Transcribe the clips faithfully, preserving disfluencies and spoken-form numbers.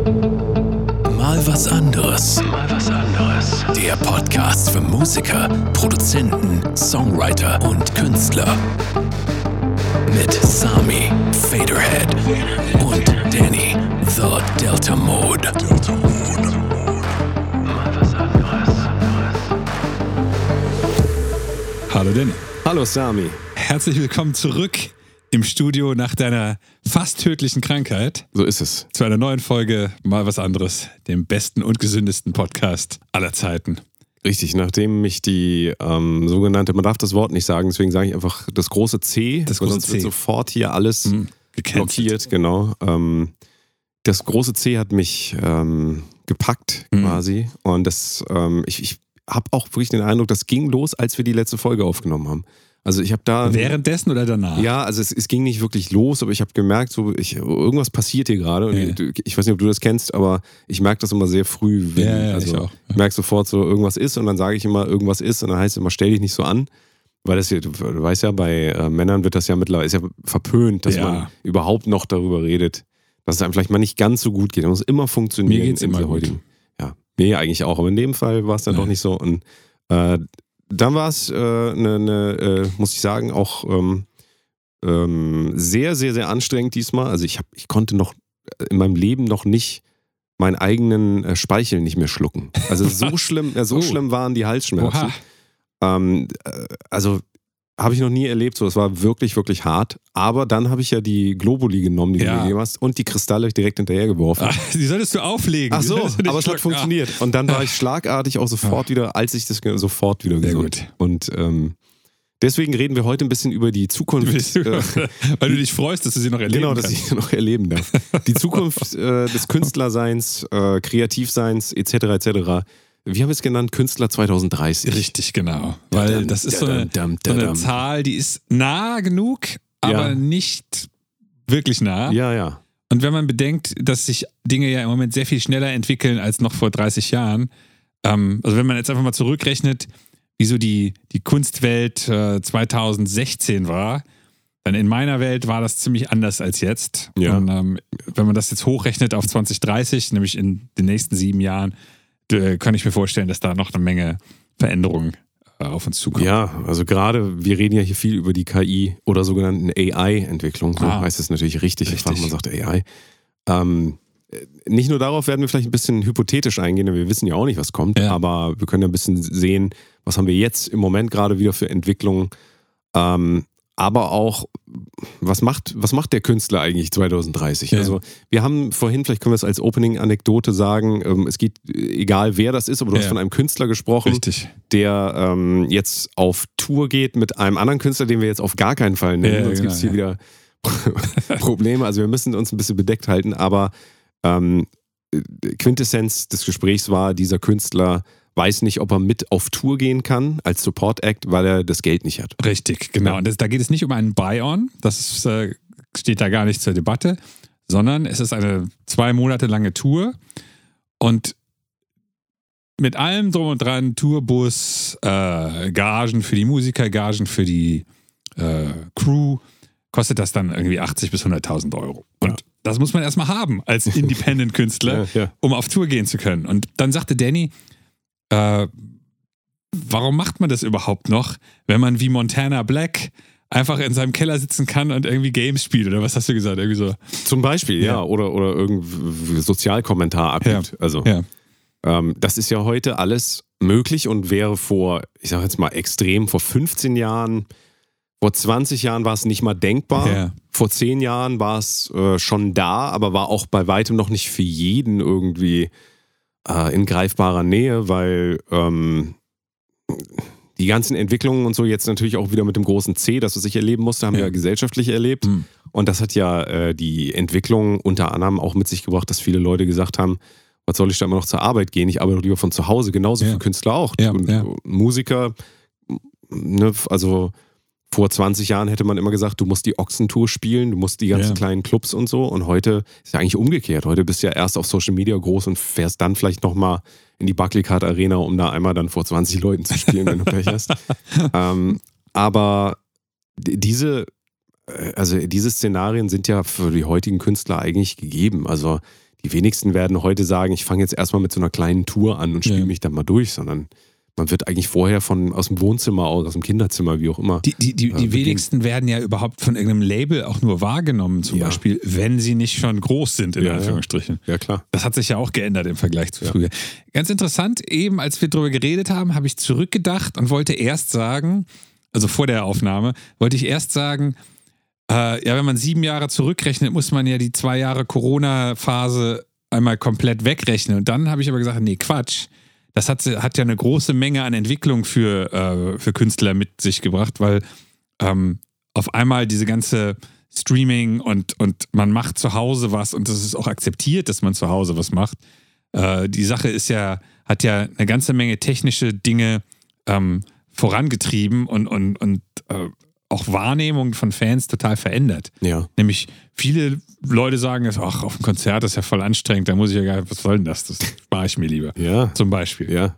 Mal was anderes. Mal was anderes. Der Podcast für Musiker, Produzenten, Songwriter und Künstler. Mit Sami, Faderhead und Danny, The Delta Mode. Delta Mode. Mal was anderes. Hallo Danny. Hallo Sami. Herzlich willkommen zurück im Studio nach deiner fast tödlichen Krankheit. So ist es. Zu einer neuen Folge Mal was anderes, dem besten und gesündesten Podcast aller Zeiten. Richtig, nachdem mich die ähm, sogenannte, man darf das Wort nicht sagen, deswegen sage ich einfach das große C, das weil große sonst C. wird sofort hier alles mhm, blockiert, genau. Ähm, das große C hat mich ähm, gepackt mhm. quasi und das, ähm, ich, ich habe auch wirklich den Eindruck, das ging los, als wir die letzte Folge aufgenommen haben. Also ich habe da... Währenddessen oder danach? Ja, also es, es ging nicht wirklich los, aber ich habe gemerkt, so ich, irgendwas passiert hier gerade. Und ja. ich, ich weiß nicht, ob du das kennst, aber ich merke das immer sehr früh. Wenn, ja, ja, also ich auch. Ich merke sofort so, irgendwas ist und dann sage ich immer, irgendwas ist und dann heißt es immer, stell dich nicht so an. Weil das hier, du, du weißt ja, bei äh, Männern wird das ja mittlerweile, ist ja verpönt, dass ja. man überhaupt noch darüber redet, dass es einem vielleicht mal nicht ganz so gut geht. Das muss immer funktionieren. Mir geht's in immer dieser gut. Heutigen. Ja, mir eigentlich auch, aber in dem Fall war es dann ja. doch nicht so. Und äh, dann war es, äh, ne, ne, äh, muss ich sagen, auch ähm, ähm, sehr, sehr, sehr anstrengend diesmal. Also ich, hab, ich konnte noch in meinem Leben noch nicht meinen eigenen äh, Speichel nicht mehr schlucken. Also so schlimm, äh, so oh. schlimm waren die Halsschmerzen. Ähm, äh, also habe ich noch nie erlebt. So, es war wirklich, wirklich hart. Aber dann habe ich ja die Globuli genommen, die ja. du mir gegeben hast, und die Kristalle direkt hinterher geworfen. Ach, die solltest du auflegen. Ach so, aber es schlucken. hat funktioniert. Und dann war ich schlagartig auch sofort wieder, als ich das sofort wieder gesund. Sehr gut. Und ähm, deswegen reden wir heute ein bisschen über die Zukunft. äh, Weil du dich freust, dass du sie noch erleben Genau, kannst. dass ich sie noch erleben darf. Die Zukunft äh, des Künstlerseins, äh, Kreativseins et cetera et cetera. Wie haben wir es genannt? Künstler zwanzig dreißig. Richtig, genau. Weil Dadam, das ist so eine, dadam, so eine dadam. Zahl, die ist nah genug, aber Ja. nicht wirklich nah. Ja, ja. Und wenn man bedenkt, dass sich Dinge ja im Moment sehr viel schneller entwickeln als noch vor dreißig Jahren, ähm, also wenn man jetzt einfach mal zurückrechnet, wie so die, die Kunstwelt äh, zwanzig sechzehn war, dann in meiner Welt war das ziemlich anders als jetzt. Ja. Und ähm, wenn man das jetzt hochrechnet auf zwanzig dreißig, nämlich in den nächsten sieben Jahren, da kann ich mir vorstellen, dass da noch eine Menge Veränderungen äh, auf uns zukommen. Ja, also gerade, wir reden ja hier viel über die K I oder sogenannten A I-Entwicklung. So Ah. heißt es natürlich richtig. Richtig. Der Fachmann sagt A I. Ähm, nicht nur darauf werden wir vielleicht ein bisschen hypothetisch eingehen, denn wir wissen ja auch nicht, was kommt. Ja. Aber wir können ja ein bisschen sehen, was haben wir jetzt im Moment gerade wieder für Entwicklungen. Ähm, aber auch, was macht, was macht der Künstler eigentlich zwanzig dreißig? Ja. Also wir haben vorhin, vielleicht können wir es als Opening-Anekdote sagen, ähm, es geht, egal wer das ist, aber du Ja. hast von einem Künstler gesprochen, Richtig. der ähm, jetzt auf Tour geht mit einem anderen Künstler, den wir jetzt auf gar keinen Fall nennen, Ja, sonst genau, gibt es hier ja. wieder Probleme. Also wir müssen uns ein bisschen bedeckt halten, aber ähm, Quintessenz des Gesprächs war, dieser Künstler weiß nicht, ob er mit auf Tour gehen kann als Support-Act, weil er das Geld nicht hat. Richtig, genau. Ja. Und das, da geht es nicht um einen Buy-on, das ist, äh, steht da gar nicht zur Debatte, sondern es ist eine zwei Monate lange Tour und mit allem drum und dran, Tourbus, äh, Gagen für die Musiker, Gagen für die äh, Crew, kostet das dann irgendwie achtzig bis hunderttausend Euro. Und Ja. das muss man erstmal haben als Independent-Künstler, Ja, ja. um auf Tour gehen zu können. Und dann sagte Danny, äh, warum macht man das überhaupt noch, wenn man wie Montana Black einfach in seinem Keller sitzen kann und irgendwie Games spielt? Oder was hast du gesagt? Irgendwie so. Zum Beispiel, ja, Ja. oder, oder irgendwie Sozialkommentar abgibt. Ja. Also Ja. ähm, das ist ja heute alles möglich und wäre vor, ich sag jetzt mal extrem, vor fünfzehn Jahren, vor zwanzig Jahren war es nicht mal denkbar. Ja. Vor zehn Jahren war es äh, schon da, aber war auch bei weitem noch nicht für jeden irgendwie äh, in greifbarer Nähe, weil ähm, die ganzen Entwicklungen und so jetzt natürlich auch wieder mit dem großen C, das, was ich erleben musste, haben wir Ja. ja gesellschaftlich erlebt. Mhm. Und das hat ja äh, die Entwicklung unter anderem auch mit sich gebracht, dass viele Leute gesagt haben, was soll ich da immer noch zur Arbeit gehen? Ich arbeite doch lieber von zu Hause. Genauso Ja. für Künstler auch. Ja, und ja. Musiker, ne, also vor zwanzig Jahren hätte man immer gesagt, du musst die Ochsentour spielen, du musst die ganzen Ja. kleinen Clubs und so. Und heute ist ja eigentlich umgekehrt. Heute bist du ja erst auf Social Media groß und fährst dann vielleicht nochmal in die Barclaycard Arena, um da einmal dann vor zwanzig Leuten zu spielen, wenn du Pech hast. ähm, aber diese, also diese Szenarien sind ja für die heutigen Künstler eigentlich gegeben. Also die wenigsten werden heute sagen, ich fange jetzt erstmal mit so einer kleinen Tour an und spiele Ja. mich dann mal durch, sondern man wird eigentlich vorher von aus dem Wohnzimmer aus, aus dem Kinderzimmer, wie auch immer. Die, die, die, die äh, wenigsten werden ja überhaupt von irgendeinem Label auch nur wahrgenommen, zum Ja. Beispiel, wenn sie nicht schon groß sind, in Ja, ja. Anführungsstrichen. Ja, klar. Das hat sich ja auch geändert im Vergleich zu Ja. früher. Ganz interessant, eben als wir darüber geredet haben, habe ich zurückgedacht und wollte erst sagen, also vor der Aufnahme, wollte ich erst sagen, äh, ja, wenn man sieben Jahre zurückrechnet, muss man ja die zwei Jahre Corona-Phase einmal komplett wegrechnen. Und dann habe ich aber gesagt, nee, Quatsch. Das hat, hat ja eine große Menge an Entwicklung für, äh, für Künstler mit sich gebracht, weil ähm, auf einmal diese ganze Streaming und, und man macht zu Hause was und es ist auch akzeptiert, dass man zu Hause was macht. Äh, die Sache ist ja, hat ja eine ganze Menge technische Dinge ähm, vorangetrieben und, und, und äh, auch Wahrnehmung von Fans total verändert. Ja. Nämlich viele Leute sagen, ach, auf dem Konzert ist ja voll anstrengend, da muss ich ja gar nicht, was soll denn das? Das spare ich mir lieber. Ja. Zum Beispiel. Ja.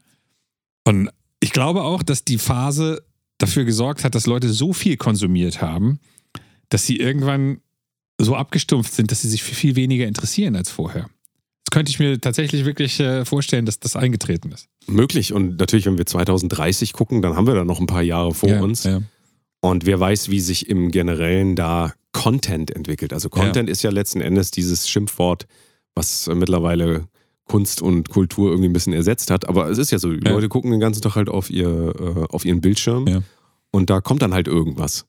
Und ich glaube auch, dass die Phase dafür gesorgt hat, dass Leute so viel konsumiert haben, dass sie irgendwann so abgestumpft sind, dass sie sich für viel weniger interessieren als vorher. Das könnte ich mir tatsächlich wirklich äh, vorstellen, dass das eingetreten ist. Möglich. Und natürlich, wenn wir zwanzig dreißig gucken, dann haben wir da noch ein paar Jahre vor ja, uns. Ja. Und wer weiß, wie sich im Generellen da Content entwickelt. Also Content Ja. ist ja letzten Endes dieses Schimpfwort, was äh, mittlerweile Kunst und Kultur irgendwie ein bisschen ersetzt hat. Aber es ist ja so, die Ja. Leute gucken den ganzen Tag halt auf, ihr, äh, auf ihren Bildschirm Ja. und da kommt dann halt irgendwas.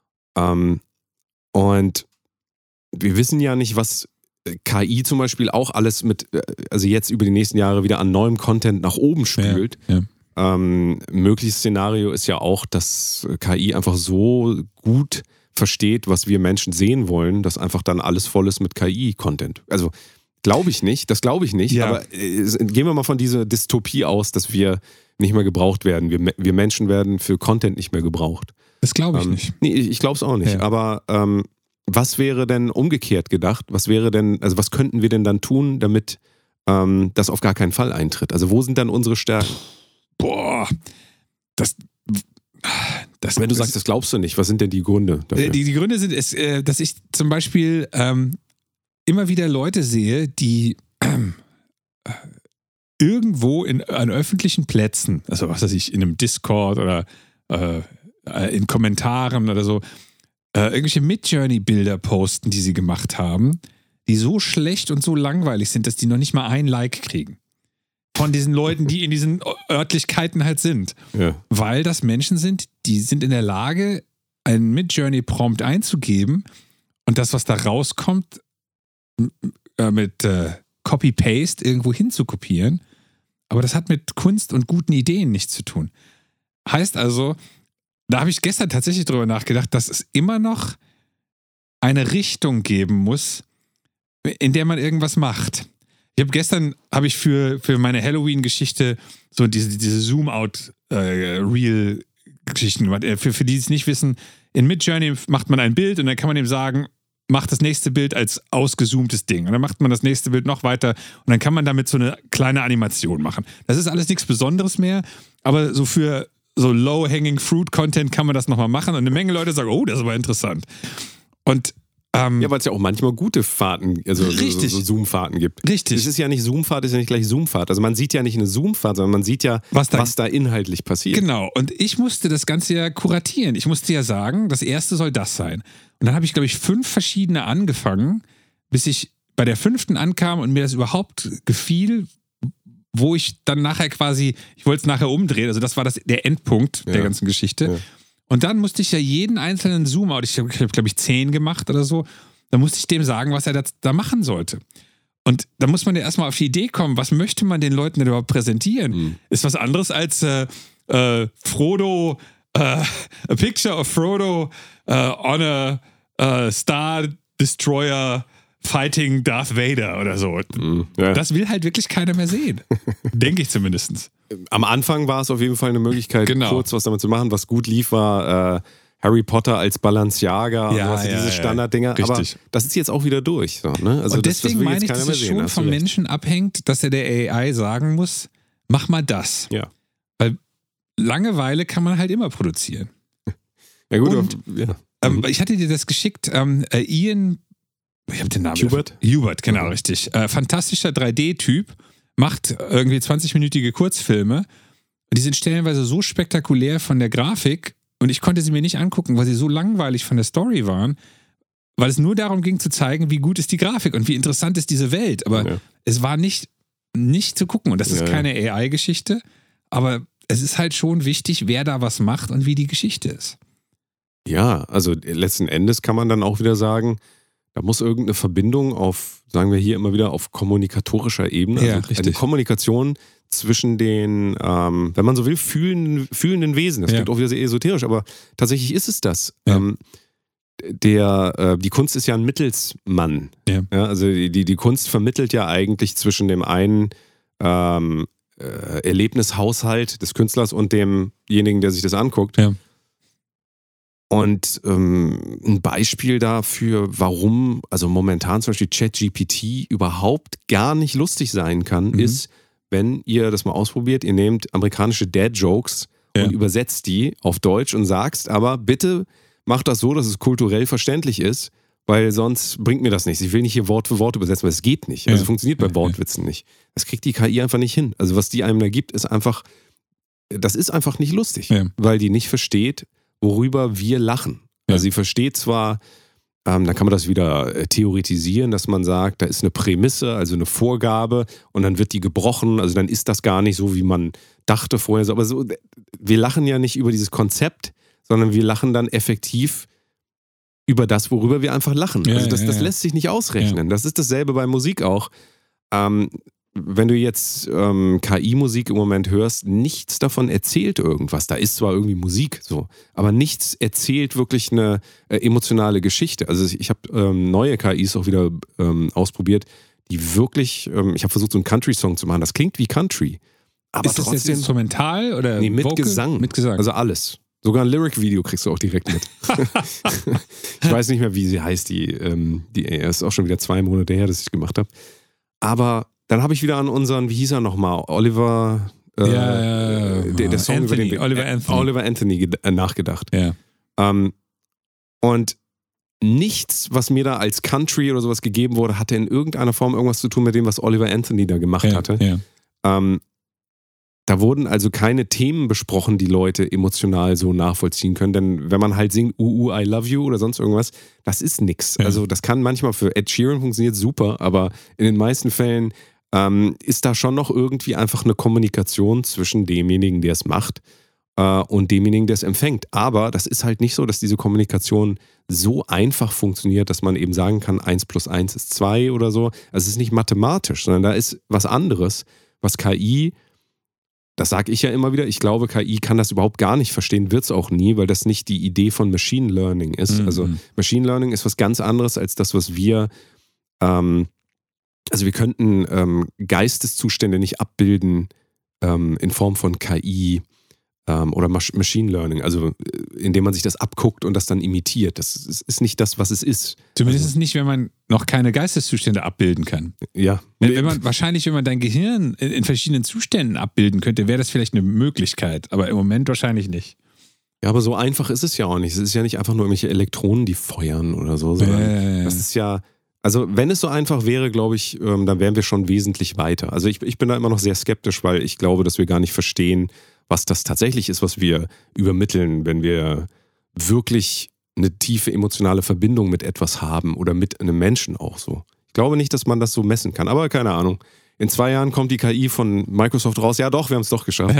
Ähm, und wir wissen ja nicht, was K I zum Beispiel auch alles mit, äh, also jetzt über die nächsten Jahre wieder an neuem Content nach oben spült. Ja. Ja. Ähm, mögliches Szenario ist ja auch, dass K I einfach so gut versteht, was wir Menschen sehen wollen, dass einfach dann alles voll ist mit K I-Content. Also glaube ich nicht, das glaube ich nicht, Ja. aber äh, gehen wir mal von dieser Dystopie aus, dass wir nicht mehr gebraucht werden. Wir, wir Menschen werden für Content nicht mehr gebraucht. Das glaube ich ähm, nicht. Nee, ich, ich glaube es auch nicht. Ja. Aber ähm, was wäre denn umgekehrt gedacht? Was wäre denn, also was könnten wir denn dann tun, damit ähm, das auf gar keinen Fall eintritt? Also wo sind dann unsere Stärken? Boah, das. das Wenn du sagst, das glaubst du nicht, was sind denn die Gründe dafür? Die, die Gründe sind, es, äh, dass ich zum Beispiel ähm, immer wieder Leute sehe, die ähm, äh, irgendwo in, an öffentlichen Plätzen, also was weiß ich, in einem Discord oder äh, äh, in Kommentaren oder so, äh, irgendwelche Mid-Journey-Bilder posten, die sie gemacht haben, die so schlecht und so langweilig sind, dass die noch nicht mal ein Like kriegen. Von diesen Leuten, die in diesen Örtlichkeiten halt sind. Ja. Weil das Menschen sind, die sind in der Lage, einen Mid-Journey-Prompt einzugeben und das, was da rauskommt, m- äh, mit äh, Copy-Paste irgendwo hinzukopieren. Aber das hat mit Kunst und guten Ideen nichts zu tun. Heißt also, da habe ich gestern tatsächlich drüber nachgedacht, dass es immer noch eine Richtung geben muss, in der man irgendwas macht. Ich habe gestern, habe ich für, für meine Halloween-Geschichte so diese, diese Zoom-Out-Real-Geschichten gemacht. Für, für die, die es nicht wissen, in Midjourney macht man ein Bild und dann kann man ihm sagen, mach das nächste Bild als ausgezoomtes Ding. Und dann macht man das nächste Bild noch weiter und dann kann man damit so eine kleine Animation machen. Das ist alles nichts Besonderes mehr, aber so für so Low-Hanging-Fruit-Content kann man das nochmal machen und eine Menge Leute sagen, oh, das ist aber interessant. Und ähm, Ja, weil es ja auch manchmal gute Fahrten, also so, Richtig. so Zoom-Fahrten gibt. Richtig. Es ist ja nicht Zoom-Fahrt, es ist ja nicht gleich Zoom-Fahrt. Also man sieht ja nicht eine Zoom-Fahrt, sondern man sieht ja, Was was da- da, inhaltlich passiert. Genau, und ich musste das Ganze ja kuratieren. Ich musste ja sagen, das erste soll das sein. Und dann habe ich, glaube ich, fünf verschiedene angefangen, bis ich bei der fünften ankam und mir das überhaupt gefiel, wo ich dann nachher quasi, ich wollte es nachher umdrehen, also das war das, der Endpunkt der Ja. ganzen Geschichte. Ja. Und dann musste ich ja jeden einzelnen Zoom-Out, ich habe, glaube ich, zehn gemacht oder so, dann musste ich dem sagen, was er da, da machen sollte. Und da muss man ja erstmal auf die Idee kommen, was möchte man den Leuten denn überhaupt präsentieren? Mhm. Ist was anderes als äh, äh, Frodo, äh, a picture of Frodo äh, on a äh, Star Destroyer fighting Darth Vader oder so. Mhm. Ja. Das will halt wirklich keiner mehr sehen. Denke ich zumindest. Am Anfang war es auf jeden Fall eine Möglichkeit, Genau. kurz was damit zu machen. Was gut lief, war äh, Harry Potter als Balenciaga, Ja, also ja, diese ja. Standarddinger. Aber Richtig. das ist jetzt auch wieder durch. So, ne? Also Und das, das deswegen will meine jetzt ich, keiner dass mehr es sehen. schon hast du vom recht. Menschen abhängt, dass er der A I sagen muss, mach mal das. Ja. Weil Langeweile kann man halt immer produzieren. Ja gut, Und- aber, ja. Ähm, ich hatte dir das geschickt. Ähm, äh, Ian ich habe den Namen. Hubert? Hubert, genau, Mhm. richtig. Äh, fantastischer drei D-Typ, macht irgendwie zwanzig-minütige Kurzfilme. Und die sind stellenweise so spektakulär von der Grafik und ich konnte sie mir nicht angucken, weil sie so langweilig von der Story waren, weil es nur darum ging zu zeigen, wie gut ist die Grafik und wie interessant ist diese Welt. Aber Ja. es war nicht, nicht zu gucken. Und das ist Ja, ja. keine A I-Geschichte, aber es ist halt schon wichtig, wer da was macht und wie die Geschichte ist. Ja, also letzten Endes kann man dann auch wieder sagen, da muss irgendeine Verbindung auf, sagen wir hier immer wieder, auf kommunikatorischer Ebene, Ja, also eine richtig. Kommunikation zwischen den, ähm, wenn man so will, fühlenden, fühlenden Wesen. Das Ja. klingt auch wieder sehr esoterisch, aber tatsächlich ist es das. Ja. Ähm, der, äh, die Kunst ist ja ein Mittelsmann. Ja. Ja, also die, die, die Kunst vermittelt ja eigentlich zwischen dem einen ähm, äh, Erlebnishaushalt des Künstlers und demjenigen, der sich das anguckt. Ja. Und ähm, ein Beispiel dafür, warum, also momentan zum Beispiel ChatGPT überhaupt gar nicht lustig sein kann, Mhm. ist, wenn ihr das mal ausprobiert, ihr nehmt amerikanische Dad-Jokes Ja. und übersetzt die auf Deutsch und sagst, aber bitte macht das so, dass es kulturell verständlich ist, weil sonst bringt mir das nichts. Ich will nicht hier Wort für Wort übersetzen, weil es geht nicht. Also Ja. funktioniert bei Ja, Wortwitzen nicht. Das kriegt die K I einfach nicht hin. Also was die einem da gibt, ist einfach, das ist einfach nicht lustig, Ja. weil die nicht versteht, worüber wir lachen. Ja. Also sie versteht zwar, ähm, dann kann man das wieder äh, theoretisieren, dass man sagt, da ist eine Prämisse, also eine Vorgabe und dann wird die gebrochen, also dann ist das gar nicht so, wie man dachte vorher. So, aber so, wir lachen ja nicht über dieses Konzept, sondern wir lachen dann effektiv über das, worüber wir einfach lachen. Ja, also das, ja, das ja. lässt sich nicht ausrechnen. Das ist dasselbe bei Musik auch. Ähm, wenn du jetzt ähm, K I-Musik im Moment hörst, nichts davon erzählt irgendwas. Da ist zwar irgendwie Musik so, aber nichts erzählt wirklich eine äh, emotionale Geschichte. Also ich habe ähm, neue K Is auch wieder ähm, ausprobiert, die wirklich, ähm, ich habe versucht, so einen Country-Song zu machen. Das klingt wie Country, aber ist das jetzt trotzdem instrumental oder nee, mit Vocal? Gesang. Mit Gesang. Also alles. Sogar ein Lyric-Video kriegst du auch direkt mit. Ich weiß nicht mehr, wie sie heißt, die, ähm, die es ist auch schon wieder zwei Monate her, dass ich gemacht habe. Aber dann habe ich wieder an unseren, wie hieß er nochmal, Oliver, äh, Ja, ja, ja. der, der Song Anthony, über den wir- Oliver äh, Anthony. Oliver Anthony ged- äh, nachgedacht. ja. Ähm, und nichts, was mir da als Country oder sowas gegeben wurde, hatte in irgendeiner Form irgendwas zu tun mit dem, was Oliver Anthony da gemacht ja, hatte. ja. Ähm, da wurden also keine Themen besprochen, die Leute emotional so nachvollziehen können. Denn wenn man halt singt, uh, uh, I love you oder sonst irgendwas, das ist nix. Ja. Also das kann manchmal für Ed Sheeran funktioniert super, aber in den meisten Fällen ähm, ist da schon noch irgendwie einfach eine Kommunikation zwischen demjenigen, der es macht äh, und demjenigen, der es empfängt. Aber das ist halt nicht so, dass diese Kommunikation so einfach funktioniert, dass man eben sagen kann, eins plus eins ist zwei oder so. Also es ist nicht mathematisch, sondern da ist was anderes, was K I, das sage ich ja immer wieder, ich glaube, K I kann das überhaupt gar nicht verstehen, wird es auch nie, weil das nicht die Idee von Machine Learning ist. Mhm. Also Machine Learning ist was ganz anderes als das, was wir, ähm, also wir könnten ähm, Geisteszustände nicht abbilden ähm, in Form von K I ähm, oder Mas- Machine Learning, also äh, indem man sich das abguckt und das dann imitiert. Das ist, ist nicht das, was es ist. Zumindest nicht, wenn man noch keine Geisteszustände abbilden kann. Ja. Wenn, wenn man, wahrscheinlich, wenn man dein Gehirn in, in verschiedenen Zuständen abbilden könnte, wäre das vielleicht eine Möglichkeit, aber im Moment wahrscheinlich nicht. Ja, aber so einfach ist es ja auch nicht. Es ist ja nicht einfach nur irgendwelche Elektronen, die feuern oder so, sondern Äh, das ist ja, also wenn es so einfach wäre, glaube ich, ähm, dann wären wir schon wesentlich weiter. Also ich, ich bin da immer noch sehr skeptisch, weil ich glaube, dass wir gar nicht verstehen, was das tatsächlich ist, was wir übermitteln, wenn wir wirklich eine tiefe emotionale Verbindung mit etwas haben oder mit einem Menschen auch so. Ich glaube nicht, dass man das so messen kann, aber keine Ahnung. In zwei Jahren kommt die K I von Microsoft raus. Ja doch, wir haben es doch geschafft.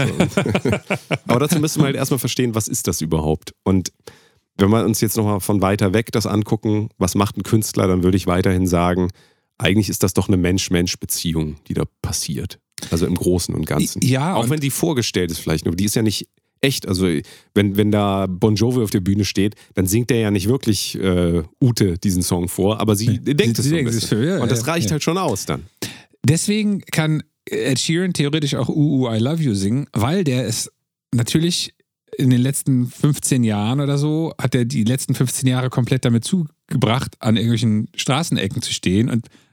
Aber dazu müssen wir halt erstmal verstehen, was ist das überhaupt? Und wenn wir uns jetzt nochmal von weiter weg das angucken, was macht ein Künstler, dann würde ich weiterhin sagen, eigentlich ist das doch eine Mensch-Mensch-Beziehung, die da passiert. Also im Großen und Ganzen. Ja, Auch und- wenn die vorgestellt ist vielleicht nur, die ist ja nicht echt. Also wenn, wenn da Bon Jovi auf der Bühne steht, dann singt der ja nicht wirklich äh, Ute diesen Song vor, aber sie Nee, denkt sie- es sie so ein denkt es bisschen. für- ja, Und das ja, reicht ja. halt schon aus dann. Deswegen kann Ed Sheeran theoretisch auch Uh, uh, I love you singen, weil der ist natürlich in den letzten fünfzehn Jahren oder so, hat er die letzten fünfzehn Jahre komplett damit zugebracht, an irgendwelchen Straßenecken zu stehen und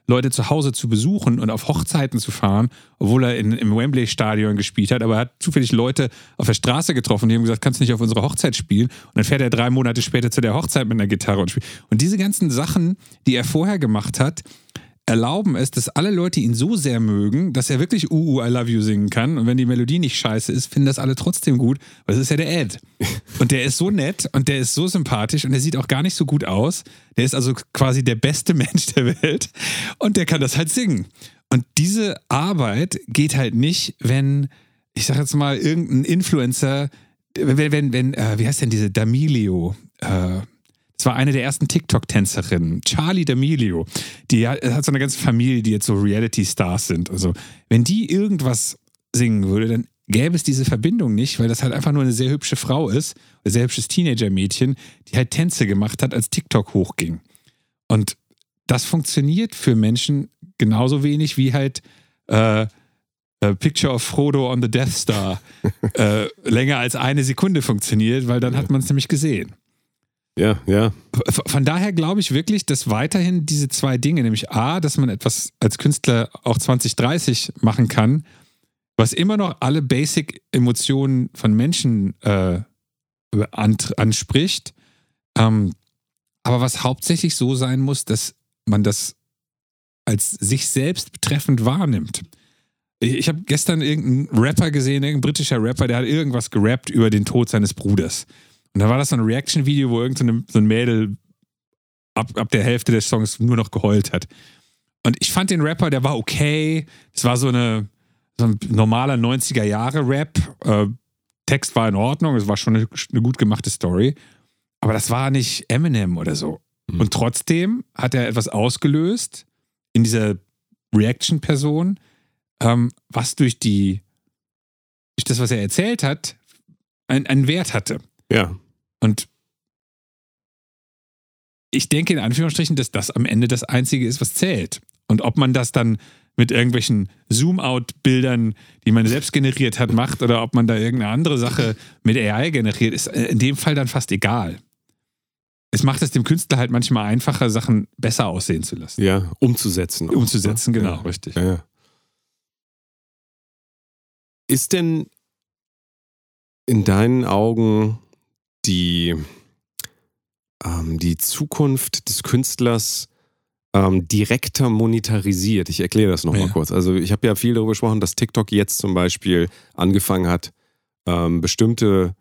Leute zu Hause zu besuchen und auf Hochzeiten zu fahren, obwohl er in, im Wembley-Stadion gespielt hat, aber er hat zufällig Leute auf der Straße getroffen, die haben gesagt, kannst du nicht auf unserer Hochzeit spielen? Und dann fährt er drei Monate später zu der Hochzeit mit einer Gitarre und spielt. Und diese ganzen Sachen, die er vorher gemacht hat, erlauben es, dass alle Leute ihn so sehr mögen, dass er wirklich Uh, uh, I love you singen kann. Und wenn die Melodie nicht scheiße ist, finden das alle trotzdem gut, weil das ist ja der Ed. Und der ist so nett und der ist so sympathisch und der sieht auch gar nicht so gut aus. Der ist also quasi der beste Mensch der Welt und der kann das halt singen. Und diese Arbeit geht halt nicht, wenn, ich sag jetzt mal, irgendein Influencer, wenn, wenn, wenn äh, wie heißt denn diese D'Amelio, äh, das war eine der ersten TikTok-Tänzerinnen, Charli D'Amelio. Die hat, hat so eine ganze Familie, die jetzt so Reality-Stars sind. Also, wenn die irgendwas singen würde, dann gäbe es diese Verbindung nicht, weil das halt einfach nur eine sehr hübsche Frau ist, ein sehr hübsches Teenager-Mädchen, die halt Tänze gemacht hat, als TikTok hochging. Und das funktioniert für Menschen genauso wenig wie halt äh, A Picture of Frodo on the Death Star äh, länger als eine Sekunde funktioniert, weil dann hat man es nämlich gesehen. Ja, ja. Von daher glaube ich wirklich, dass weiterhin diese zwei Dinge, nämlich A, dass man etwas als Künstler auch zwanzig dreißig machen kann, was immer noch alle Basic-Emotionen von Menschen äh, anspricht, ähm, aber was hauptsächlich so sein muss, dass man das als sich selbst betreffend wahrnimmt. Ich, ich habe gestern irgendeinen Rapper gesehen, irgendein britischer Rapper, der hat irgendwas gerappt über den Tod seines Bruders. Und da war das so ein Reaction-Video, wo irgend so, eine, so ein Mädel ab, ab der Hälfte des Songs nur noch geheult hat. Und ich fand den Rapper, der war okay. Es war so, eine, so ein normaler neunziger-Jahre-Rap. Äh, Text war in Ordnung, es war schon eine, eine gut gemachte Story. Aber das war nicht Eminem oder so. Mhm. Und trotzdem hat er etwas ausgelöst in dieser Reaction-Person, ähm, was durch die, durch das, was er erzählt hat, ein, einen Wert hatte. Ja. Und ich denke in Anführungsstrichen, dass das am Ende das Einzige ist, was zählt. Und ob man das dann mit irgendwelchen Zoom-Out-Bildern, die man selbst generiert hat, macht oder ob man da irgendeine andere Sache mit A I generiert, ist in dem Fall dann fast egal. Es macht es dem Künstler halt manchmal einfacher, Sachen besser aussehen zu lassen. Ja, umzusetzen. Auch, umzusetzen, ne? genau, Ja. richtig. Ja, ja. Ist denn in deinen Augen die, ähm, die Zukunft des Künstlers ähm, direkter monetarisiert? Ich erkläre das nochmal Ja. kurz. Also ich habe ja viel darüber gesprochen, dass TikTok jetzt zum Beispiel angefangen hat, ähm, bestimmte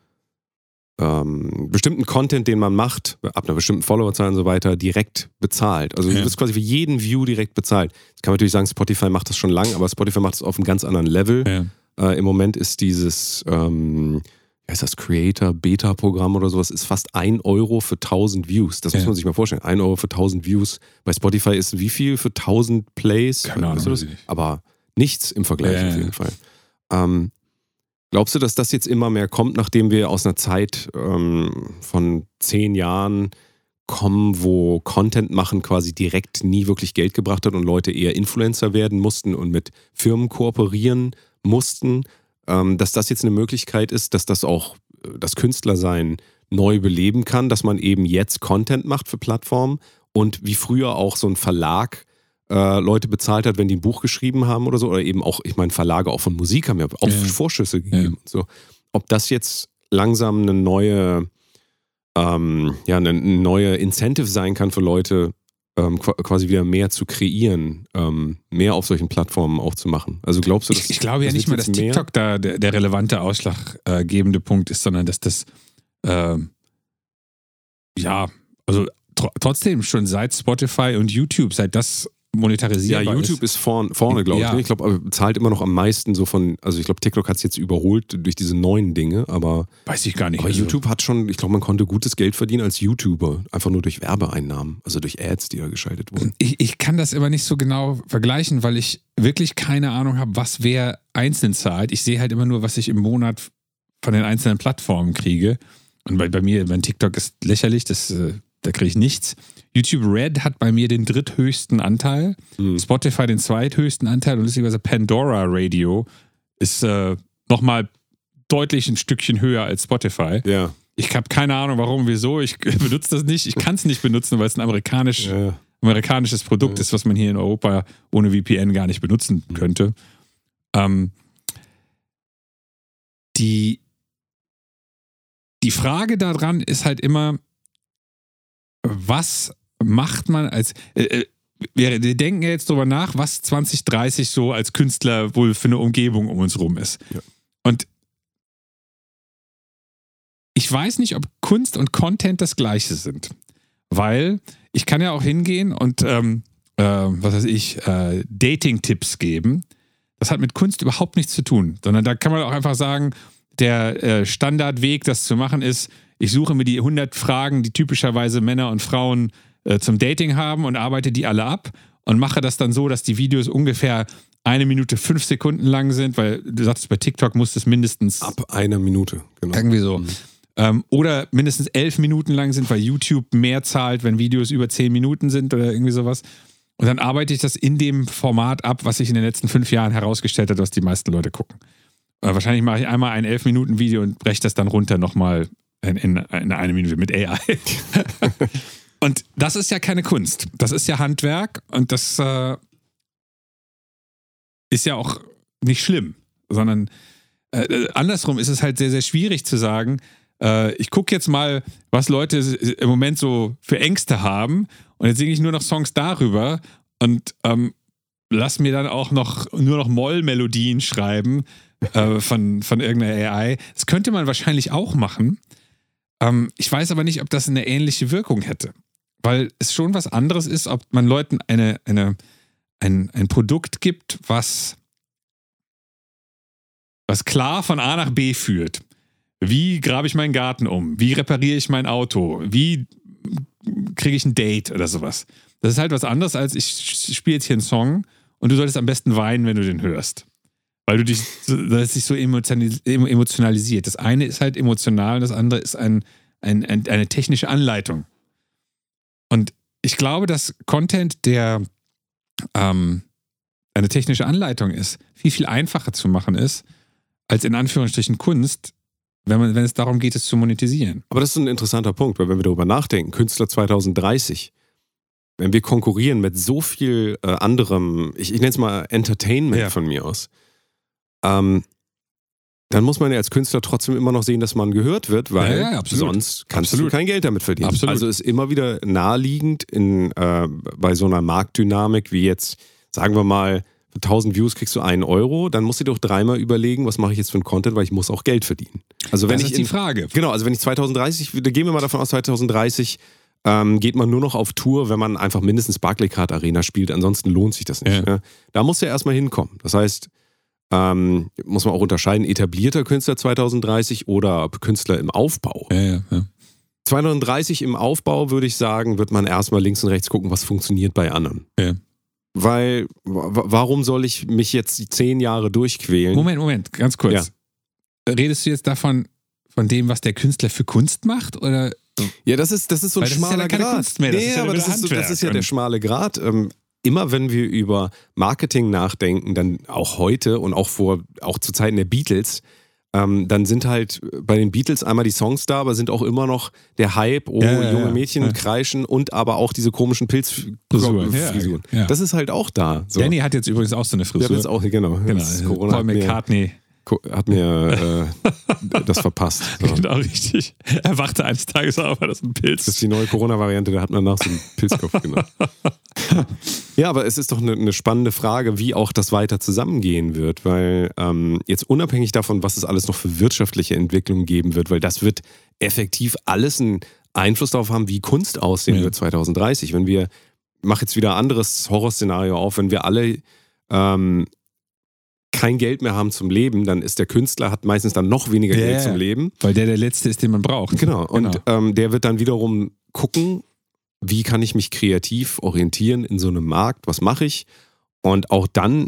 ähm, bestimmten Content, den man macht, ab einer bestimmten Followerzahl und so weiter, direkt bezahlt. Also Ja. du wirst quasi für jeden View direkt bezahlt. Jetzt kann man natürlich sagen, Spotify macht das schon lang, aber Spotify macht es auf einem ganz anderen Level. Ja. Äh, Im Moment ist dieses ähm, wie heißt das, Creator-Beta-Programm oder sowas, ist fast ein Euro für tausend Views. Das Ja. muss man sich mal vorstellen. ein Euro für tausend Views. Bei Spotify ist wie viel für tausend Plays? Keine Ahnung, Weißt du das? weiß ich nicht. Aber nichts im Vergleich Ja, ja, auf jeden ja. Fall. Ähm, glaubst du, dass das jetzt immer mehr kommt, nachdem wir aus einer Zeit ähm, von zehn Jahren kommen, wo Content machen quasi direkt nie wirklich Geld gebracht hat und Leute eher Influencer werden mussten und mit Firmen kooperieren mussten, ähm, dass das jetzt eine Möglichkeit ist, dass das auch äh, das Künstlersein neu beleben kann, dass man eben jetzt Content macht für Plattformen und wie früher auch so ein Verlag äh, Leute bezahlt hat, wenn die ein Buch geschrieben haben oder so, oder eben auch, ich meine, Verlage auch von Musik haben ja auch Ja. Vorschüsse gegeben. Ja. So, ob das jetzt langsam eine neue, ähm, ja, eine neue Incentive sein kann für Leute, ähm, quasi wieder mehr zu kreieren, ähm, mehr auf solchen Plattformen auch zu machen. Also glaubst du, dass Ich, ich glaube ja das nicht wird mal, dass jetzt mehr? TikTok da der, der relevante, ausschlaggebende Punkt ist, sondern dass das ähm, ja, also tr- trotzdem schon seit Spotify und YouTube, seit das Ja, monetarisierbar YouTube ist vorn, vorne, glaube ich. Ja. Ich glaube, aber zahlt immer noch am meisten so von, also ich glaube, TikTok hat es jetzt überholt durch diese neuen Dinge, aber, weiß ich gar nicht. aber Also, YouTube hat schon, ich glaube, man konnte gutes Geld verdienen als YouTuber, einfach nur durch Werbeeinnahmen, also durch Ads, die da geschaltet wurden. Ich, ich kann das immer nicht so genau vergleichen, weil ich wirklich keine Ahnung habe, was wer einzeln zahlt. Ich sehe halt immer nur, was ich im Monat von den einzelnen Plattformen kriege. Und bei, bei mir, mein TikTok ist lächerlich, das, äh, da kriege ich nichts. YouTube Red hat bei mir den dritthöchsten Anteil, Mhm. Spotify den zweithöchsten Anteil und lustigerweise Pandora Radio ist äh, nochmal deutlich ein Stückchen höher als Spotify. Ja, Ich habe keine Ahnung, warum, wieso. Ich benutze das nicht. Ich kann es nicht benutzen, weil es ein amerikanisch, ja, amerikanisches Produkt ist, was man hier in Europa ohne V P N gar nicht benutzen könnte. Ähm, die, die Frage daran ist halt immer, was macht man als, äh, wir, wir denken ja jetzt drüber nach, was zwanzig dreißig so als Künstler wohl für eine Umgebung um uns rum ist. Ja. Und ich weiß nicht, ob Kunst und Content das Gleiche sind. Weil ich kann ja auch hingehen und, ähm, äh, was weiß ich, äh, Dating-Tipps geben. Das hat mit Kunst überhaupt nichts zu tun. Sondern da kann man auch einfach sagen, der äh, Standardweg, das zu machen, ist, ich suche mir die hundert Fragen, die typischerweise Männer und Frauen äh, zum Dating haben und arbeite die alle ab und mache das dann so, dass die Videos ungefähr eine Minute fünf Sekunden lang sind, weil du sagst, bei TikTok muss es mindestens... Ab einer Minute, genau. Irgendwie so. Mhm. Ähm, oder mindestens elf Minuten lang sind, weil YouTube mehr zahlt, wenn Videos über zehn Minuten sind oder irgendwie sowas. Und dann arbeite ich das in dem Format ab, was sich in den letzten fünf Jahren herausgestellt hat, was die meisten Leute gucken. Äh, wahrscheinlich mache ich einmal ein elf Minuten Video und breche das dann runter nochmal in, in, in eine Minute mit A I. Und das ist ja keine Kunst. Das ist ja Handwerk und das äh, ist ja auch nicht schlimm, sondern äh, andersrum ist es halt sehr, sehr schwierig zu sagen, äh, ich gucke jetzt mal, was Leute im Moment so für Ängste haben und jetzt singe ich nur noch Songs darüber und ähm, lass mir dann auch noch nur noch Moll-Melodien schreiben äh, von, von irgendeiner A I. Das könnte man wahrscheinlich auch machen. Ähm, ich weiß aber nicht, ob das eine ähnliche Wirkung hätte. Weil es schon was anderes ist, ob man Leuten eine, eine, ein, ein Produkt gibt, was, was klar von A nach B führt. Wie grabe ich meinen Garten um? Wie repariere ich mein Auto? Wie kriege ich ein Date oder sowas? Das ist halt was anderes, als ich spiele jetzt hier einen Song und du solltest am besten weinen, wenn du den hörst. Weil du dich, das dich so emotionalisiert. Das eine ist halt emotional, das andere ist ein, ein, ein, eine technische Anleitung. Und ich glaube, dass Content, der ähm, eine technische Anleitung ist, viel, viel einfacher zu machen ist, als in Anführungsstrichen Kunst, wenn, man, wenn es darum geht, es zu monetisieren. Aber das ist ein interessanter Punkt, weil wenn wir darüber nachdenken, Künstler zwanzig dreißig, wenn wir konkurrieren mit so viel äh, anderem, ich, ich nenne es mal Entertainment Ja. von mir aus, ähm, dann muss man ja als Künstler trotzdem immer noch sehen, dass man gehört wird, weil Ja, ja, absolut. sonst kannst Absolut. du kein Geld damit verdienen. Absolut. Also ist immer wieder naheliegend in, äh, bei so einer Marktdynamik wie jetzt, sagen wir mal, für tausend Views kriegst du einen Euro, dann musst du dir doch dreimal überlegen, was mache ich jetzt für einen Content, weil ich muss auch Geld verdienen. Also wenn Das ich ist die in, Frage. Genau, also wenn ich zwanzig dreißig, da gehen wir mal davon aus, zwanzig dreißig ähm, geht man nur noch auf Tour, wenn man einfach mindestens Barclaycard Arena spielt, ansonsten lohnt sich das nicht. Ja. Ne? Da muss ja erstmal hinkommen. Das heißt, ähm, muss man auch unterscheiden, etablierter Künstler zwanzig dreißig oder Künstler im Aufbau. Ja, ja, ja. zwanzig dreißig im Aufbau, würde ich sagen, wird man erstmal links und rechts gucken, was funktioniert bei anderen. Ja. Weil, w- warum soll ich mich jetzt die zehn Jahre durchquälen? Moment, Moment, ganz kurz. Ja. Redest du jetzt davon, von dem, was der Künstler für Kunst macht? Oder? Ja, das ist, das ist so ein Weil das ist ja schmaler dann keine Grat. Kunst mehr, das nee, ist ja aber wieder das ist, so- das Handwerk. ist ja der Und- schmale Grat. Ähm, immer wenn wir über Marketing nachdenken, dann auch heute und auch vor, auch zu Zeiten der Beatles, ähm, dann sind halt bei den Beatles einmal die Songs da, aber sind auch immer noch der Hype, oh, Ja, ja, junge ja. Mädchen Ja. kreischen und aber auch diese komischen Frisuren. Pilzfrisuren. Ja, ja. Das ist halt auch da. So. Danny hat jetzt übrigens auch so eine Ja, Frisur. das ist auch, genau. genau. Das Corona Paul hat mir, McCartney. Co- hat mir äh, das verpasst. So. Genau, richtig. Er wachte eines Tages auf, war das ein Pilz. Das ist die neue Corona-Variante, da hat man nach so einem Pilzkopf genommen. Ja, aber es ist doch eine, eine spannende Frage, wie auch das weiter zusammengehen wird, weil ähm, jetzt unabhängig davon, was es alles noch für wirtschaftliche Entwicklungen geben wird, weil das wird effektiv alles einen Einfluss darauf haben, wie Kunst aussehen Ja. wird zwanzig dreißig. Wenn wir, ich mache jetzt wieder ein anderes Horrorszenario auf, wenn wir alle ähm, kein Geld mehr haben zum Leben, dann ist der Künstler, hat meistens dann noch weniger Ja, Geld ja. zum Leben. Weil der der Letzte ist, den man braucht. Genau, und Genau. Ähm, der wird dann wiederum gucken, wie kann ich mich kreativ orientieren in so einem Markt, was mache ich? Und auch dann,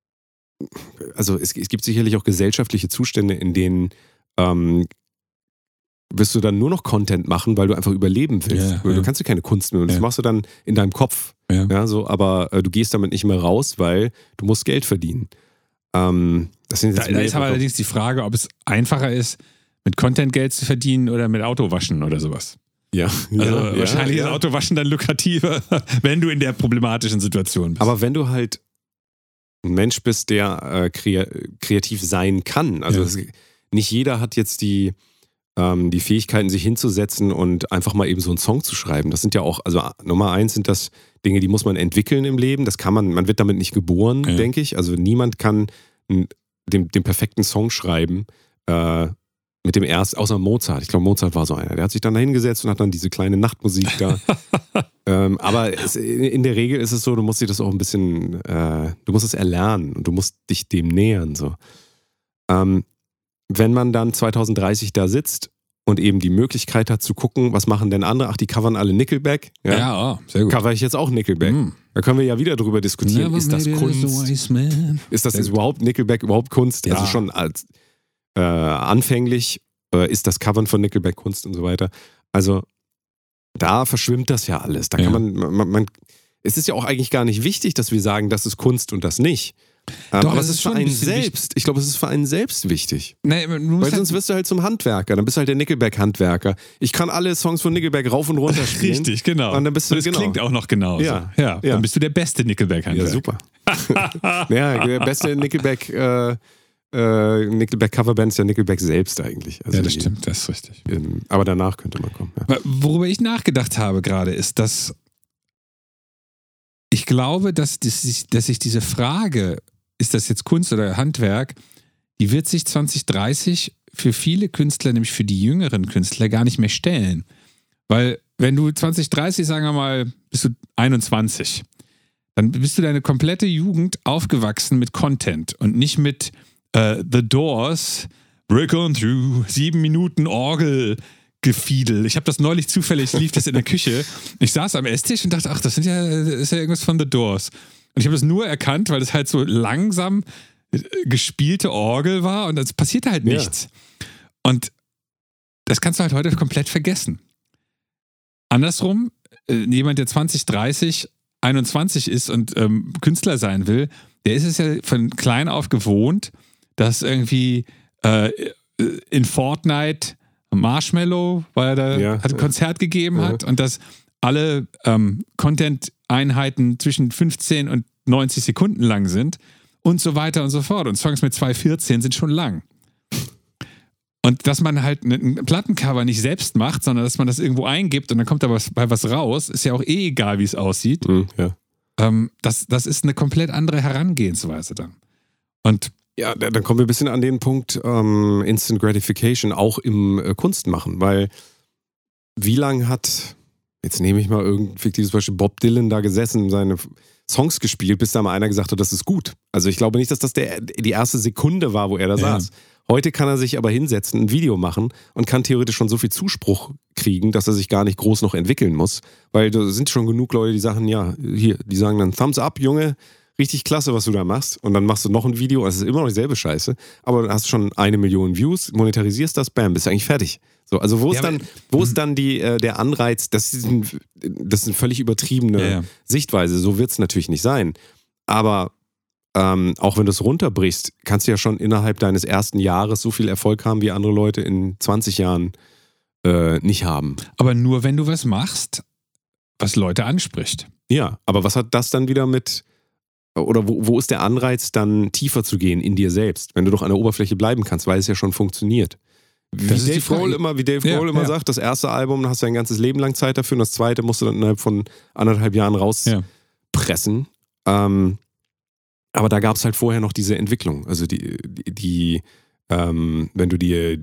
also es, es gibt sicherlich auch gesellschaftliche Zustände, in denen ähm, wirst du dann nur noch Content machen, weil du einfach überleben willst. Ja, du ja. kannst du keine Kunst mehr, und das Ja. machst du dann in deinem Kopf. Ja. Ja, so, aber äh, du gehst damit nicht mehr raus, weil du musst Geld verdienen. Ähm, das sind Da, jetzt da ist aber mehrere- allerdings die Frage, ob es einfacher ist, mit Content Geld zu verdienen oder mit Autowaschen oder sowas. Ja, Also ja, wahrscheinlich ja, ist Autowaschen dann lukrativer, wenn du in der problematischen Situation bist. Aber wenn du halt ein Mensch bist, der äh, krea- kreativ sein kann, also Ja. es, nicht jeder hat jetzt die, ähm, die Fähigkeiten, sich hinzusetzen und einfach mal eben so einen Song zu schreiben. Das sind ja auch, also Nummer eins sind das Dinge, die muss man entwickeln im Leben. Das kann man, man wird damit nicht geboren, Ja. denke ich. Also niemand kann n- den, den perfekten Song schreiben, äh, mit dem erst, außer Mozart. Ich glaube, Mozart war so einer. Der hat sich dann da hingesetzt und hat dann diese kleine Nachtmusik da. ähm, aber es, in der Regel ist es so, du musst dir das auch ein bisschen, äh, du musst es erlernen und du musst dich dem nähern. So. Ähm, wenn man dann zwanzig dreißig da sitzt und eben die Möglichkeit hat zu gucken, was machen denn andere? Ach, die covern alle Nickelback. Ja, ja, oh, sehr gut. cover ich jetzt auch Nickelback. Mm. Da können wir ja wieder drüber diskutieren. Never Ist das made it as a Kunst? wise man. Ist das Sehr jetzt gut. überhaupt Nickelback, überhaupt Kunst? Ja. Also schon als äh, anfänglich äh, ist das Covern von Nickelback Kunst und so weiter. Also da verschwimmt das ja alles. Da Ja. kann man, man, man, es ist ja auch eigentlich gar nicht wichtig, dass wir sagen, das ist Kunst und das nicht. Ähm, Doch, aber es es ist ist für schon ein einen bisschen selbst. Ich glaube, es ist für einen selbst wichtig. Nee, du musst Weil halt- sonst wirst du halt zum Handwerker. Dann bist du halt der Nickelback-Handwerker. Ich kann alle Songs von Nickelback rauf und runter spielen. Richtig, genau. Und dann bist du, das genau. klingt auch noch genauso. Ja, ja, ja. Dann bist du der beste Nickelback-Handwerker. Ja, super. ja, der beste Nickelback, äh, äh, Nickelback-Coverband ist ja Nickelback selbst eigentlich. Also Ja, das die- stimmt, das ist richtig. ähm, aber danach könnte man kommen. Ja. Aber worüber ich nachgedacht habe gerade ist, dass ich glaube, dass, dass, sich, dass sich diese Frage, ist das jetzt Kunst oder Handwerk, die wird sich zwanzig dreißig für viele Künstler, nämlich für die jüngeren Künstler, gar nicht mehr stellen. Weil wenn du zwanzig dreißig, sagen wir mal, bist du einundzwanzig, dann bist du deine komplette Jugend aufgewachsen mit Content und nicht mit äh, The Doors, Break on Through, sieben Minuten Orgel, Gefiedel. Ich habe das neulich zufällig, lief das in der Küche. Ich saß am Esstisch und dachte, ach, das sind ja, das ist ja irgendwas von The Doors. Und ich habe das nur erkannt, weil es halt so langsam äh, gespielte Orgel war und es passierte halt Ja. nichts. Und das kannst du halt heute komplett vergessen. Andersrum, äh, jemand, der zwanzig, dreißig, einundzwanzig ist und ähm, Künstler sein will, der ist es ja von klein auf gewohnt, dass irgendwie äh, in Fortnite Marshmallow, weil er da Ja, hat ein ja. Konzert gegeben Ja. hat und dass alle ähm, Content-Einheiten zwischen fünfzehn und neunzig Sekunden lang sind und so weiter und so fort. Und Songs mit zwei vierzehn sind schon lang. Und dass man halt ein Plattencover nicht selbst macht, sondern dass man das irgendwo eingibt und dann kommt da was, bei was raus, ist ja auch eh egal, wie es aussieht. Mhm, ja. Ähm, das, das ist eine komplett andere Herangehensweise dann. Und Ja, da- dann kommen wir ein bisschen an den Punkt ähm, Instant Gratification auch im äh, Kunstmachen, weil wie lange hat, jetzt nehme ich mal irgendein fiktives Beispiel, Bob Dylan da gesessen, seine Songs gespielt, bis da mal einer gesagt hat, das ist gut. Also ich glaube nicht, dass das der, die erste Sekunde war, wo er da Ja. saß. Heute kann er sich aber hinsetzen, ein Video machen und kann theoretisch schon so viel Zuspruch kriegen, dass er sich gar nicht groß noch entwickeln muss, weil da sind schon genug Leute, die sagen, ja, hier, die sagen dann Thumbs up, Junge, richtig klasse, was du da machst. Und dann machst du noch ein Video, es ist immer noch dieselbe Scheiße, aber dann hast du schon eine Million Views, monetarisierst das, bam, bist du eigentlich fertig. So, also wo ist Ja, dann, aber- wo ist dann die, äh, der Anreiz, das ist, ein, das ist eine völlig übertriebene Ja, ja. Sichtweise, so wird es natürlich nicht sein. Aber ähm, auch wenn du es runterbrichst, kannst du ja schon innerhalb deines ersten Jahres so viel Erfolg haben, wie andere Leute in zwanzig Jahren äh, nicht haben. aber nur wenn du was machst, was Leute anspricht. Ja, aber was hat das dann wieder mit, oder wo, wo ist der Anreiz, dann tiefer zu gehen in dir selbst, wenn du doch an der Oberfläche bleiben kannst, weil es ja schon funktioniert. Wie Das ist die Dave Frage. Grohl immer, wie Dave Ja, Grohl immer ja. sagt, das erste Album, da hast du ein ganzes Leben lang Zeit dafür und das zweite musst du dann innerhalb von anderthalb Jahren Ja. rauspressen. Ähm, aber da gab es halt vorher noch diese Entwicklung. Also die, die, die ähm, wenn du dir,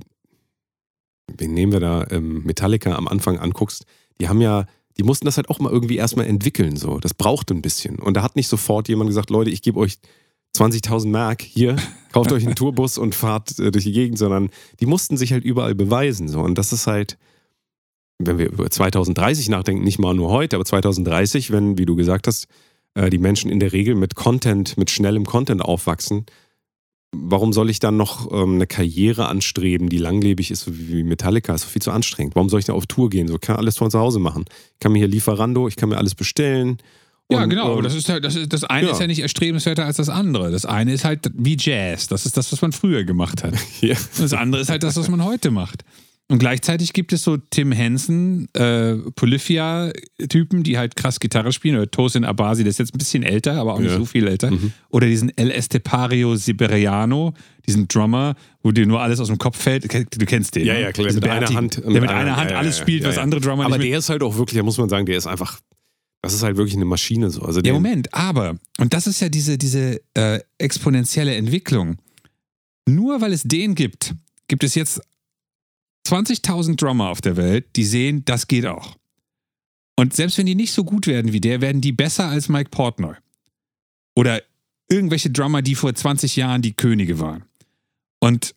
wen nehmen wir da, ähm, Metallica am Anfang anguckst, die haben ja, die mussten das halt auch mal irgendwie erstmal entwickeln. So. Das brauchte ein bisschen. Und da hat nicht sofort jemand gesagt, Leute, ich gebe euch zwanzigtausend Mark, hier, kauft euch einen Tourbus und fahrt äh, durch die Gegend, sondern die mussten sich halt überall beweisen. So. Und das ist halt, wenn wir über zwanzig dreißig nachdenken, nicht mal nur heute, aber zwanzig dreißig, wenn, wie du gesagt hast, äh, die Menschen in der Regel mit Content, mit schnellem Content aufwachsen, warum soll ich dann noch ähm, eine Karriere anstreben, die langlebig ist, so wie Metallica? Ist doch viel zu anstrengend. Warum soll ich da auf Tour gehen? So, ich kann alles von zu Hause machen. Ich kann mir hier Lieferando, ich kann mir alles bestellen. Ja, Und, genau, aber ähm, das ist halt, das, ist, das eine ja. ist ja nicht erstrebenswerter als das andere. Das eine ist halt wie Jazz. Das ist das, was man früher gemacht hat. Ja. Und das andere ist halt das, was man heute macht. Und gleichzeitig gibt es so Tim Henson, äh, Polyphia-Typen, die halt krass Gitarre spielen. Oder Tosin Abasi, der ist jetzt ein bisschen älter, aber auch nicht Ja. so viel älter. Mhm. Oder diesen El Estepario Siberiano, diesen Drummer, wo dir nur alles aus dem Kopf fällt. Du kennst den. Ja, ne? ja, klar. Diesen Mit einer bärtigen, Hand. Der mit einer Hand ja, ja, alles ja, spielt, ja, was ja. andere Drummer Aber nicht der ist halt auch wirklich, da muss man sagen, der ist einfach, das ist halt wirklich eine Maschine so. Also Ja, der, Moment, aber, und das ist ja diese, diese äh, exponentielle Entwicklung. Nur weil es den gibt, gibt es jetzt zwanzigtausend Drummer auf der Welt, die sehen, das geht auch. Und selbst wenn die nicht so gut werden wie der, werden die besser als Mike Portnoy. Oder irgendwelche Drummer, die vor zwanzig Jahren die Könige waren. Und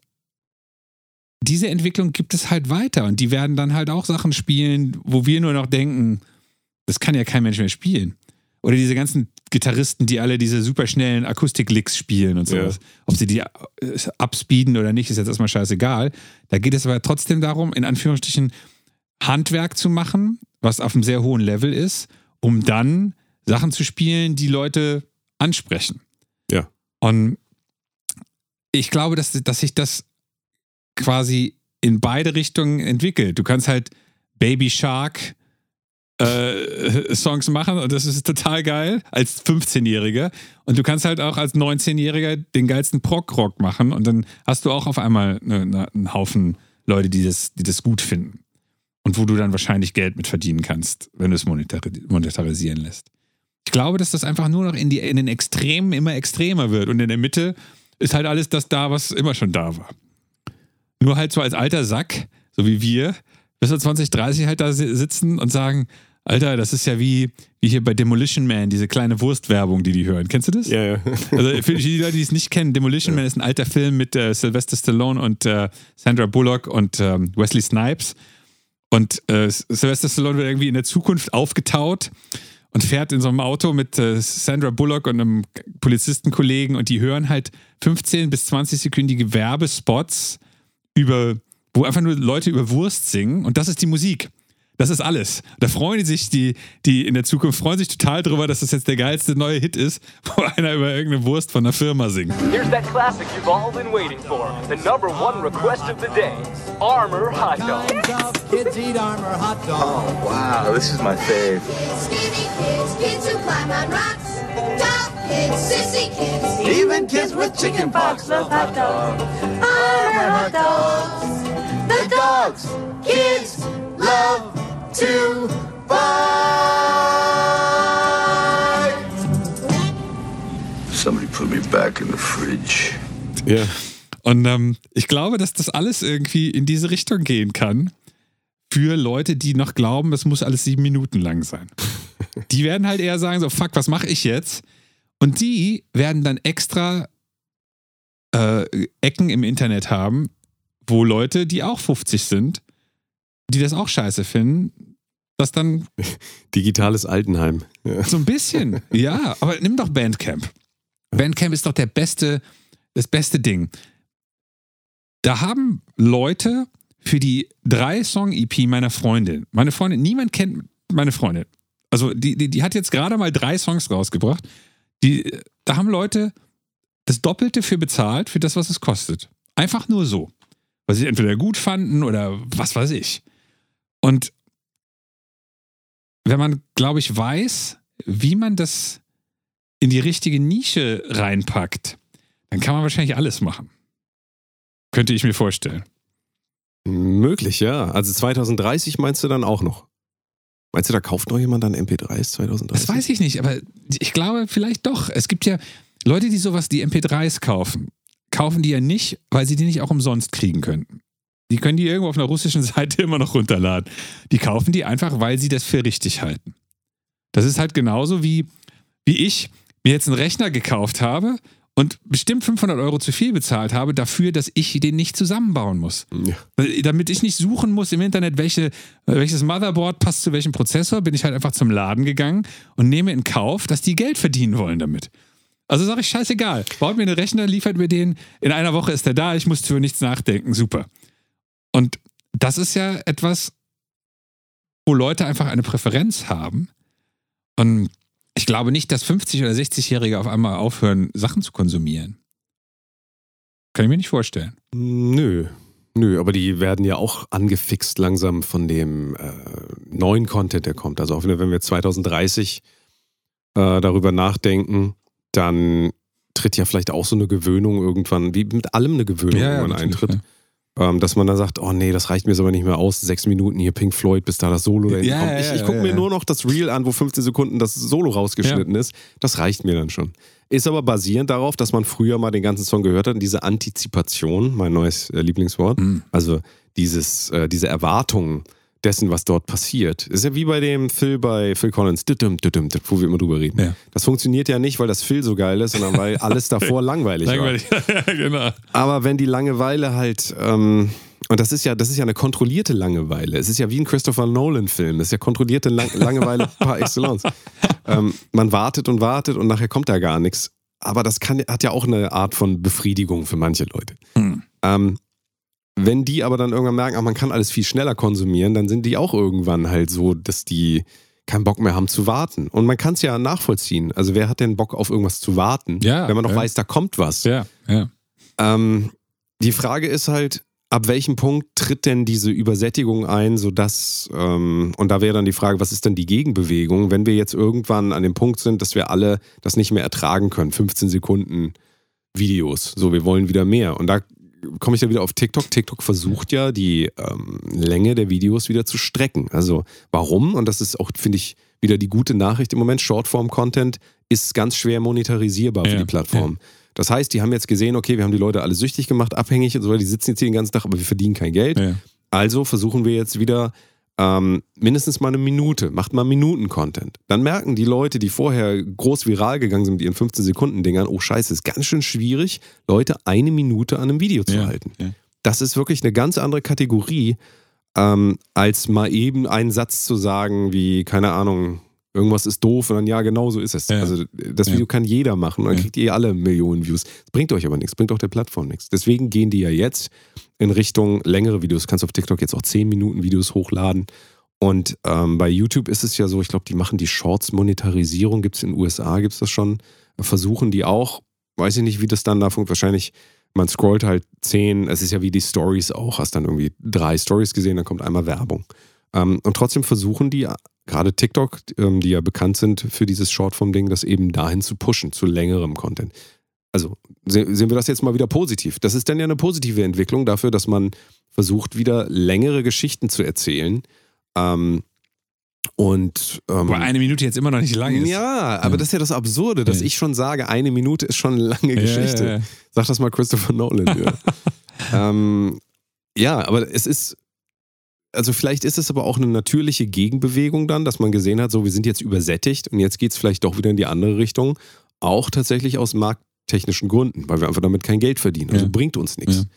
diese Entwicklung gibt es halt weiter. Und die werden dann halt auch Sachen spielen, wo wir nur noch denken, das kann ja kein Mensch mehr spielen. Oder diese ganzen Gitarristen, die alle diese superschnellen Akustik-Licks spielen und sowas. Ja. Ob sie die abspeeden oder nicht, ist jetzt erstmal scheißegal. Da geht es aber trotzdem darum, in Anführungsstrichen Handwerk zu machen, was auf einem sehr hohen Level ist, um dann Sachen zu spielen, die Leute ansprechen. Ja. Und ich glaube, dass, dass sich das quasi in beide Richtungen entwickelt. Du kannst halt Baby Shark Äh, Songs machen und das ist total geil als fünfzehnjähriger und du kannst halt auch als neunzehnjähriger den geilsten Prog-Rock machen und dann hast du auch auf einmal eine, eine, einen Haufen Leute, die das, die das gut finden und wo du dann wahrscheinlich Geld mit verdienen kannst, wenn du es monetari- monetarisieren lässt. Ich glaube, dass das einfach nur noch in, die, in den Extremen immer extremer wird und in der Mitte ist halt alles das da, was immer schon da war. Nur halt so als alter Sack, so wie wir, bis wir zwanzig, dreißig halt da sitzen und sagen, Alter, das ist ja wie, wie hier bei Demolition Man, diese kleine Wurstwerbung, die die hören. Kennst du das? Ja, ja. Also für die Leute, die es nicht kennen, Demolition ja. Man ist ein alter Film mit äh, Sylvester Stallone und äh, Sandra Bullock und ähm, Wesley Snipes. Und äh, Sylvester Stallone wird irgendwie in der Zukunft aufgetaut und fährt in so einem Auto mit äh, Sandra Bullock und einem Polizistenkollegen und die hören halt fünfzehn bis zwanzig sekündige Werbespots über, wo einfach nur Leute über Wurst singen und das ist die Musik. Das ist alles. Da freuen die sich, die, die in der Zukunft freuen sich total drüber, dass das jetzt der geilste neue Hit ist, wo einer über irgendeine Wurst von einer Firma singt. Here's that classic you've all been waiting for. The number one request of the day. Armour Hot Dog. Kids eat Armour Hot Dog. Oh, wow, this is my fave. Skinny kids, kids who climb on rocks. Tall kids, sissy kids. Even kids with chicken pox love hot dogs. Armour Hot Dogs. The dogs kids love to buy. Somebody put me back in the fridge. Ja. Und ähm, ich glaube, dass das alles irgendwie in diese Richtung gehen kann für Leute, die noch glauben, es muss alles sieben Minuten lang sein. Die werden halt eher sagen so, fuck, was mache ich jetzt? Und die werden dann extra äh, Ecken im Internet haben, wo Leute, die auch fünfzig sind, die das auch scheiße finden, das dann... Digitales Altenheim. Ja. So ein bisschen, ja. Aber nimm doch Bandcamp. Bandcamp ist doch der beste, das beste Ding. Da haben Leute für die drei-Song-E P meiner Freundin, meine Freundin, niemand kennt meine Freundin. Also die, die, die hat jetzt gerade mal drei Songs rausgebracht. Die, da haben Leute das Doppelte für bezahlt, für das, was es kostet. Einfach nur so. Weil sie entweder gut fanden oder was weiß ich. Und wenn man, glaube ich, weiß, wie man das in die richtige Nische reinpackt, dann kann man wahrscheinlich alles machen. Könnte ich mir vorstellen. Möglich, ja. Also zwanzig dreißig meinst du dann auch noch? Meinst du, da kauft noch jemand dann M P dreis zwanzig dreißig? Das weiß ich nicht, aber ich glaube vielleicht doch. Es gibt ja Leute, die sowas, die M P dreis kaufen, kaufen die ja nicht, weil sie die nicht auch umsonst kriegen könnten. Die können die irgendwo auf einer russischen Seite immer noch runterladen. Die kaufen die einfach, weil sie das für richtig halten. Das ist halt genauso wie, wie ich mir jetzt einen Rechner gekauft habe und bestimmt fünfhundert Euro zu viel bezahlt habe dafür, dass ich den nicht zusammenbauen muss. Ja. Damit ich nicht suchen muss im Internet, welche, welches Motherboard passt zu welchem Prozessor, bin ich halt einfach zum Laden gegangen und nehme in Kauf, dass die Geld verdienen wollen damit. Also sage ich, scheißegal. Baut mir einen Rechner, liefert mir den, in einer Woche ist der da, ich muss für nichts nachdenken, super. Und das ist ja etwas, wo Leute einfach eine Präferenz haben. Und ich glaube nicht, dass fünfzig- oder sechzigjährige auf einmal aufhören, Sachen zu konsumieren. Kann ich mir nicht vorstellen. Nö. Nö, aber die werden ja auch angefixt langsam von dem äh, neuen Content, der kommt. Also auch wenn wir zwanzig dreißig äh, darüber nachdenken, dann tritt ja vielleicht auch so eine Gewöhnung irgendwann, wie mit allem eine Gewöhnung Ja, ja, irgendwann natürlich, eintritt. Ähm, dass man dann sagt, oh nee, das reicht mir jetzt aber nicht mehr aus, sechs Minuten hier Pink Floyd, bis da das Solo dahin Ja, kommt. ja, Ich, ich ja, gucke ja, mir ja. nur noch das Reel an, wo fünfzehn Sekunden das Solo rausgeschnitten ist. Das reicht mir dann schon. Ist aber basierend darauf, dass man früher mal den ganzen Song gehört hat und diese Antizipation, mein neues äh, Lieblingswort, Mhm. also dieses, äh, diese Erwartung dessen, was dort passiert. Ist ja wie bei dem Phil bei Phil Collins, düdüm, düdüm, düdüm, wo wir immer drüber reden. Ja. Das funktioniert ja nicht, weil das Phil so geil ist, sondern weil alles davor langweilig, Langweilig. Ja, genau. war. Aber wenn die Langeweile halt, ähm, und das ist ja, das ist ja eine kontrollierte Langeweile. Es ist ja wie ein Christopher Nolan-Film. Das ist ja kontrollierte Lang- Langeweile par excellence. Ähm, man wartet und wartet und nachher kommt da gar nichts. Aber das kann, hat ja auch eine Art von Befriedigung für manche Leute. Hm. Ähm, wenn die aber dann irgendwann merken, ach, man kann alles viel schneller konsumieren, dann sind die auch irgendwann halt so, dass die keinen Bock mehr haben zu warten. Und man kann es ja nachvollziehen. Also wer hat denn Bock auf irgendwas zu warten, Ja, wenn man doch ja. weiß, da kommt was. Ja, ja. Ähm, die Frage ist halt, ab welchem Punkt tritt denn diese Übersättigung ein, sodass, ähm, und da wäre dann die Frage, was ist denn die Gegenbewegung, wenn wir jetzt irgendwann an dem Punkt sind, dass wir alle das nicht mehr ertragen können, fünfzehn Sekunden Videos, so, wir wollen wieder mehr. Und da komme ich dann wieder auf TikTok. TikTok versucht ja, die ähm, Länge der Videos wieder zu strecken. Also warum? Und das ist auch, finde ich, wieder die gute Nachricht im Moment. Shortform-Content ist ganz schwer monetarisierbar für Ja, die Plattform. Das heißt, die haben jetzt gesehen, okay, wir haben die Leute alle süchtig gemacht, abhängig und so weiter, die sitzen jetzt hier den ganzen Tag, aber wir verdienen kein Geld. Ja. Also versuchen wir jetzt wieder ähm, mindestens mal eine Minute, macht mal Minuten-Content. Dann merken die Leute, die vorher groß viral gegangen sind mit ihren fünfzehn-Sekunden-Dingern, oh scheiße, ist ganz schön schwierig, Leute eine Minute an einem Video zu Ja, halten. ja. Das ist wirklich eine ganz andere Kategorie, ähm, als mal eben einen Satz zu sagen wie, keine Ahnung, irgendwas ist doof und dann, ja, genau so ist es. Ja. Also das Ja. Video kann jeder machen und dann Ja. kriegt ihr alle Millionen Views. Das bringt euch aber nichts, bringt auch der Plattform nichts. Deswegen gehen die ja jetzt in Richtung längere Videos. Du kannst auf TikTok jetzt auch zehn Minuten Videos hochladen. Und ähm, bei YouTube ist es ja so, ich glaube, die machen die Shorts-Monetarisierung, gibt es in den U S A, gibt es das schon, versuchen die auch, weiß ich nicht, wie das dann da funktioniert, wahrscheinlich, man scrollt halt zehn, es ist ja wie die Stories auch, hast dann irgendwie drei Stories gesehen, dann kommt einmal Werbung. Ähm, und trotzdem versuchen die, gerade TikTok, ähm, die ja bekannt sind für dieses Shortform-Ding, das eben dahin zu pushen, zu längerem Content. Also se- sehen wir das jetzt mal wieder positiv. Das ist dann ja eine positive Entwicklung dafür, dass man versucht, wieder längere Geschichten zu erzählen. Ähm, und ähm, Wobei eine Minute jetzt immer noch nicht lang ist. ja, aber Ja. das ist ja das Absurde, dass Ja. ich schon sage, eine Minute ist schon eine lange Geschichte. Ja, ja, ja. Sag das mal Christopher Nolan. Ja. ähm, ja, aber es ist, also vielleicht ist es aber auch eine natürliche Gegenbewegung dann, dass man gesehen hat, so wir sind jetzt übersättigt und jetzt geht es vielleicht doch wieder in die andere Richtung. Auch tatsächlich aus markttechnischen Gründen, weil wir einfach damit kein Geld verdienen. Also Ja. bringt uns nichts.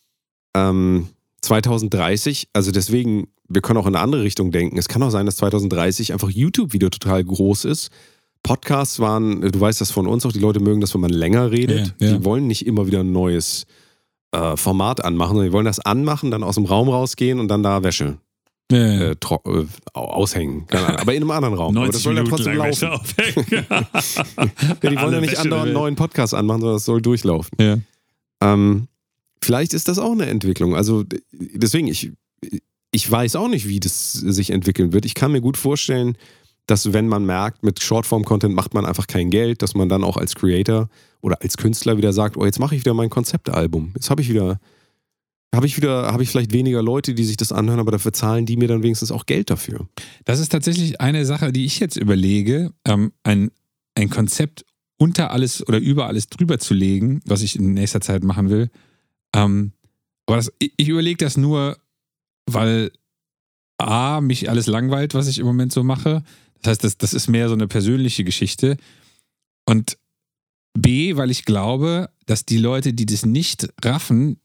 Ähm, zwanzig dreißig, also deswegen, wir können auch in eine andere Richtung denken. Es kann auch sein, dass zwanzig dreißig einfach YouTube wieder total groß ist. Podcasts waren, du weißt das von uns auch, die Leute mögen das, wenn man länger redet. Ja, ja. Die wollen nicht immer wieder ein neues äh, Format anmachen, sondern die wollen das anmachen, dann aus dem Raum rausgehen und dann da Wäsche Ja, ja. äh, tro- äh, aushängen. Keine Ahnung, aber in einem anderen Raum. Aber das neunzig soll ja Minuten trotzdem lang laufen. Wäsche aufhängen. Ja, die wollen Alle ja nicht Wäsche andauernd der einen Welt. neuen Podcast anmachen, sondern das soll durchlaufen. Ja. Ähm, vielleicht ist das auch eine Entwicklung. Also d- deswegen, ich, ich weiß auch nicht, wie das sich entwickeln wird. Ich kann mir gut vorstellen, dass wenn man merkt, mit Shortform-Content macht man einfach kein Geld, dass man dann auch als Creator oder als Künstler wieder sagt, oh, jetzt mache ich wieder mein Konzeptalbum. Jetzt habe ich wieder, habe ich wieder, habe ich vielleicht weniger Leute, die sich das anhören, aber dafür zahlen die mir dann wenigstens auch Geld dafür. Das ist tatsächlich eine Sache, die ich jetzt überlege, ähm, ein, ein Konzept unter alles oder über alles drüber zu legen, was ich in nächster Zeit machen will. Ähm, aber das, ich, ich überlege das nur, weil A, mich alles langweilt, was ich im Moment so mache. Das heißt, das, das ist mehr so eine persönliche Geschichte. Und B, weil ich glaube, dass die Leute, die das nicht raffen,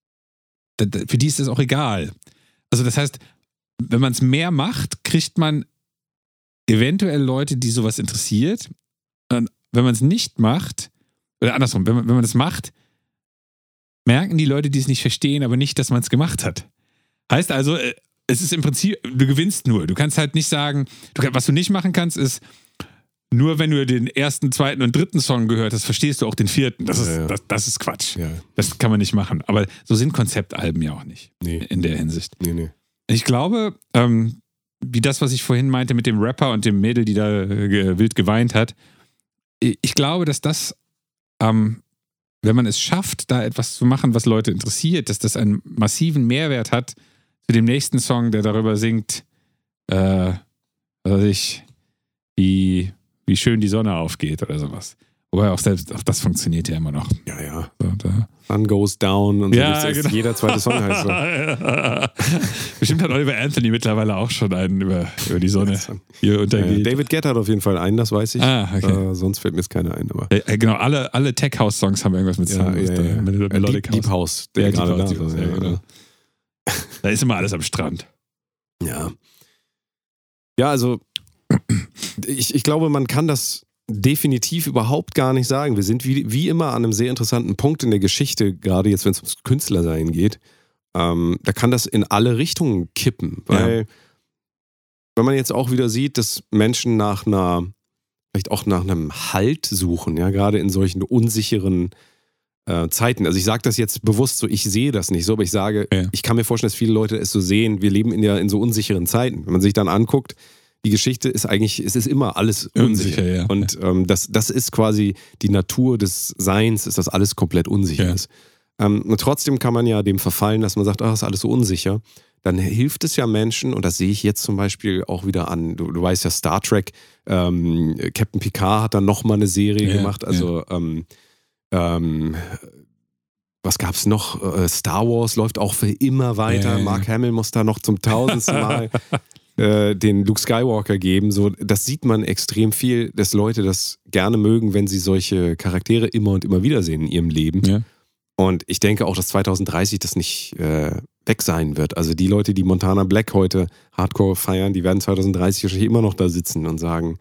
da- da- für die ist das auch egal. Also das heißt, wenn man es mehr macht, kriegt man eventuell Leute, die sowas interessiert. Und wenn man es nicht macht, oder andersrum, wenn man, wenn man das macht, merken die Leute, die es nicht verstehen, aber nicht, dass man es gemacht hat. Heißt also, äh, es ist im Prinzip, du gewinnst nur. Du kannst halt nicht sagen, du, kann- was du nicht machen kannst, ist, nur wenn du den ersten, zweiten und dritten Song gehört hast, verstehst du auch den vierten. Das ist, Ja, ja. Das, das ist Quatsch. Ja. Das kann man nicht machen. Aber so sind Konzeptalben ja auch nicht. Nee. In der Hinsicht. Nee, nee. Ich glaube, ähm, wie das, was ich vorhin meinte mit dem Rapper und dem Mädel, die da äh, wild geweint hat, ich glaube, dass das, ähm, wenn man es schafft, da etwas zu machen, was Leute interessiert, dass das einen massiven Mehrwert hat zu dem nächsten Song, der darüber singt, äh, was weiß ich, wie, wie schön die Sonne aufgeht oder sowas. Wobei auch selbst, auch das funktioniert ja immer noch. Ja, ja. So, da. Sun goes down und so. Ja, das ist genau. Jeder zweite Song heißt so. Bestimmt hat Oliver Anthony mittlerweile auch schon einen über, über die Sonne hier Äh, untergeht. David Guetta hat auf jeden Fall einen, das weiß ich. Ah, okay. Äh, sonst fällt mir jetzt keiner ein. Aber Äh, genau, alle, alle Tech-House-Songs haben irgendwas mit ja, Sound. ja, ja, ja. Mit Äh, Melodic Deep, Deep House, der Ja, gerade Deep da House, Deep House, ist. ja, genau. Da ist immer alles am Strand. Ja. Ja, also ich, ich glaube, man kann das definitiv überhaupt gar nicht sagen. Wir sind wie, wie immer an einem sehr interessanten Punkt in der Geschichte, gerade jetzt, wenn es ums Künstlersein geht. Ähm, da kann das in alle Richtungen kippen, weil Ja. wenn man jetzt auch wieder sieht, dass Menschen nach einer, vielleicht auch nach einem Halt suchen, ja, gerade in solchen unsicheren äh, Zeiten. Also ich sage das jetzt bewusst so, ich sehe das nicht so, aber ich sage, Ja. ich kann mir vorstellen, dass viele Leute es so sehen. Wir leben in, ja, in so unsicheren Zeiten. Wenn man sich dann anguckt, die Geschichte ist eigentlich, es ist immer alles unsicher. Unsicher, ja. Und ähm, das, das ist quasi die Natur des Seins, ist, dass alles komplett unsicher Ja. ist. Ähm, und trotzdem kann man ja dem verfallen, dass man sagt, ach, ist alles so unsicher. Dann hilft es ja Menschen, und das sehe ich jetzt zum Beispiel auch wieder an, du, du weißt ja, Star Trek, ähm, Captain Picard hat dann nochmal eine Serie Ja, gemacht, also ähm, ähm, was gab's noch? Äh, Star Wars läuft auch für immer weiter. Ja, ja, ja. Mark Hamill muss da noch zum tausendsten Mal äh, den Luke Skywalker geben. So, das sieht man extrem viel, dass Leute das gerne mögen, wenn sie solche Charaktere immer und immer wieder sehen in ihrem Leben. Ja. Und ich denke auch, dass zwanzig dreißig das nicht äh, weg sein wird. Also die Leute, die Montana Black heute Hardcore feiern, die werden zwanzig dreißig wahrscheinlich immer noch da sitzen und sagen,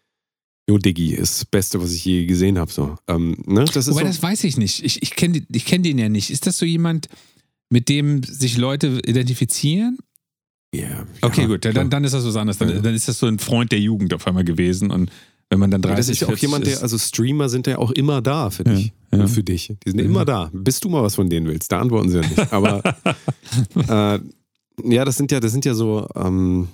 Jo Diggi, ist das Beste, was ich je gesehen habe. So. Ähm, ne? Das ist Wobei, so, das weiß ich nicht. Ich, ich kenne ich kenn den ja nicht. Ist das so jemand, mit dem sich Leute identifizieren? ja, Okay, ja, gut, klar. dann, dann ist das was anderes. Dann, Ja. dann ist das so ein Freund der Jugend auf einmal gewesen. Und wenn man dann Ja, dreißig, das ist ja auch vierzig jemand, der, ist- also Streamer sind ja auch immer da für Ja, dich. ja. Für dich. Die sind Ja. immer da. Bis du mal was von denen willst. Da antworten sie ja nicht. Aber äh, ja, das sind ja, das sind ja so ähm,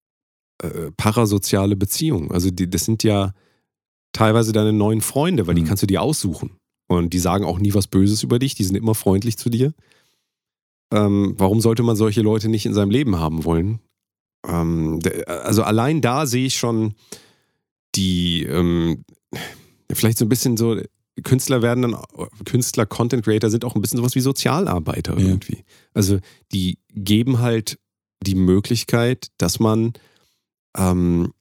äh, parasoziale Beziehungen. Also die, das sind ja teilweise deine neuen Freunde, weil die Mhm. kannst du dir aussuchen. Und die sagen auch nie was Böses über dich, die sind immer freundlich zu dir. Ähm, warum sollte man solche Leute nicht in seinem Leben haben wollen? Ähm, de- also allein da sehe ich schon die, ähm, vielleicht so ein bisschen so, Künstler werden dann, Künstler, Content Creator sind auch ein bisschen sowas wie Sozialarbeiter Ja. irgendwie. Also die geben halt die Möglichkeit, dass man ähm,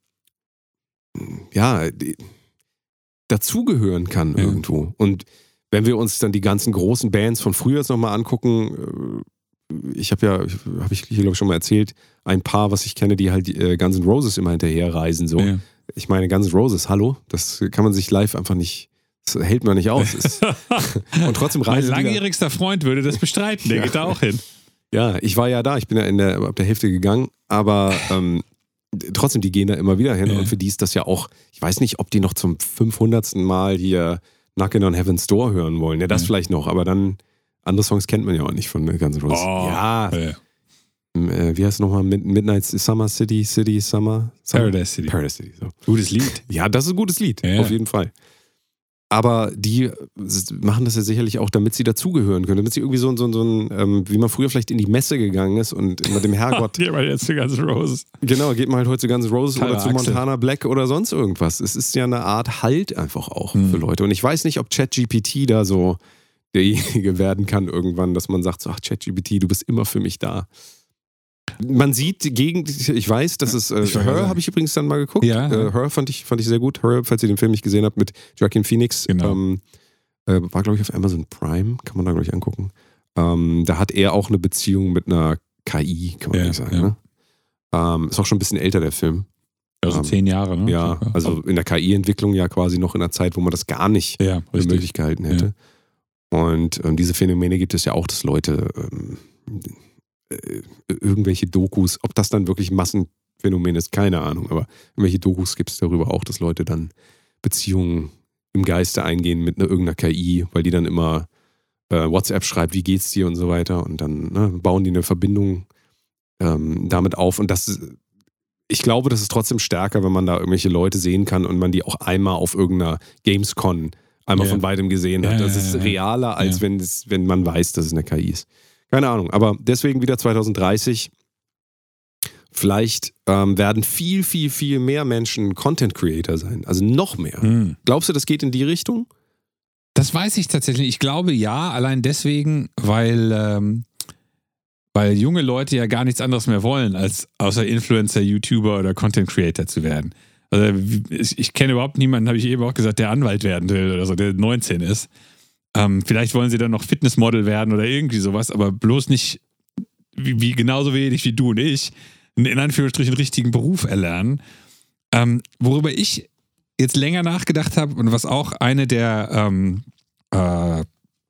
ja, die, dazugehören kann Ja. irgendwo. Und wenn wir uns dann die ganzen großen Bands von früher jetzt nochmal angucken, äh, ich habe ja, habe ich hier glaube ich schon mal erzählt, ein paar, was ich kenne, die halt äh, Guns N' Roses immer hinterher reisen. So. Ja. Ich meine, Guns N' Roses, hallo, das kann man sich live einfach nicht, das hält man nicht aus. Es- Und trotzdem Mein reisen die da, langjährigster Freund würde das bestreiten. Der Ja. geht da auch hin. ja, ich war ja da, ich bin ja in der, ab der Hälfte gegangen, aber ähm, trotzdem, die gehen da immer wieder hin Ja. und für die ist das ja auch, ich weiß nicht, ob die noch zum fünfhundertsten Mal hier Knockin' on Heaven's Door hören wollen. Ja, das Ja. vielleicht noch, aber dann, andere Songs kennt man ja auch nicht von Guns N' Roses. Oh. Ja, Ja. äh, wie heißt es nochmal? Mid- Midnight Summer City, City, Summer? Summer? Paradise City. Paradise City, so. Gutes Lied. Ja, das ist ein gutes Lied, Ja. auf jeden Fall. Aber die machen das ja sicherlich auch, damit sie dazugehören können, damit sie irgendwie so, so, so ein, ähm, wie man früher vielleicht in die Messe gegangen ist und immer dem Herrgott, Geh mal jetzt zu Guns N' Roses. genau, geht man halt heute zu Guns N' Roses Tyler oder zu Axel. Montana Black oder sonst irgendwas. Es ist ja eine Art Halt einfach auch Mhm. für Leute. Und ich weiß nicht, ob ChatGPT da so derjenige werden kann irgendwann, dass man sagt, so, ach ChatGPT, du bist immer für mich da. Man sieht gegen, ich weiß, dass es, äh, Ich wollte Her sagen. habe ich übrigens dann mal geguckt. Ja. Äh, Her fand ich, fand ich sehr gut. Her, falls ihr den Film nicht gesehen habt, mit Joaquin Phoenix. Genau. Ähm, äh, war, glaube ich, auf Amazon Prime. Kann man da, glaube ich, angucken. Ähm, da hat er auch eine Beziehung mit einer K I, kann man Ja, eigentlich sagen. ja. Ne? Ähm, ist auch schon ein bisschen älter, der Film. Also Ähm, zehn Jahre, ne? Ja, also in der K I-Entwicklung ja quasi noch in einer Zeit, wo man das gar nicht ja, für richtig. möglich gehalten hätte. Und ähm, diese Phänomene gibt es ja auch, dass Leute ähm, äh, irgendwelche Dokus, ob das dann wirklich Massen, Phänomen ist, keine Ahnung. Aber irgendwelche Dokus gibt es darüber auch, dass Leute dann Beziehungen im Geiste eingehen mit einer, irgendeiner K I, weil die dann immer äh, WhatsApp schreibt, wie geht's dir und so weiter. Und dann ne, bauen die eine Verbindung ähm, damit auf. Und das, ich glaube, das ist trotzdem stärker, wenn man da irgendwelche Leute sehen kann und man die auch einmal auf irgendeiner Gamescon einmal Ja. von weitem gesehen hat. Ja, Das ja, ist ja. realer, als Ja. wenn, es, wenn man weiß, dass es eine K I ist. Keine Ahnung, aber deswegen wieder zwanzig dreißig. Vielleicht ähm, werden viel, viel, viel mehr Menschen Content Creator sein. Also noch mehr. Hm. Glaubst du, das geht in die Richtung? Das weiß ich tatsächlich. Ich glaube ja, allein deswegen, weil, ähm, weil junge Leute ja gar nichts anderes mehr wollen, als außer Influencer, YouTuber oder Content Creator zu werden. Also ich, ich kenne überhaupt niemanden, habe ich eben auch gesagt, der Anwalt werden will oder so, der neunzehn ist. Ähm, vielleicht wollen sie dann noch Fitnessmodel werden oder irgendwie sowas, aber bloß nicht wie, wie genauso wenig wie du und ich in Anführungsstrichen richtigen Beruf erlernen. Ähm, worüber ich jetzt länger nachgedacht habe und was auch eine der, ähm, äh,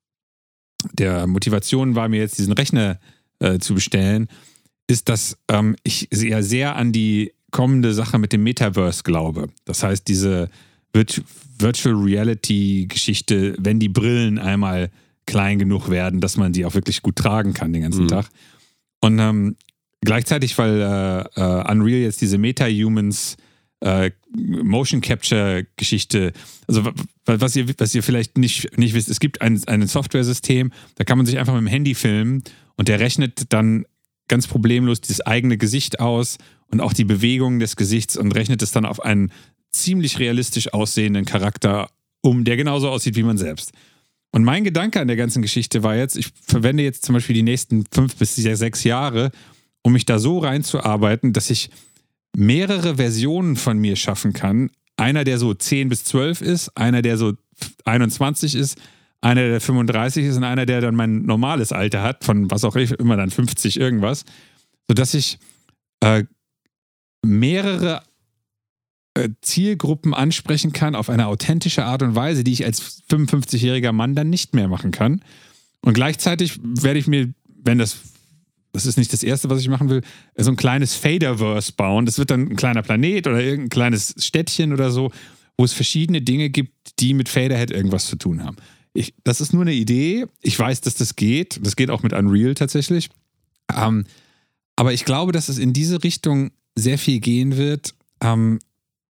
der Motivationen war, mir jetzt diesen Rechner äh, zu bestellen, ist, dass ähm, ich ja sehr an die kommende Sache mit dem Metaverse glaube. Das heißt, diese Virt- Virtual Reality Geschichte, wenn die Brillen einmal klein genug werden, dass man die auch wirklich gut tragen kann den ganzen Mhm. Tag. Und ähm, gleichzeitig, weil äh, äh, Unreal jetzt diese Meta-Humans äh, Motion Capture Geschichte, also w- w- was ihr, was ihr vielleicht nicht, nicht wisst, es gibt ein, ein Software-System, da kann man sich einfach mit dem Handy filmen und der rechnet dann ganz problemlos das eigene Gesicht aus und auch die Bewegungen des Gesichts und rechnet es dann auf einen ziemlich realistisch aussehenden Charakter um, der genauso aussieht wie man selbst. Und mein Gedanke an der ganzen Geschichte war jetzt, ich verwende jetzt zum Beispiel die nächsten fünf bis sechs Jahre, um mich da so reinzuarbeiten, dass ich mehrere Versionen von mir schaffen kann. Einer, der so zehn bis zwölf ist, einer, der so einundzwanzig ist, einer, der fünfunddreißig ist und einer, der dann mein normales Alter hat, von was auch immer dann fünfzig irgendwas, sodass ich äh, mehrere äh, Zielgruppen ansprechen kann auf eine authentische Art und Weise, die ich als fünfundfünfzigjähriger Mann dann nicht mehr machen kann. Und gleichzeitig werde ich mir, wenn das das ist nicht das Erste, was ich machen will, so ein kleines Faderverse bauen. Das wird dann ein kleiner Planet oder irgendein kleines Städtchen oder so, wo es verschiedene Dinge gibt, die mit Faderhead irgendwas zu tun haben. Ich, das ist nur eine Idee. Ich weiß, dass das geht. Das geht auch mit Unreal tatsächlich. Ähm, aber ich glaube, dass es in diese Richtung sehr viel gehen wird. Ähm,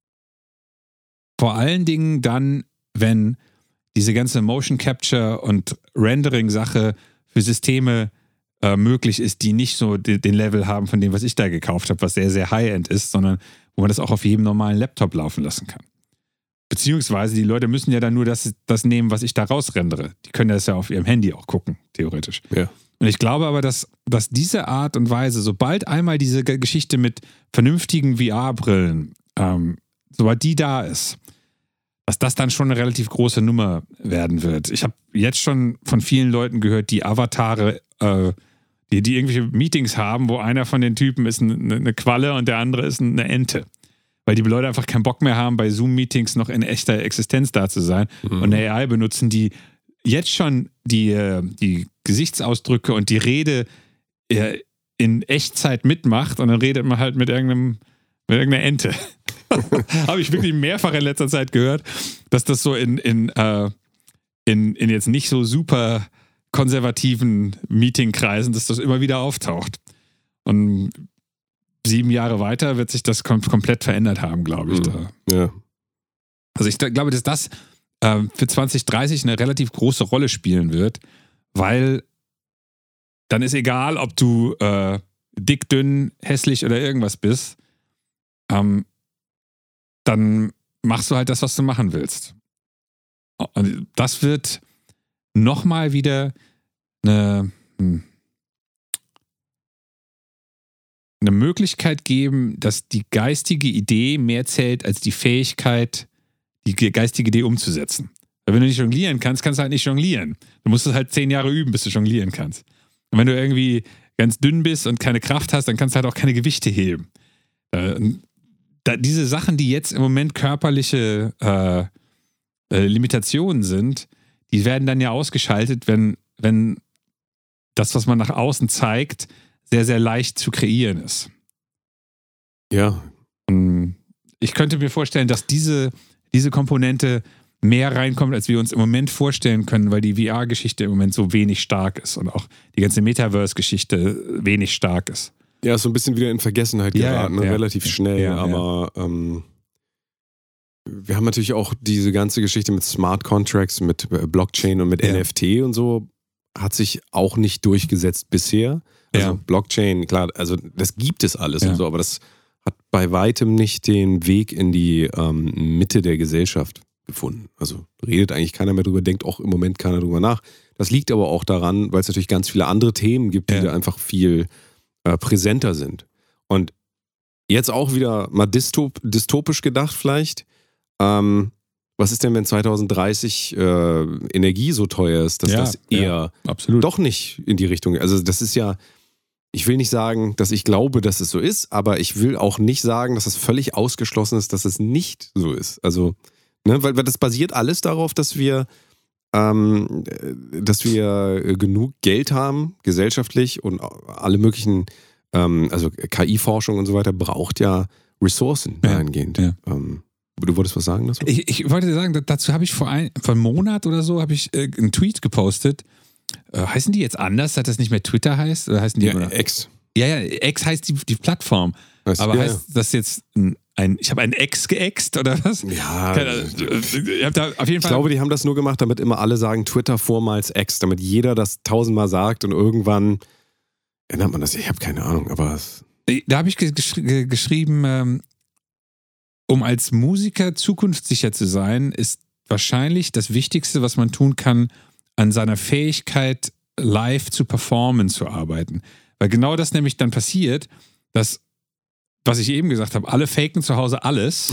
vor allen Dingen dann, wenn diese ganze Motion Capture und Rendering-Sache für Systeme Äh, möglich ist, die nicht so de- den Level haben von dem, was ich da gekauft habe, was sehr, sehr High-End ist, sondern wo man das auch auf jedem normalen Laptop laufen lassen kann. Beziehungsweise die Leute müssen ja dann nur das, das nehmen, was ich da rausrendere. Die können das ja auf ihrem Handy auch gucken, theoretisch. Ja. Und ich glaube aber, dass, dass diese Art und Weise, sobald einmal diese G- Geschichte mit vernünftigen V R-Brillen, ähm, sobald die da ist, dass das dann schon eine relativ große Nummer werden wird. Ich habe jetzt schon von vielen Leuten gehört, die Avatare äh, Die, die irgendwelche Meetings haben, wo einer von den Typen ist eine, eine Qualle und der andere ist eine Ente. Weil die Leute einfach keinen Bock mehr haben, bei Zoom-Meetings noch in echter Existenz da zu sein Mhm. und eine A I benutzen, die jetzt schon die, die Gesichtsausdrücke und die Rede in Echtzeit mitmacht und dann redet man halt mit irgendeinem mit irgendeiner Ente. Habe ich wirklich mehrfach in letzter Zeit gehört, dass das so in, in, äh, in, in jetzt nicht so super konservativen Meetingkreisen, dass das immer wieder auftaucht. Und sieben Jahre weiter wird sich das kom- komplett verändert haben, glaube ich. Mhm. Da. Ja. Also ich da, glaube, dass das äh, für zwanzig dreißig eine relativ große Rolle spielen wird, weil dann ist egal, ob du äh, dick, dünn, hässlich oder irgendwas bist, ähm, dann machst du halt das, was du machen willst. Und das wird nochmal wieder eine, eine Möglichkeit geben, dass die geistige Idee mehr zählt als die Fähigkeit, die geistige Idee umzusetzen. Weil wenn du nicht jonglieren kannst, kannst du halt nicht jonglieren. Du musst es halt zehn Jahre üben, bis du jonglieren kannst. Und wenn du irgendwie ganz dünn bist und keine Kraft hast, dann kannst du halt auch keine Gewichte heben. Äh, da, diese Sachen, die jetzt im Moment körperliche äh, äh, Limitationen sind, die werden dann ja ausgeschaltet, wenn, wenn das, was man nach außen zeigt, sehr, sehr leicht zu kreieren ist. Ja. Ich könnte mir vorstellen, dass diese, diese Komponente mehr reinkommt, als wir uns im Moment vorstellen können, weil die V R-Geschichte im Moment so wenig stark ist und auch die ganze Metaverse-Geschichte wenig stark ist. Ja, ist so ein bisschen wieder in Vergessenheit Ja, geraten, ne? ja. Relativ schnell, Ja, aber ähm, wir haben natürlich auch diese ganze Geschichte mit Smart Contracts, mit Blockchain und mit Ja. N F T und so, hat sich auch nicht durchgesetzt bisher. Also Ja. Blockchain, klar, also das gibt es alles Ja. und so, aber das hat bei weitem nicht den Weg in die ähm, Mitte der Gesellschaft gefunden. Also redet eigentlich keiner mehr drüber, denkt auch im Moment keiner drüber nach. Das liegt aber auch daran, weil es natürlich ganz viele andere Themen gibt, die Ja. da einfach viel äh, präsenter sind. Und jetzt auch wieder mal dystop, dystopisch gedacht vielleicht. Ähm, was ist denn, wenn zwanzig dreißig äh, Energie so teuer ist, dass Ja, das eher ja, absolut. doch nicht in die Richtung, also das ist ja, ich will nicht sagen, dass ich glaube, dass es so ist, aber ich will auch nicht sagen, dass es völlig ausgeschlossen ist, dass es nicht so ist. Also, ne, weil, weil das basiert alles darauf, dass wir, ähm, dass wir genug Geld haben, gesellschaftlich und alle möglichen, ähm, also K I-Forschung und so weiter braucht ja Ressourcen Ja, dahingehend. ja. Ähm, du wolltest was sagen dazu? Ich, ich wollte sagen, da- dazu habe ich vor, ein, vor einem Monat oder so habe ich äh, einen Tweet gepostet. Äh, heißen die jetzt anders, dass das nicht mehr Twitter heißt? Oder heißen die Ja, immer noch? Ex. Ja, ja, X heißt die, die Plattform. Heißt- Aber ja, heißt das jetzt ein, ein ich habe ein Ex geäxt oder was? Ja, Keine Ahnung. Ich habe da auf jeden Ich Fall. glaube, die haben das nur gemacht, damit immer alle sagen Twitter vormals X, damit jeder das tausendmal sagt und irgendwann ändert man das. Ich habe keine Ahnung, aber es, Da habe ich ge- geschri- ge- geschrieben, ähm, um als Musiker zukunftssicher zu sein, ist wahrscheinlich das Wichtigste, was man tun kann, an seiner Fähigkeit, live zu performen, zu arbeiten. Weil genau das nämlich dann passiert, dass, was ich eben gesagt habe, alle faken zu Hause alles.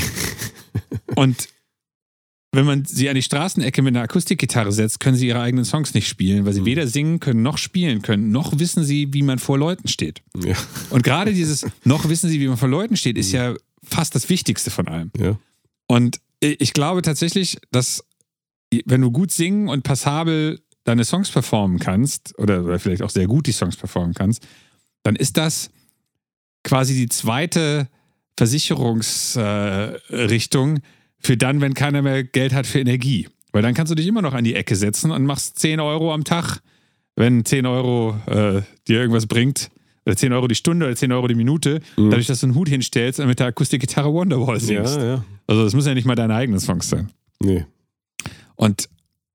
Und wenn man sie an die Straßenecke mit einer Akustikgitarre setzt, können sie ihre eigenen Songs nicht spielen, weil sie weder singen können, noch spielen können, noch wissen sie, wie man vor Leuten steht. ja, Und gerade dieses noch wissen sie, wie man vor Leuten steht, ist ja fast das Wichtigste von allem. ja. Und ich glaube tatsächlich, dass wenn du gut singen und passabel deine Songs performen kannst, oder, oder vielleicht auch sehr gut die Songs performen kannst, dann ist das quasi die zweite Versicherungsrichtung äh, für dann, wenn keiner mehr Geld hat für Energie. Weil dann kannst du dich immer noch an die Ecke setzen und machst zehn Euro am Tag, wenn zehn Euro äh, dir irgendwas bringt. Oder zehn Euro die Stunde oder zehn Euro die Minute, Mhm. dadurch, dass du einen Hut hinstellst und mit der Akustikgitarre Wonderwall singst. Ja, ja. Also das müssen ja nicht mal deine eigenen Songs sein. Nee. Und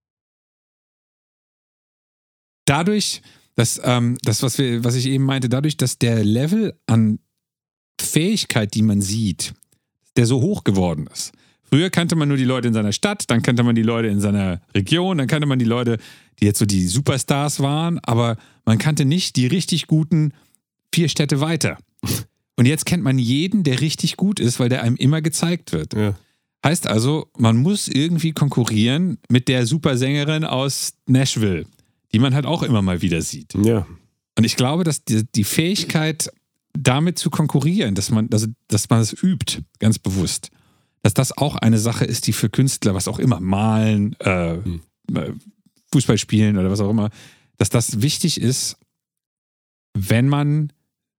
dadurch, dass, ähm, das, was, wir, was ich eben meinte, dadurch, dass der Level an Fähigkeit, die man sieht, der so hoch geworden ist. Früher kannte man nur die Leute in seiner Stadt, dann kannte man die Leute in seiner Region, dann kannte man die Leute, die jetzt so die Superstars waren, aber man kannte nicht die richtig guten vier Städte weiter. Und jetzt kennt man jeden, der richtig gut ist, weil der einem immer gezeigt wird. Ja. Heißt also, man muss irgendwie konkurrieren mit der Supersängerin aus Nashville, die man halt auch immer mal wieder sieht. Ja. Und ich glaube, dass die, die Fähigkeit, damit zu konkurrieren, dass man, dass, dass man es übt, ganz bewusst, dass das auch eine Sache ist, die für Künstler, was auch immer, malen, äh, Hm. äh, Fußball spielen oder was auch immer, dass das wichtig ist, wenn man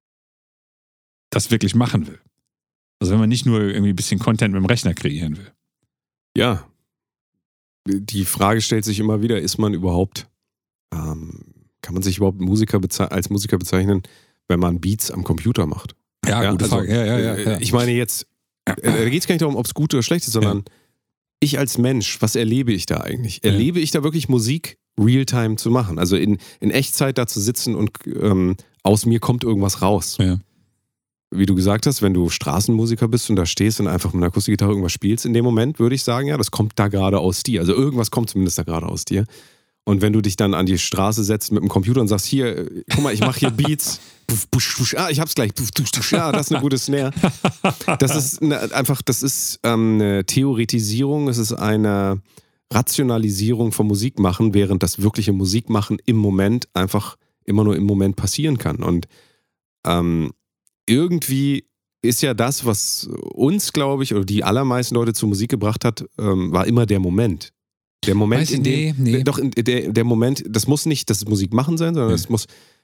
das wirklich machen will. Also wenn man nicht nur irgendwie ein bisschen Content mit dem Rechner kreieren will. Ja. Die Frage stellt sich immer wieder, ist man überhaupt, ähm, kann man sich überhaupt Musiker beze- als Musiker bezeichnen, wenn man Beats am Computer macht? Ja, gute also, Frage. Ja, ja, ja, äh, ja. Ich meine jetzt, äh, da geht es gar nicht darum, ob es gut oder schlecht ist, sondern ich als Mensch, was erlebe ich da eigentlich? Ja. Erlebe ich da wirklich Musik Realtime zu machen? Also in, in Echtzeit da zu sitzen und ähm, aus mir kommt irgendwas raus. Ja. Wie du gesagt hast, wenn du Straßenmusiker bist und da stehst und einfach mit einer Akustikgitarre irgendwas spielst, in dem Moment würde ich sagen, ja, das kommt da gerade aus dir. Also irgendwas kommt zumindest da gerade aus dir. Und wenn du dich dann an die Straße setzt mit dem Computer und sagst, hier, äh, guck mal, ich mache hier Beats. Puff, push, push, ah, ich hab's gleich. Puff, push, push, ah, das ist eine gute Snare. Das ist eine, einfach, das ist ähm, eine Theoretisierung, es ist eine Rationalisierung vom Musikmachen, während das wirkliche Musikmachen im Moment einfach immer nur im Moment passieren kann. Und ähm, irgendwie ist ja das, was uns, glaube ich, oder die allermeisten Leute zur Musik gebracht hat, ähm, war immer der Moment. Der Moment, Weiß ich, in dem, nee, nee. doch in, der, der Moment, das muss nicht das Musik machen sein, sondern Ja. es muss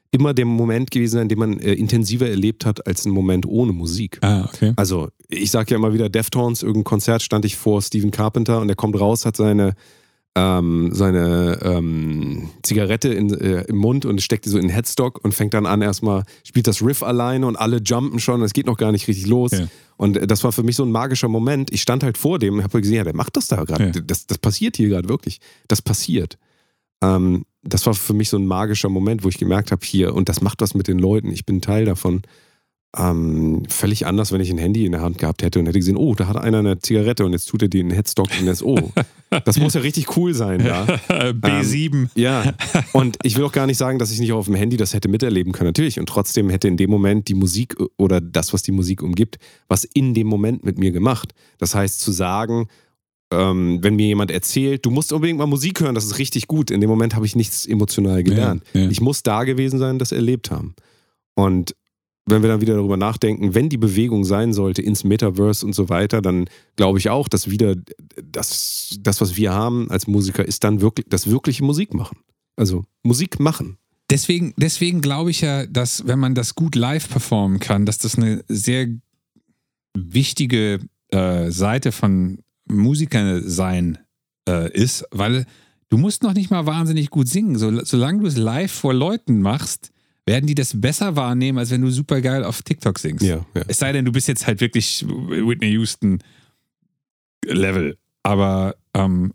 immer der Moment gewesen sein, den man äh, intensiver erlebt hat als ein Moment ohne Musik. Ah, okay. Also ich sage ja immer wieder, Deftones, irgendein Konzert, stand ich vor Stephen Carpenter und der kommt raus, hat seine, ähm, seine ähm, Zigarette in, äh, im Mund und steckt die so in den Headstock und fängt dann an erstmal, spielt das Riff alleine und alle jumpen schon, es geht noch gar nicht richtig los. Ja. Und das war für mich so ein magischer Moment. Ich stand halt vor dem und habe gesehen, ja, der macht das da gerade. Ja. Das, das passiert hier gerade wirklich. Das passiert. Ähm, das war für mich so ein magischer Moment, wo ich gemerkt habe, hier, und das macht was mit den Leuten, ich bin Teil davon. Ähm, völlig anders, wenn ich ein Handy in der Hand gehabt hätte und hätte gesehen, oh, da hat einer eine Zigarette und jetzt tut er die in den Headstock und jetzt, oh, das muss ja richtig cool sein da. B sieben. Ähm, ja, und ich will auch gar nicht sagen, dass ich nicht auf dem Handy das hätte miterleben können, natürlich. Und trotzdem hätte in dem Moment die Musik oder das, was die Musik umgibt, was in dem Moment mit mir gemacht. Das heißt, zu sagen, ähm, wenn mir jemand erzählt, du musst unbedingt mal Musik hören, das ist richtig gut. In dem Moment habe ich nichts emotional gelernt. Ja, ja. Ich muss da gewesen sein, das erlebt haben. Und wenn wir dann wieder darüber nachdenken, wenn die Bewegung sein sollte ins Metaverse und so weiter, dann glaube ich auch, dass wieder das, das, was wir haben als Musiker, ist dann wirklich das wirkliche Musik machen. Also Musik machen. Deswegen, deswegen glaube ich ja, dass wenn man das gut live performen kann, dass das eine sehr wichtige äh, Seite von Musiker sein äh, ist, weil du musst noch nicht mal wahnsinnig gut singen. So, solange du es live vor Leuten machst, werden die das besser wahrnehmen, als wenn du super geil auf TikTok singst. Ja, ja. Es sei denn, du bist jetzt halt wirklich Whitney Houston Level. Aber ähm,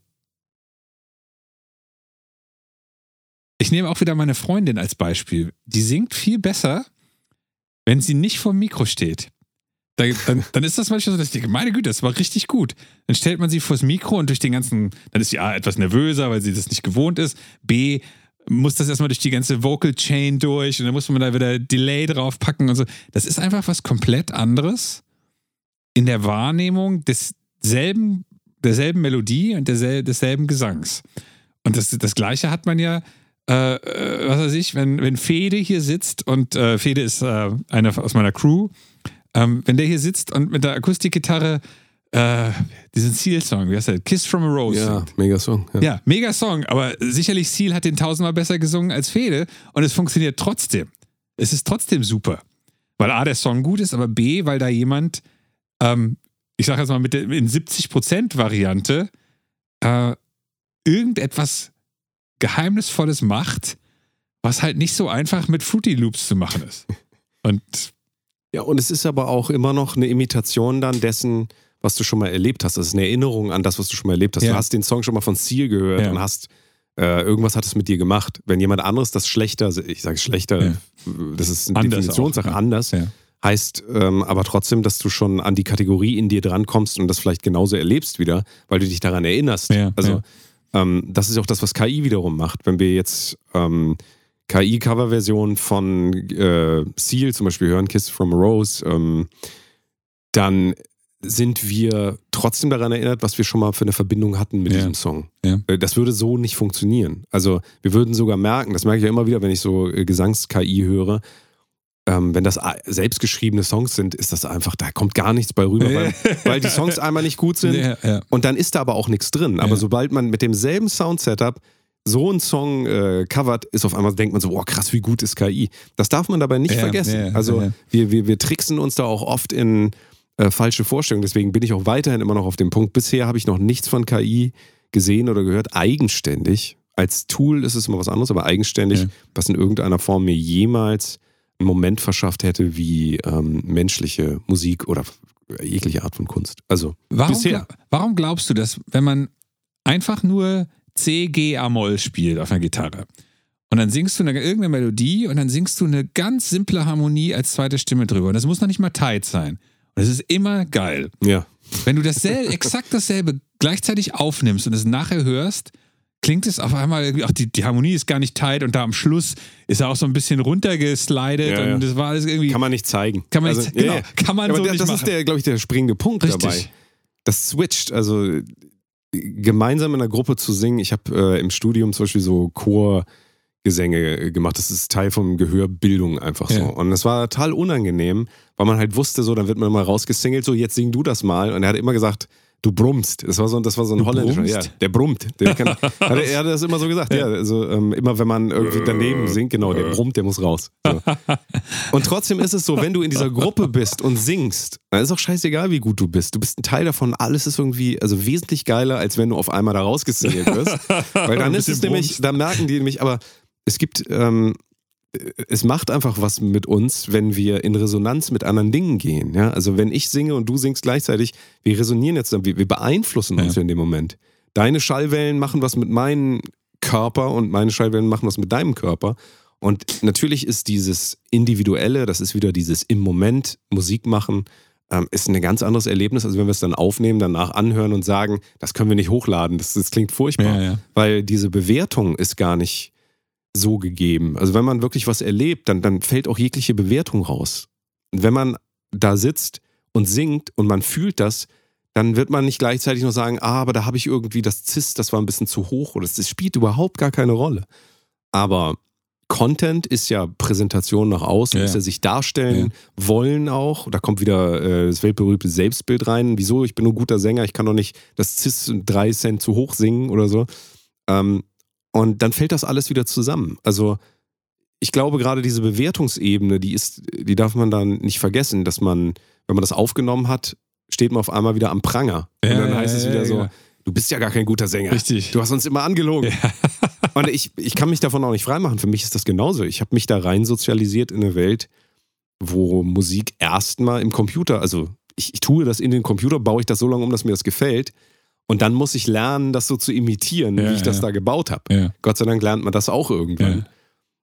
ich nehme auch wieder meine Freundin als Beispiel. Die singt viel besser, wenn sie nicht vor dem Mikro steht. Da, dann, dann ist das manchmal so, dass ich denke, meine Güte, das war richtig gut. Dann stellt man sie vors Mikro und durch den ganzen, dann ist sie A, etwas nervöser, weil sie das nicht gewohnt ist. B, muss das erstmal durch die ganze Vocal Chain durch und dann muss man da wieder Delay draufpacken und so. Das ist einfach was komplett anderes in der Wahrnehmung desselben, derselben Melodie und dersel, desselben Gesangs. Und das, das Gleiche hat man ja, äh, was weiß ich, wenn, wenn Fede hier sitzt und äh, Fede ist äh, einer aus meiner Crew, ähm, wenn der hier sitzt und mit der Akustikgitarre äh, diesen Seal-Song, wie heißt der? Kiss from a Rose. Ja, mega Song. Ja. ja, mega Song, aber sicherlich Seal hat den tausendmal besser gesungen als Fede und es funktioniert trotzdem. Es ist trotzdem super. Weil A, der Song gut ist, aber B, weil da jemand, ähm, ich sag jetzt mal mit der in siebzig Prozent Variante, äh, irgendetwas Geheimnisvolles macht, was halt nicht so einfach mit Fruity Loops zu machen ist. Und ja, und es ist aber auch immer noch eine Imitation dann dessen, was du schon mal erlebt hast. Das ist eine Erinnerung an das, was du schon mal erlebt hast. Ja. Du hast den Song schon mal von Seal gehört Ja. und hast äh, irgendwas hat es mit dir gemacht. Wenn jemand anderes das schlechter, ich sage schlechter, Ja. das ist eine Anders Definitionssache, auch, ja. anders, Ja. heißt ähm, aber trotzdem, dass du schon an die Kategorie in dir drankommst und das vielleicht genauso erlebst wieder, weil du dich daran erinnerst. Ja, also ja. Ähm, das ist auch das, was K I wiederum macht. Wenn wir jetzt ähm, K I-Coverversion von äh, Seal zum Beispiel hören, Kiss from a Rose, ähm, dann sind wir trotzdem daran erinnert, was wir schon mal für eine Verbindung hatten mit Ja. diesem Song. Ja. Äh, Das würde so nicht funktionieren. Also wir würden sogar merken, das merke ich ja immer wieder, wenn ich so äh, Gesangs-K I höre, ähm, wenn das a- selbstgeschriebene Songs sind, ist das einfach, da kommt gar nichts bei rüber, weil, weil die Songs einmal nicht gut sind Ja, ja. und dann ist da aber auch nichts drin. Aber Ja. sobald man mit demselben Sound-Setup so einen Song äh, covert, ist auf einmal, denkt man so, boah krass, wie gut ist K I. Das darf man dabei nicht Ja, vergessen. ja, also ja. Wir, wir, wir tricksen uns da auch oft in äh, falsche Vorstellungen. Deswegen bin ich auch weiterhin immer noch auf dem Punkt. Bisher habe ich noch nichts von K I gesehen oder gehört, eigenständig. Als Tool ist es immer was anderes, aber eigenständig, Ja. was in irgendeiner Form mir jemals einen Moment verschafft hätte, wie ähm, menschliche Musik oder jegliche Art von Kunst. Also Warum, bisher. gla- warum glaubst du, dass wenn man einfach nur C, G, A-Moll spielt auf einer Gitarre und dann singst du eine, irgendeine Melodie und dann singst du eine ganz simple Harmonie als zweite Stimme drüber und das muss noch nicht mal tight sein und es ist immer geil. Ja. Wenn du dasselbe, exakt dasselbe gleichzeitig aufnimmst und es nachher hörst, klingt es auf einmal irgendwie, ach, die, die Harmonie ist gar nicht tight und da am Schluss ist er auch so ein bisschen runtergeslidet Ja, ja. und das war alles irgendwie... Kann man nicht zeigen. Kann man also, nicht- genau, kann man aber so der, nicht das machen. ist der, glaube ich, der springende Punkt Richtig. dabei. Das switcht, also gemeinsam in einer Gruppe zu singen. Ich habe äh, im Studium zum Beispiel so Chorgesänge gemacht. Das ist Teil von Gehörbildung einfach so. Ja. Und das war total unangenehm, weil man halt wusste, so, dann wird man immer rausgesingelt, so jetzt sing du das mal. Und er hat immer gesagt, du brummst. Das war so, das war so ein Du holländischer, brummst? ja, der brummt. Der kann, hat er, er hat das immer so gesagt, ja, also ähm, immer wenn man irgendwie daneben singt, genau, der brummt, der muss raus. So. Und trotzdem ist es so, wenn du in dieser Gruppe bist und singst, dann ist auch scheißegal, wie gut du bist. Du bist ein Teil davon, alles ist irgendwie, also wesentlich geiler, als wenn du auf einmal da rausgezählt wirst. Weil dann ist es nämlich, da merken die nämlich, aber es gibt, ähm, es macht einfach was mit uns, wenn wir in Resonanz mit anderen Dingen gehen. Ja? Also wenn ich singe und du singst gleichzeitig, wir resonieren jetzt, wir, wir beeinflussen uns ja. in dem Moment. Deine Schallwellen machen was mit meinem Körper und meine Schallwellen machen was mit deinem Körper. Und natürlich ist dieses Individuelle, das ist wieder dieses im Moment Musik machen, ähm, ist ein ganz anderes Erlebnis, als wenn wir es dann aufnehmen, danach anhören und sagen, das können wir nicht hochladen, das, das klingt furchtbar. Ja, ja. Weil diese Bewertung ist gar nicht so gegeben. Also wenn man wirklich was erlebt, dann, dann fällt auch jegliche Bewertung raus. Und wenn man da sitzt und singt und man fühlt das, dann wird man nicht gleichzeitig noch sagen, ah, aber da habe ich irgendwie das Cis, das war ein bisschen zu hoch oder das spielt überhaupt gar keine Rolle. Aber Content ist ja Präsentation nach außen, ja. ist ja sich darstellen ja. wollen auch. Da kommt wieder äh, das weltberühmte Selbstbild rein. Wieso? Ich bin nur ein guter Sänger, ich kann doch nicht das Cis drei Cent zu hoch singen oder so. Ähm, Und dann fällt das alles wieder zusammen. Also ich glaube, gerade diese Bewertungsebene, die ist, die darf man dann nicht vergessen, dass man, wenn man das aufgenommen hat, steht man auf einmal wieder am Pranger. Ja, und dann heißt ja, es wieder ja, so, ja. du bist ja gar kein guter Sänger. Richtig. Du hast uns immer angelogen. Ja. Und ich, ich kann mich davon auch nicht freimachen. Für mich ist das genauso. Ich habe mich da rein sozialisiert in eine Welt, wo Musik erstmal im Computer, also ich, ich tue das in den Computer, baue ich das so lange um, dass mir das gefällt. Und dann muss ich lernen, das so zu imitieren, ja, wie ich das ja. da gebaut habe. Ja. Gott sei Dank lernt man das auch irgendwann. Ja.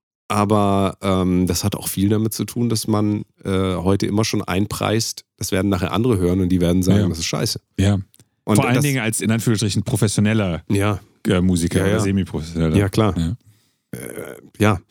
Aber ähm, das hat auch viel damit zu tun, dass man äh, heute immer schon einpreist, das werden nachher andere hören und die werden sagen, Ja. das ist scheiße. Ja. Und Vor allen das, Dingen als in Anführungsstrichen professioneller Ja, äh, Musiker Ja, ja. oder semi-professioneller. ja klar. Ja. Äh, ja.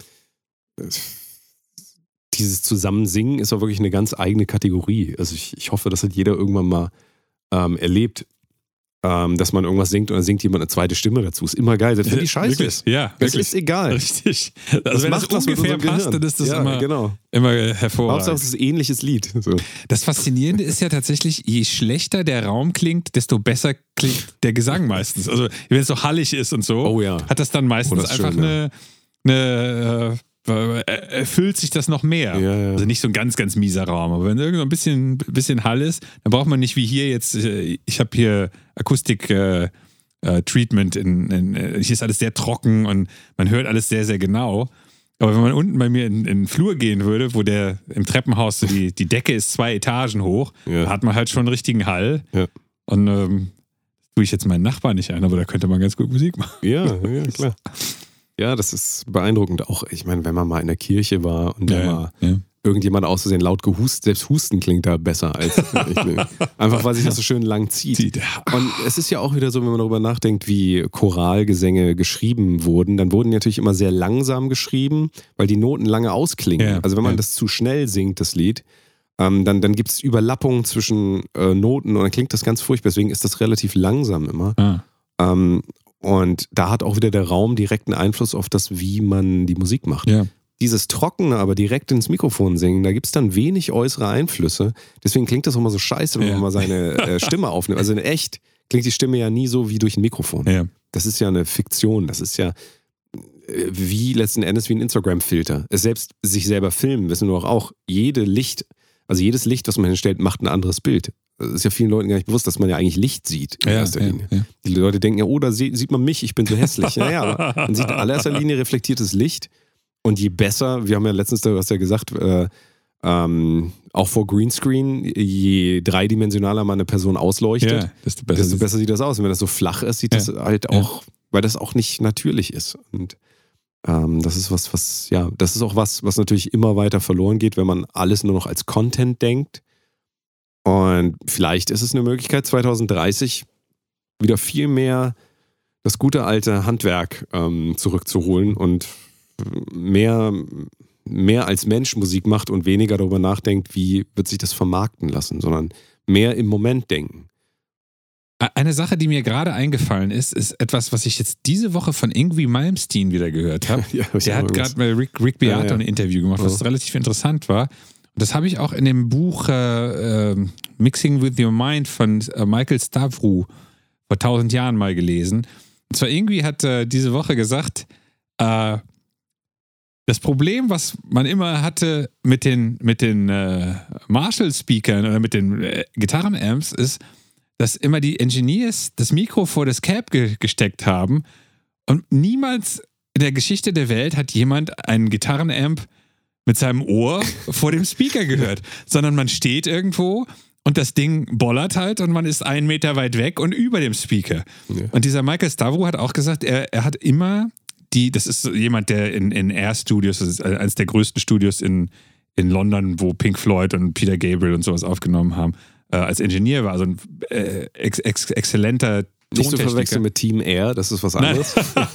Dieses Zusammensingen ist auch wirklich eine ganz eigene Kategorie. Also ich, ich hoffe, das hat jeder irgendwann mal ähm, erlebt. Ähm, dass man irgendwas singt und dann singt jemand eine zweite Stimme dazu. Ist immer geil. Selbst wenn die scheiße Wirklich? ist. Ja, Das wirklich. ist egal. Richtig. Also Das wenn macht das was mit ungefähr unserem passt, Gehirn. dann ist das ja, immer, genau. immer Hauptsache, hervorragend. es ist ein ähnliches Lied. So. Das Faszinierende ist ja tatsächlich, je schlechter der Raum klingt, desto besser klingt der Gesang meistens. Also wenn es so hallig ist und so, Oh ja. hat das dann meistens Oh, das ist einfach schön, eine, eine äh, erfüllt sich das noch mehr. Ja, ja. Also nicht so ein ganz, ganz mieser Raum, aber wenn irgendwo ein bisschen, bisschen Hall ist, dann braucht man nicht wie hier jetzt, ich habe hier Akustik äh, äh, Treatment, in, in, hier ist alles sehr trocken und man hört alles sehr, sehr genau. Aber wenn man unten bei mir in, in den Flur gehen würde, wo der im Treppenhaus so die, die Decke ist zwei Etagen hoch, Ja. da hat man halt schon einen richtigen Hall. Ja. Und ähm, tue ich jetzt meinen Nachbarn nicht ein, aber da könnte man ganz gut Musik machen. Ja, ja, klar. Ja, das ist beeindruckend auch. Ich meine, wenn man mal in der Kirche war und da war ja. irgendjemand aus Versehen laut gehust, selbst Husten klingt da besser als ich, einfach weil sich das so schön lang zieht. Zieht, ja. Und es ist ja auch wieder so, wenn man darüber nachdenkt, wie Choralgesänge geschrieben wurden, dann wurden die natürlich immer sehr langsam geschrieben, weil die Noten lange ausklingen. Ja, also wenn man ja. das zu schnell singt, das Lied, ähm, dann, dann gibt es Überlappungen zwischen äh, Noten und dann klingt das ganz furchtbar. Deswegen ist das relativ langsam immer. Ah. Ähm, und da hat auch wieder der Raum direkten Einfluss auf das, wie man die Musik macht. Ja. Dieses Trockene, aber direkt ins Mikrofon singen, da gibt es dann wenig äußere Einflüsse. Deswegen klingt das auch immer so scheiße, wenn Ja. man mal seine äh, Stimme aufnimmt. Also in echt klingt die Stimme ja nie so wie durch ein Mikrofon. Ja. Das ist ja eine Fiktion. Das ist ja äh, wie letzten Endes wie ein Instagram-Filter. Es selbst sich selber filmen, wissen wir doch auch. Jede Licht, also jedes Licht, was man hinstellt, macht ein anderes Bild. Das ist ja vielen Leuten gar nicht bewusst, dass man ja eigentlich Licht sieht in Ja, erster ja, Linie. ja. Die Leute denken ja, oh, da sie- sieht man mich, ich bin so hässlich. Naja, aber man sieht in allererster Linie reflektiertes Licht. Und je besser, wir haben ja letztens, du hast ja gesagt, äh, ähm, auch vor Greenscreen, je dreidimensionaler man eine Person ausleuchtet, Ja, desto besser. desto besser sieht das aus. Und wenn das so flach ist, sieht Ja. das halt Ja. auch, weil das auch nicht natürlich ist. Und ähm, das ist was, was, ja, das ist auch was, was natürlich immer weiter verloren geht, wenn man alles nur noch als Content denkt. Und vielleicht ist es eine Möglichkeit, zwanzig dreißig wieder viel mehr das gute alte Handwerk ähm, zurückzuholen und mehr, mehr als Mensch Musik macht und weniger darüber nachdenkt, wie wird sich das vermarkten lassen, sondern mehr im Moment denken. Eine Sache, die mir gerade eingefallen ist, ist etwas, was ich jetzt diese Woche von Ingwie Malmsteen wieder gehört habe. Ja, ich Der hab hat irgendwas- gerade bei Rick, Rick Beato Ja, ja. ein Interview gemacht, was Ja. relativ interessant war. Das habe ich auch in dem Buch äh, äh, Mixing with Your Mind von äh, Michael Stavrou vor tausend Jahren mal gelesen. Und zwar irgendwie hat äh, diese Woche gesagt, äh, das Problem, was man immer hatte mit den, mit den äh, Marshall-Speakern oder mit den äh, Gitarrenamps, ist, dass immer die Engineers das Mikro vor das Cab ge- gesteckt haben und niemals in der Geschichte der Welt hat jemand einen Gitarrenamp mit seinem Ohr vor dem Speaker gehört, sondern man steht irgendwo und das Ding bollert halt und man ist einen Meter weit weg und über dem Speaker. Ja. Und dieser Michael Stavrou hat auch gesagt, er, er hat immer die, das ist jemand, der in, in Air Studios, das ist eines der größten Studios in, in London, wo Pink Floyd und Peter Gabriel und sowas aufgenommen haben, äh, als Ingenieur war, also ein äh, ex, ex, exzellenter Nicht zu verwechseln mit Team Air, das ist was anderes.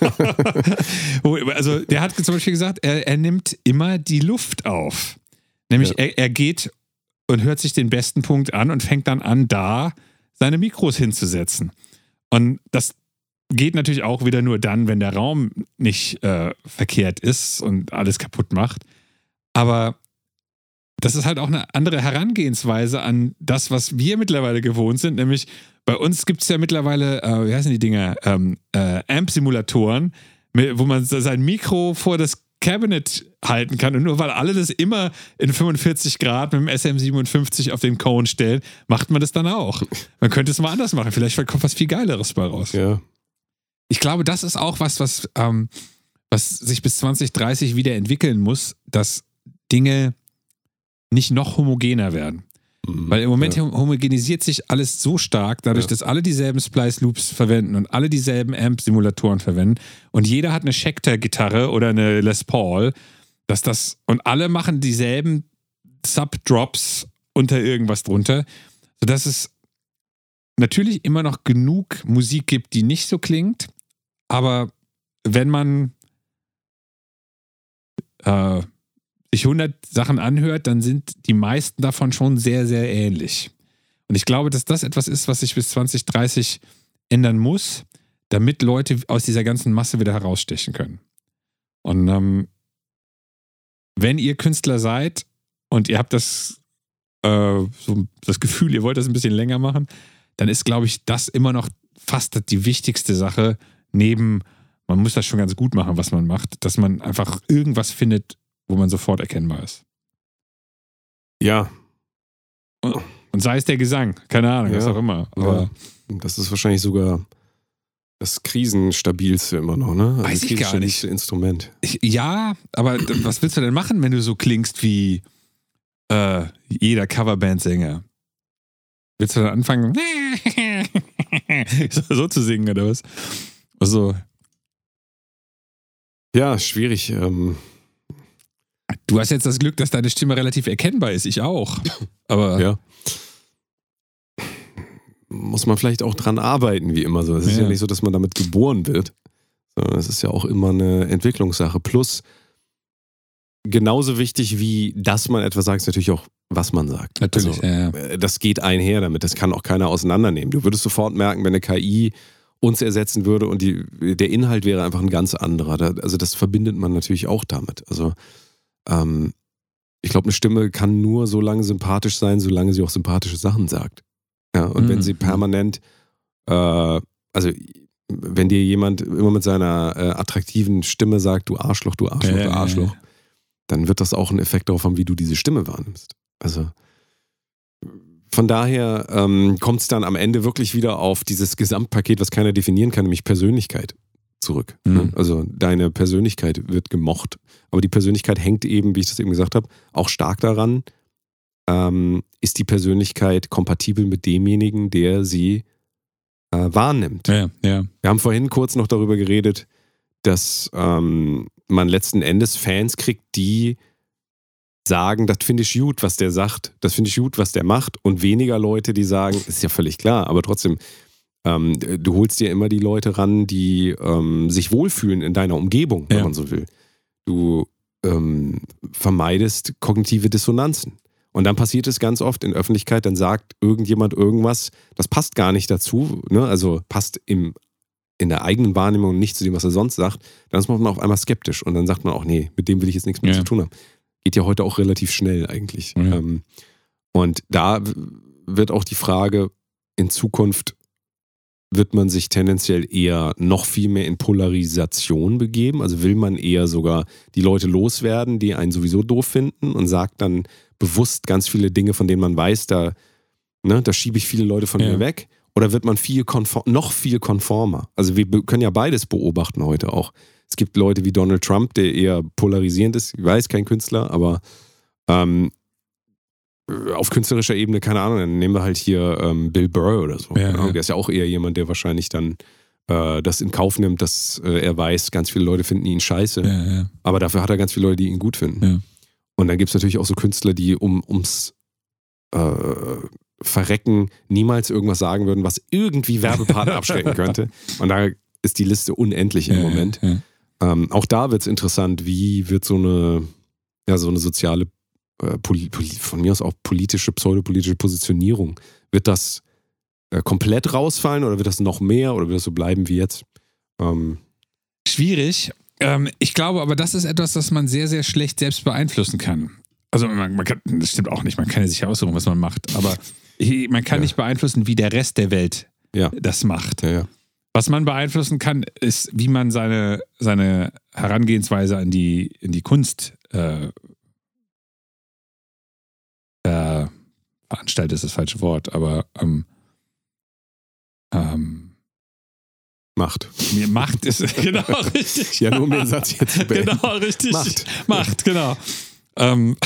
Also der hat zum Beispiel gesagt, er, er nimmt immer die Luft auf. Nämlich ja. er, er geht und hört sich den besten Punkt an und fängt dann an, da seine Mikros hinzusetzen. Und das geht natürlich auch wieder nur dann, wenn der Raum nicht äh, verkehrt ist und alles kaputt macht. Aber das ist halt auch eine andere Herangehensweise an das, was wir mittlerweile gewohnt sind. Nämlich bei uns gibt es ja mittlerweile, äh, wie heißen die Dinger, ähm, äh, Amp-Simulatoren, wo man sein Mikro vor das Cabinet halten kann. Und nur weil alle das immer in fünfundvierzig Grad mit dem S M siebenundfünfzig auf den Cone stellen, macht man das dann auch. Man könnte es mal anders machen. Vielleicht kommt was viel Geileres bei raus. Ja. Ich glaube, das ist auch was, was, ähm, was sich bis zwanzig dreißig wieder entwickeln muss, dass Dinge nicht noch homogener werden. Mhm, Weil im Moment ja. homogenisiert sich alles so stark, dadurch, ja. dass alle dieselben Splice-Loops verwenden und alle dieselben Amp-Simulatoren verwenden und jeder hat eine Schecter-Gitarre oder eine Les Paul, dass das, und alle machen dieselben Sub-Drops unter irgendwas drunter, sodass es natürlich immer noch genug Musik gibt, die nicht so klingt, aber wenn man äh, sich hundert Sachen anhört, dann sind die meisten davon schon sehr, sehr ähnlich. Und ich glaube, dass das etwas ist, was sich bis zwanzig dreißig ändern muss, damit Leute aus dieser ganzen Masse wieder herausstechen können. Und ähm, wenn ihr Künstler seid und ihr habt das, äh, so das Gefühl, ihr wollt das ein bisschen länger machen, dann ist, glaube ich, das immer noch fast die wichtigste Sache, neben, man muss das schon ganz gut machen, was man macht, dass man einfach irgendwas findet, wo man sofort erkennbar ist. Ja. Und, und sei es der Gesang, keine Ahnung, ja. was auch immer. Aber ja. Das ist wahrscheinlich sogar das krisenstabilste immer noch, ne? Also weiß ich gar nicht. Instrument. Ich, ja, aber was willst du denn machen, wenn du so klingst wie äh, jeder Coverband-Sänger? Willst du dann anfangen, so zu singen oder was? Also. Ja, schwierig. Ähm Du hast jetzt das Glück, dass deine Stimme relativ erkennbar ist. Ich auch. Aber ja. Muss man vielleicht auch dran arbeiten, wie immer so. Es ist ja. ja nicht so, dass man damit geboren wird, sondern es ist ja auch immer eine Entwicklungssache. Plus, genauso wichtig wie, dass man etwas sagt, ist natürlich auch, was man sagt. Natürlich, also, ja, ja. Das geht einher damit. Das kann auch keiner auseinandernehmen. Du würdest sofort merken, wenn eine K I uns ersetzen würde und die, der Inhalt wäre einfach ein ganz anderer. Also das verbindet man natürlich auch damit. Also ähm, ich glaube, eine Stimme kann nur so lange sympathisch sein, solange sie auch sympathische Sachen sagt. Ja, und mhm. wenn sie permanent, äh, also wenn dir jemand immer mit seiner äh, attraktiven Stimme sagt, du Arschloch, du Arschloch, ja, du Arschloch, ja, ja. dann wird das auch einen Effekt darauf haben, wie du diese Stimme wahrnimmst. Also von daher ähm, kommt es dann am Ende wirklich wieder auf dieses Gesamtpaket, was keiner definieren kann, nämlich Persönlichkeit zurück. Mhm. Ne? Also deine Persönlichkeit wird gemocht, aber die Persönlichkeit hängt eben, wie ich das eben gesagt habe, auch stark daran, ähm, ist die Persönlichkeit kompatibel mit demjenigen, der sie äh, wahrnimmt. Ja, ja. Wir haben vorhin kurz noch darüber geredet, dass ähm, man letzten Endes Fans kriegt, die sagen, das finde ich gut, was der sagt, das finde ich gut, was der macht, und weniger Leute, die sagen, ist ja völlig klar, aber trotzdem, ähm, du holst dir immer die Leute ran, die ähm, sich wohlfühlen in deiner Umgebung, wenn ja. man so will. Du ähm, vermeidest kognitive Dissonanzen. Und dann passiert es ganz oft in Öffentlichkeit, dann sagt irgendjemand irgendwas, das passt gar nicht dazu, ne? Also passt im, in der eigenen Wahrnehmung nicht zu dem, was er sonst sagt, dann ist man auf einmal skeptisch und dann sagt man auch, nee, mit dem will ich jetzt nichts mehr ja. zu tun haben. geht ja heute auch relativ schnell eigentlich. Mhm. Ähm, und da wird auch die Frage, in Zukunft wird man sich tendenziell eher noch viel mehr in Polarisation begeben? Also will man eher sogar die Leute loswerden, die einen sowieso doof finden und sagt dann bewusst ganz viele Dinge, von denen man weiß, da, ne, da schiebe ich viele Leute von Ja. mir weg? Oder wird man viel konform, noch viel konformer? Also wir be- können ja beides beobachten heute auch. Es gibt Leute wie Donald Trump, der eher polarisierend ist. Ich weiß, kein Künstler, aber ähm, auf künstlerischer Ebene, keine Ahnung, dann nehmen wir halt hier ähm, Bill Burr oder so. Ja, Genau. ja. Der ist ja auch eher jemand, der wahrscheinlich dann äh, das in Kauf nimmt, dass äh, er weiß, ganz viele Leute finden ihn scheiße. Ja, ja. Aber dafür hat er ganz viele Leute, die ihn gut finden. Ja. Und dann gibt es natürlich auch so Künstler, die um, ums äh, Verrecken niemals irgendwas sagen würden, was irgendwie Werbepartner abschrecken könnte. Und da ist die Liste unendlich im Ja, Moment. Ja, ja. Ähm, auch da wird es interessant, wie wird so eine, ja, so eine soziale, äh, poli, poli, von mir aus auch politische, pseudopolitische Positionierung, wird das äh, komplett rausfallen oder wird das noch mehr oder wird das so bleiben wie jetzt? Ähm, Schwierig. Ähm, ich glaube aber, das ist etwas, das man sehr, sehr schlecht selbst beeinflussen kann. Also man, man kann, das stimmt auch nicht, man kann ja sich aussuchen, was man macht, aber man kann Ja. nicht beeinflussen, wie der Rest der Welt ja, das macht. ja, ja. Was man beeinflussen kann, ist, wie man seine, seine Herangehensweise an die, in die Kunst äh, äh, veranstaltet, ist das falsche Wort, aber ähm, ähm, Macht. mir macht es genau richtig. Ja, nur um den Satz jetzt zu beenden. Genau, richtig. Macht. Macht, genau. Ähm,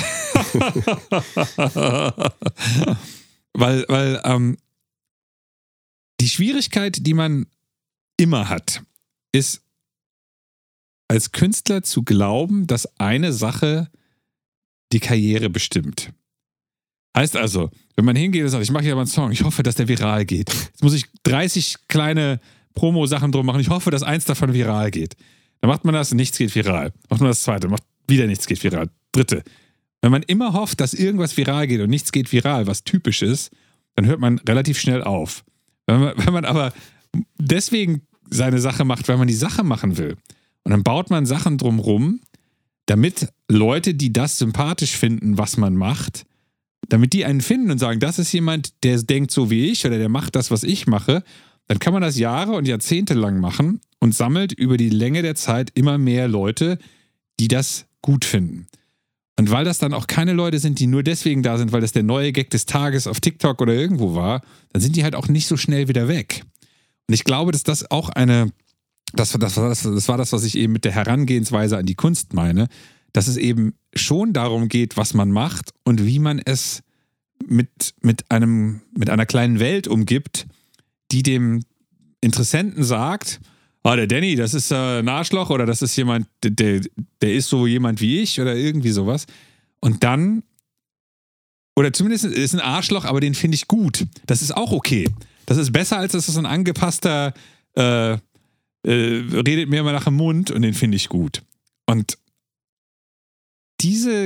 weil, weil ähm, die Schwierigkeit, die man immer hat, ist, als Künstler zu glauben, dass eine Sache die Karriere bestimmt. Heißt also, wenn man hingeht und sagt, ich mache hier mal einen Song, ich hoffe, dass der viral geht. Jetzt muss ich dreißig kleine Promo-Sachen drum machen, ich hoffe, dass eins davon viral geht. Dann macht man das, nichts geht viral. Macht man das zweite, macht wieder nichts geht viral. Dritte. Wenn man immer hofft, dass irgendwas viral geht und nichts geht viral, was typisch ist, dann hört man relativ schnell auf. Wenn man, wenn man aber deswegen seine Sache macht, weil man die Sache machen will, und dann baut man Sachen drumrum, damit Leute, die das sympathisch finden, was man macht, damit die einen finden und sagen, das ist jemand, der denkt so wie ich oder der macht das, was ich mache, dann kann man das Jahre und Jahrzehnte lang machen und sammelt über die Länge der Zeit immer mehr Leute, die das gut finden. Und weil das dann auch keine Leute sind, die nur deswegen da sind, weil das der neue Gag des Tages auf TikTok oder irgendwo war, dann sind die halt auch nicht so schnell wieder weg. Und ich glaube, dass das auch eine, das, das, das, das war das, was ich eben mit der Herangehensweise an die Kunst meine, dass es eben schon darum geht, was man macht und wie man es mit, mit, einem, mit einer kleinen Welt umgibt, die dem Interessenten sagt, ah, der Danny, das ist äh, ein Arschloch oder das ist jemand, der, der ist so jemand wie ich oder irgendwie sowas. Und dann, oder zumindest ist ein Arschloch, aber den finde ich gut. Das ist auch okay. Das ist besser, als dass es ein angepasster äh, äh, redet mir immer nach dem Mund und den finde ich gut. Und diese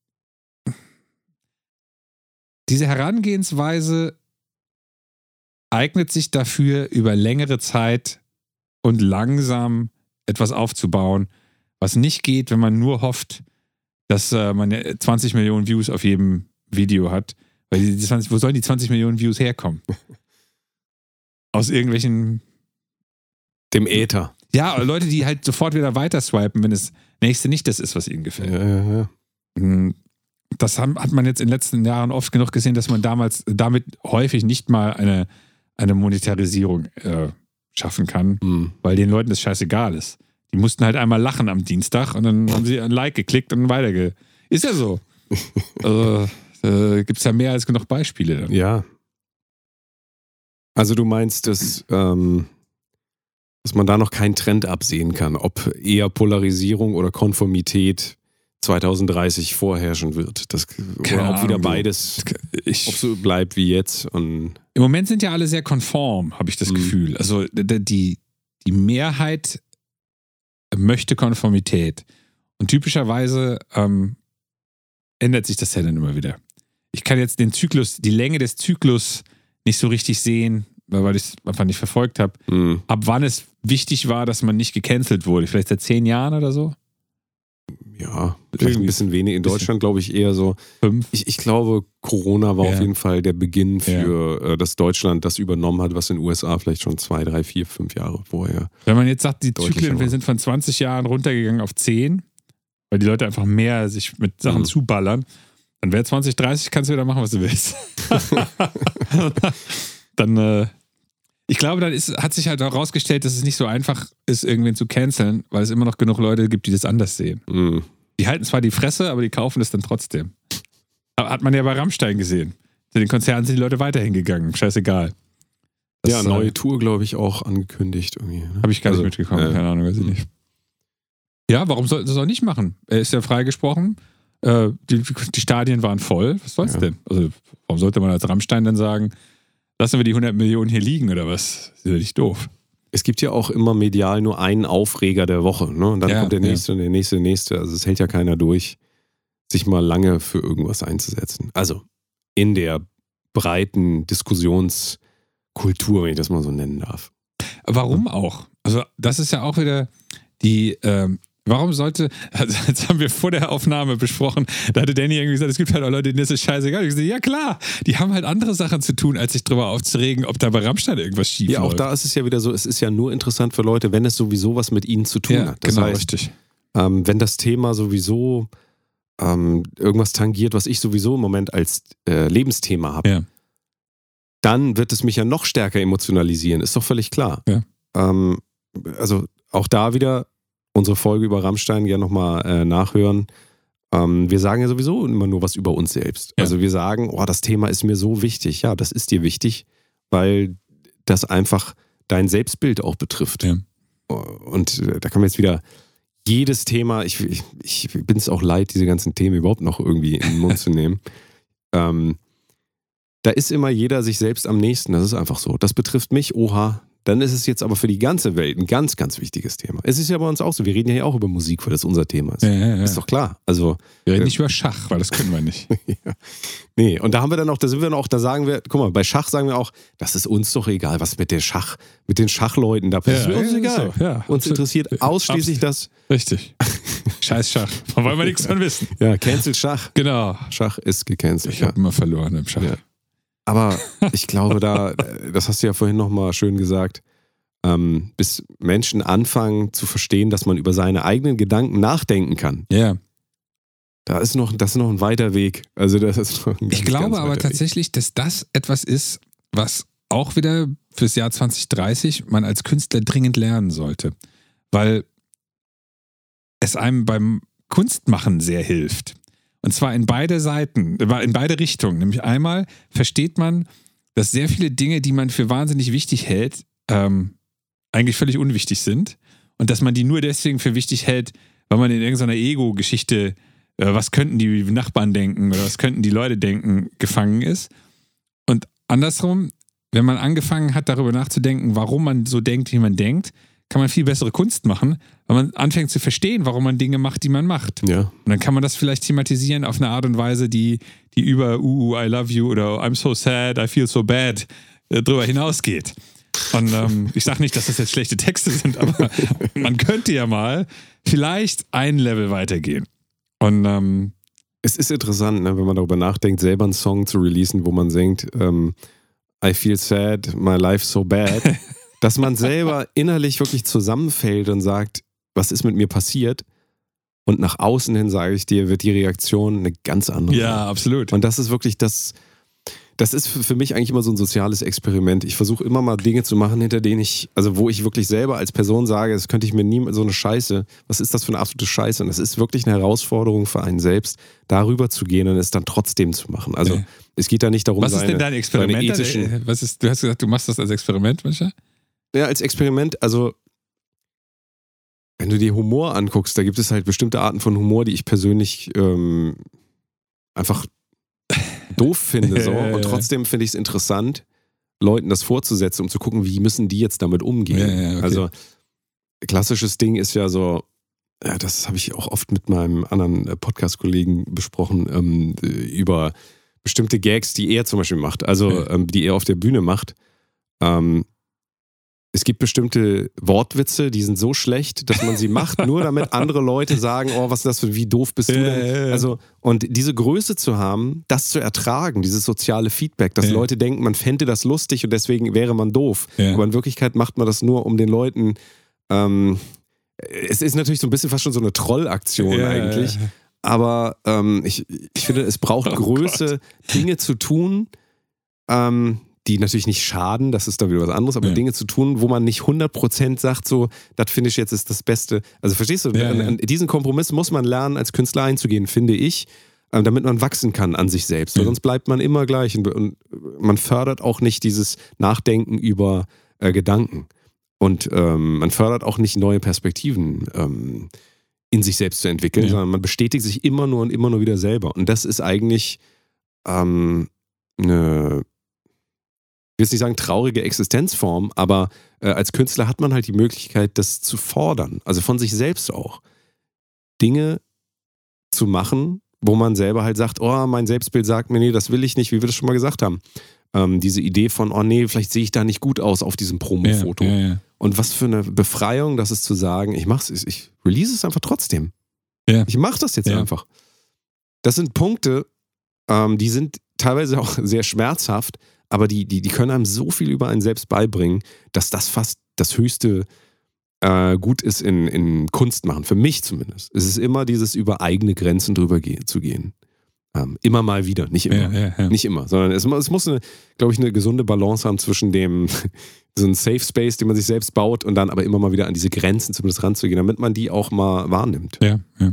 diese Herangehensweise eignet sich dafür, über längere Zeit und langsam etwas aufzubauen, was nicht geht, wenn man nur hofft, dass äh, man zwanzig Millionen Views auf jedem Video hat. Weil die zwanzig, wo sollen die zwanzig Millionen Views herkommen? Aus irgendwelchen... Dem Äther. Ja, Leute, die halt sofort wieder weiter swipen, wenn das nächste nicht das ist, was ihnen gefällt. Ja, ja, ja. Das hat man jetzt in den letzten Jahren oft genug gesehen, dass man damals damit häufig nicht mal eine, eine Monetarisierung äh, schaffen kann, Mhm. weil den Leuten das scheißegal ist. Die mussten halt einmal lachen am Dienstag und dann haben sie ein Like geklickt und weiterge... Ist ja so. Also, äh, gibt es ja mehr als genug Beispiele. Dann. Ja. Also du meinst, dass, ähm, dass man da noch keinen Trend absehen kann, ob eher Polarisierung oder Konformität zwanzig dreißig vorherrschen wird. Das, Keine oder ob wieder Ahnung, beides, Ich, ob so bleibt wie jetzt. Und Im Moment sind ja alle sehr konform, habe ich das Mhm. Gefühl. Also d- die, die Mehrheit möchte Konformität. Und typischerweise ähm, ändert sich das ja dann immer wieder. Ich kann jetzt den Zyklus, die Länge des Zyklus nicht so richtig sehen, weil ich es einfach nicht verfolgt habe. mh, Ab wann es wichtig war, dass man nicht gecancelt wurde. Vielleicht seit zehn Jahren oder so? ja, vielleicht ein bisschen wenig. In Deutschland glaube ich eher so. Fünf. Ich, ich glaube, Corona war Ja. auf jeden Fall der Beginn für ja. äh, das Deutschland das übernommen hat, was in den U S A vielleicht schon zwei, drei, vier, fünf Jahre vorher. Wenn man jetzt sagt, die Deutlich Zyklen, wir aber. sind von zwanzig Jahren runtergegangen auf zehn, weil die Leute einfach mehr sich mit Sachen Mhm. zuballern, dann wäre zwanzig dreißig, kannst du wieder machen, was du willst. Dann, äh, ich glaube, dann ist, hat sich halt auch rausgestellt, dass es nicht so einfach ist, irgendwen zu canceln, weil es immer noch genug Leute gibt, die das anders sehen. Mhm. Die halten zwar die Fresse, aber die kaufen es dann trotzdem. Aber hat man ja bei Rammstein gesehen. Zu den Konzerten sind die Leute weiterhin gegangen. Scheißegal. Das, Ja, neue äh, Tour, glaube ich, auch angekündigt irgendwie. Ne? Habe ich gar Also, nicht mitgekommen. äh, Keine Ahnung, weiß ich nicht. Ja, warum sollten sie es auch nicht machen? Er ist ja freigesprochen. Äh, die, die Stadien waren voll. Was soll's Ja. denn? Also, warum sollte man als Rammstein dann sagen, lassen wir die hundert Millionen hier liegen oder was? Ist ja nicht doof. Es gibt ja auch immer medial nur einen Aufreger der Woche. Ne? Und dann Ja, kommt der ja. nächste und der nächste, der nächste. Also es hält ja keiner durch, sich mal lange für irgendwas einzusetzen. Also in der breiten Diskussionskultur, wenn ich das mal so nennen darf. Warum auch? Also, das ist ja auch wieder die, ähm, warum sollte, also jetzt haben wir vor der Aufnahme besprochen, da hatte Danny irgendwie gesagt, es gibt halt auch Leute, denen ist es scheißegal. Ich gesagt, ja klar, die haben halt andere Sachen zu tun, als sich drüber aufzuregen, ob da bei Rammstein irgendwas schief Ja, auch läuft. da ist es ja wieder so, es ist ja nur interessant für Leute, wenn es sowieso was mit ihnen zu tun Ja, hat. Das genau, heißt, richtig. ähm, wenn das Thema sowieso ähm, irgendwas tangiert, was ich sowieso im Moment als äh, Lebensthema habe, Ja. dann wird es mich ja noch stärker emotionalisieren, ist doch völlig klar. Ja. Ähm, also auch da wieder unsere Folge über Rammstein gerne nochmal äh, nachhören. Ähm, wir sagen ja sowieso immer nur was über uns selbst. Ja. Also wir sagen, oh, das Thema ist mir so wichtig. Ja, das ist dir wichtig, weil das einfach dein Selbstbild auch betrifft. Ja. Und äh, da kann man jetzt wieder jedes Thema, ich, ich, ich bin es auch leid, diese ganzen Themen überhaupt noch irgendwie in den Mund zu nehmen. Ähm, da ist immer jeder sich selbst am nächsten. Das ist einfach so. Das betrifft mich, oha. Dann ist es jetzt aber für die ganze Welt ein ganz, ganz wichtiges Thema. Es ist ja bei uns auch so. Wir reden ja hier auch über Musik, weil das unser Thema ist. Ja, ja, ja. Ist doch klar. Also, Wir reden nicht über Schach, weil das können wir nicht. ja. Nee, und da haben wir dann auch, da sind wir dann auch, da sagen wir, guck mal, bei Schach sagen wir auch, das ist uns doch egal, was mit der Schach, mit den Schachleuten da passiert. Ja, uns ja, egal. so, ja, uns absolut. interessiert ausschließlich das, Richtig. Scheiß Schach. Da wollen wir nichts von wissen. ja, cancel Schach. Genau. Schach ist gecancelt. Ich Ja. habe immer verloren im Schach. Ja. Aber ich glaube da, das hast du ja vorhin nochmal schön gesagt, ähm, bis Menschen anfangen zu verstehen, dass man über seine eigenen Gedanken nachdenken kann. Ja. Da ist noch, das ist noch ein weiter Weg. Also das ist noch ein ganz, Ich glaube ganz aber weiter tatsächlich, dass das etwas ist, was auch wieder fürs Jahr zwanzig dreißig man als Künstler dringend lernen sollte. Weil es einem beim Kunstmachen sehr hilft. Und zwar in beide Seiten, in beide Richtungen. Nämlich einmal versteht man, dass sehr viele Dinge, die man für wahnsinnig wichtig hält, ähm, eigentlich völlig unwichtig sind. Und dass man die nur deswegen für wichtig hält, weil man in irgendeiner Ego-Geschichte, äh, was könnten die Nachbarn denken oder was könnten die Leute denken, gefangen ist. Und andersrum, wenn man angefangen hat, darüber nachzudenken, warum man so denkt, wie man denkt, kann man viel bessere Kunst machen, weil man anfängt zu verstehen, warum man Dinge macht, die man macht. Ja. Und dann kann man das vielleicht thematisieren auf eine Art und Weise, die, die über uh, I love you oder I'm so sad, I feel so bad äh, drüber hinausgeht. Und ähm, ich sage nicht, dass das jetzt schlechte Texte sind, aber man könnte ja mal vielleicht ein Level weitergehen. Und ähm, Es ist interessant, ne, wenn man darüber nachdenkt, selber einen Song zu releasen, wo man singt, ähm, I feel sad, my life so bad, dass man selber innerlich wirklich zusammenfällt und sagt, was ist mit mir passiert? Und nach außen hin, sage ich dir, wird die Reaktion eine ganz andere. ja, absolut. Und das ist wirklich das, das ist für mich eigentlich immer so ein soziales Experiment. Ich versuche immer mal Dinge zu machen, hinter denen ich, also wo ich wirklich selber als Person sage, das könnte ich mir nie, so eine Scheiße, was ist das für eine absolute Scheiße? Und das ist wirklich eine Herausforderung für einen selbst, darüber zu gehen und es dann trotzdem zu machen. Also Ja. es geht da nicht darum, Was ist seine, denn dein Experiment? seine ethischen, Äh, Was ist, du hast gesagt, du machst das als Experiment, Micha? ja, als Experiment, also wenn du dir Humor anguckst, da gibt es halt bestimmte Arten von Humor, die ich persönlich ähm, einfach doof finde. So. Und trotzdem finde ich es interessant, Leuten das vorzusetzen, um zu gucken, wie müssen die jetzt damit umgehen. Ja, ja, okay. Also klassisches Ding ist ja so, ja, das habe ich auch oft mit meinem anderen Podcast-Kollegen besprochen, ähm, über bestimmte Gags, die er zum Beispiel macht, also Ja. ähm, die er auf der Bühne macht. Ähm, es gibt bestimmte Wortwitze, die sind so schlecht, dass man sie macht, nur damit andere Leute sagen, oh, was ist das für, wie doof bist du denn? Also, und diese Größe zu haben, das zu ertragen, dieses soziale Feedback, dass ja. Leute denken, man fände das lustig und deswegen wäre man doof. Ja. Aber in Wirklichkeit macht man das nur, um den Leuten, ähm, es ist natürlich so ein bisschen fast schon so eine Trollaktion ja, eigentlich, ja, ja. aber ähm, ich, ich finde, es braucht Oh Größe, Gott. Dinge zu tun, ähm, die natürlich nicht schaden, das ist dann wieder was anderes, aber ja. Dinge zu tun, wo man nicht hundert Prozent sagt, so, das finde ich jetzt ist das Beste. Also verstehst du, Ja, an, ja. an diesen Kompromiss muss man lernen, als Künstler einzugehen, finde ich, äh, damit man wachsen kann an sich selbst, weil Ja. sonst bleibt man immer gleich und, und man fördert auch nicht dieses Nachdenken über äh, Gedanken und ähm, man fördert auch nicht neue Perspektiven ähm, in sich selbst zu entwickeln, Ja. sondern man bestätigt sich immer nur und immer nur wieder selber und das ist eigentlich ähm, eine ich will jetzt nicht sagen traurige Existenzform, aber äh, als Künstler hat man halt die Möglichkeit, das zu fordern, also von sich selbst auch. Dinge zu machen, wo man selber halt sagt, oh, mein Selbstbild sagt mir, nee, das will ich nicht, wie wir das schon mal gesagt haben. Ähm, diese Idee von, oh nee, vielleicht sehe ich da nicht gut aus auf diesem Promo-Foto. Ja, ja, ja. Und was für eine Befreiung, das ist zu sagen, ich mach's, ich release es einfach trotzdem. Ja. Ich mach das jetzt Ja. einfach. Das sind Punkte, ähm, die sind teilweise auch sehr schmerzhaft, aber die, die, die können einem so viel über einen selbst beibringen, dass das fast das höchste äh, Gut ist in, in Kunst machen, für mich zumindest. Es ist immer dieses über eigene Grenzen drüber ge- zu gehen. Ähm, immer mal wieder, nicht immer. Ja, ja, ja. Nicht immer, sondern es, es muss, eine, glaube ich, eine gesunde Balance haben zwischen dem, so ein Safe Space, den man sich selbst baut und dann aber immer mal wieder an diese Grenzen zumindest ranzugehen, damit man die auch mal wahrnimmt. Ja, ja.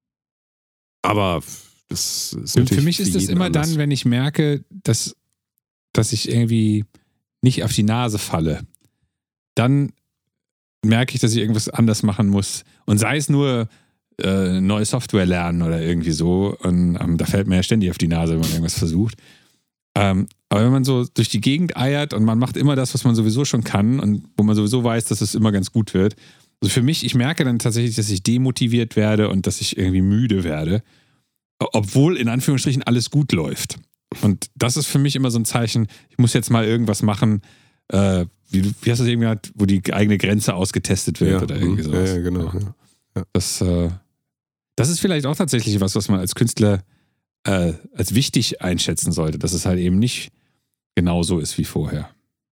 Aber das ist Für, natürlich für mich ist es jeden immer anders. dann, wenn ich merke, dass, dass ich irgendwie nicht auf die Nase falle. Dann merke ich, dass ich irgendwas anders machen muss. Und sei es nur äh, neue Software lernen oder irgendwie so. Und ähm, da fällt mir ja ständig auf die Nase, wenn man irgendwas versucht. Ähm, aber wenn man so durch die Gegend eiert und man macht immer das, was man sowieso schon kann und wo man sowieso weiß, dass es immer ganz gut wird. Also für mich, ich merke dann tatsächlich, dass ich demotiviert werde und dass ich irgendwie müde werde. Obwohl in Anführungsstrichen alles gut läuft. Und das ist für mich immer so ein Zeichen, ich muss jetzt mal irgendwas machen, äh, wie, wie hast du das eben gesagt, wo die eigene Grenze ausgetestet wird ja, oder irgendwie sowas. Ja, ja, genau. Ja. Ja. Das, äh, das ist vielleicht auch tatsächlich was, was man als Künstler äh, als wichtig einschätzen sollte, dass es halt eben nicht genauso ist wie vorher.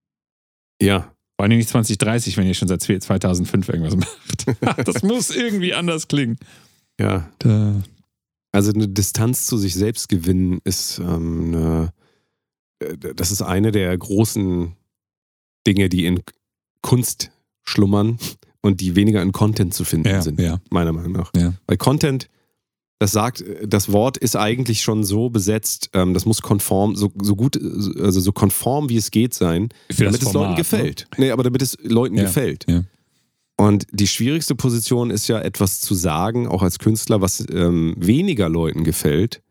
ja. Vor allem nicht zwanzig dreißig, wenn ihr schon seit zweitausendfünf irgendwas macht. Das muss irgendwie anders klingen. Ja. Da. Also eine Distanz zu sich selbst gewinnen ist ähm, eine, äh, das ist eine der großen Dinge, die in Kunst schlummern und die weniger in Content zu finden Ja, sind, ja. meiner Meinung nach. Ja. Weil Content, das sagt, das Wort ist eigentlich schon so besetzt, ähm, das muss konform, so, so gut, also so konform wie es geht sein, Für das damit es Format, Leuten gefällt. Nee, aber damit es Leuten Ja, gefällt. ja. Und die schwierigste Position ist ja, etwas zu sagen, auch als Künstler, was ähm, weniger Leuten gefällt,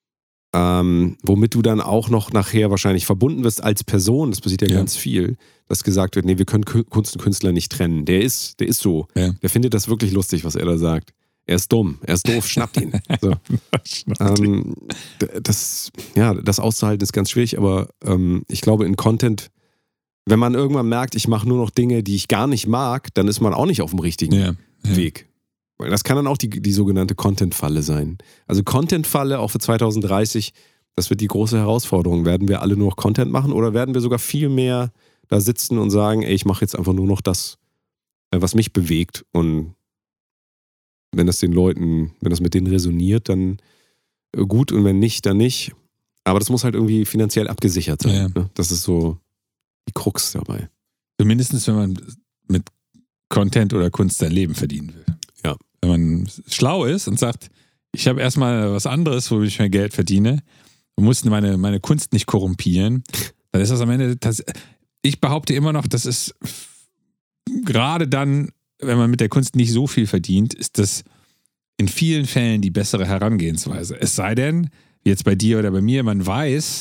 ähm, womit du dann auch noch nachher wahrscheinlich verbunden wirst als Person, das passiert ja, Ja. ganz viel, dass gesagt wird, nee, wir können Kunst und Künstler nicht trennen. Der ist, der ist so. Ja. Der findet das wirklich lustig, was er da sagt. Er ist dumm, er ist doof, schnappt ihn. So. ähm, d- das, ja, das auszuhalten ist ganz schwierig, aber ähm, ich glaube, in Content, wenn man irgendwann merkt, ich mache nur noch Dinge, die ich gar nicht mag, dann ist man auch nicht auf dem richtigen Ja. Ja. Weg. Weil das kann dann auch die, die sogenannte Content-Falle sein. Also Content-Falle auch für zwanzig dreißig, das wird die große Herausforderung. Werden wir alle nur noch Content machen oder werden wir sogar viel mehr da sitzen und sagen, ey, ich mache jetzt einfach nur noch das, äh, was mich bewegt, und wenn das den Leuten, wenn das mit denen resoniert, dann äh, gut, und wenn nicht, dann nicht. Aber das muss halt irgendwie finanziell abgesichert sein. Ja. Ne? Das ist so die Krux dabei. Zumindest, wenn man mit Content oder Kunst sein Leben verdienen will. Ja. Wenn man schlau ist und sagt, ich habe erstmal was anderes, wo ich mehr Geld verdiene und muss meine, meine Kunst nicht korrumpieren, dann ist das am Ende, das, ich behaupte immer noch, das ist gerade dann, wenn man mit der Kunst nicht so viel verdient, ist das in vielen Fällen die bessere Herangehensweise. Es sei denn, wie jetzt bei dir oder bei mir, man weiß,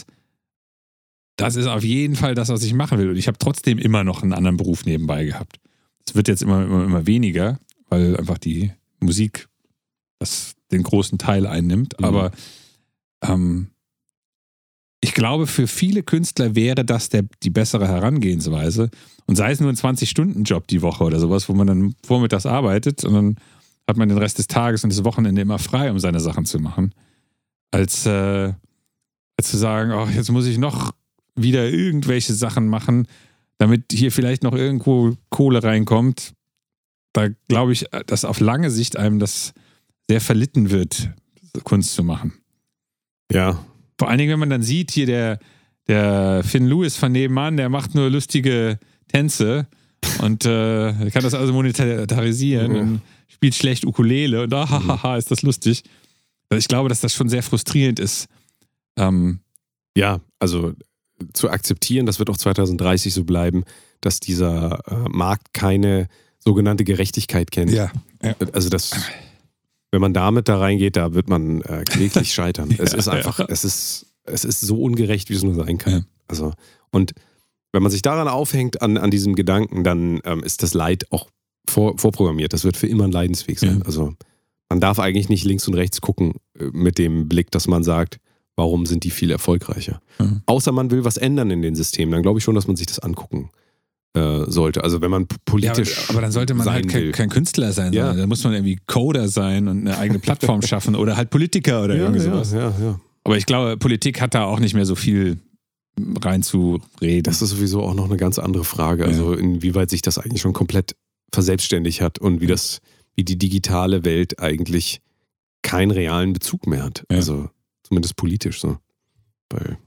das ist auf jeden Fall das, was ich machen will. Und ich habe trotzdem immer noch einen anderen Beruf nebenbei gehabt. Es wird jetzt immer, immer, immer weniger, weil einfach die Musik das den großen Teil einnimmt. Mhm. Aber ähm, ich glaube, für viele Künstler wäre das der, die bessere Herangehensweise. Und sei es nur ein zwanzig-Stunden-Job die Woche oder sowas, wo man dann vormittags arbeitet und dann hat man den Rest des Tages und das Wochenende immer frei, um seine Sachen zu machen. Als, äh, als zu sagen, oh, jetzt muss ich noch wieder irgendwelche Sachen machen, damit hier vielleicht noch irgendwo Kohle reinkommt. Da glaube ich, dass auf lange Sicht einem das sehr verlitten wird, Kunst zu machen. Ja. Vor allen Dingen, wenn man dann sieht, hier der, der Finn Lewis von nebenan, der macht nur lustige Tänze und äh, kann das also monetarisieren Mhm. und spielt schlecht Ukulele und ah, hahaha, ist das lustig. Also ich glaube, dass das schon sehr frustrierend ist. Ähm, Ja, also zu akzeptieren, das wird auch zwanzig dreißig so bleiben, dass dieser äh, Markt keine sogenannte Gerechtigkeit kennt. ja. ja. Also das, wenn man damit da reingeht, da wird man äh, kläglich scheitern. Es ist einfach, es ist, es ist so ungerecht, wie es nur sein kann. Ja. Also, und wenn man sich daran aufhängt, an, an diesem Gedanken, dann ähm, ist das Leid auch vor, vorprogrammiert. Das wird für immer ein Leidensweg sein. Ja. Also man darf eigentlich nicht links und rechts gucken äh, mit dem Blick, dass man sagt, warum sind die viel erfolgreicher? Mhm. Außer man will was ändern in den Systemen, dann glaube ich schon, dass man sich das angucken äh, sollte. Also wenn man p- Ja, politisch aber, aber dann sollte man sein halt kein, will. kein Künstler sein, Ja. sondern da muss man irgendwie Coder sein und eine eigene Plattform schaffen oder halt Politiker oder ja, irgendwie ja, sowas. ja, ja. Aber ich glaube, Politik hat da auch nicht mehr so viel reinzureden. Das ist sowieso auch noch eine ganz andere Frage. Also inwieweit sich das eigentlich schon komplett verselbstständigt hat und wie das, wie die digitale Welt eigentlich keinen realen Bezug mehr hat. Ja. Also zumindest politisch so. Weil,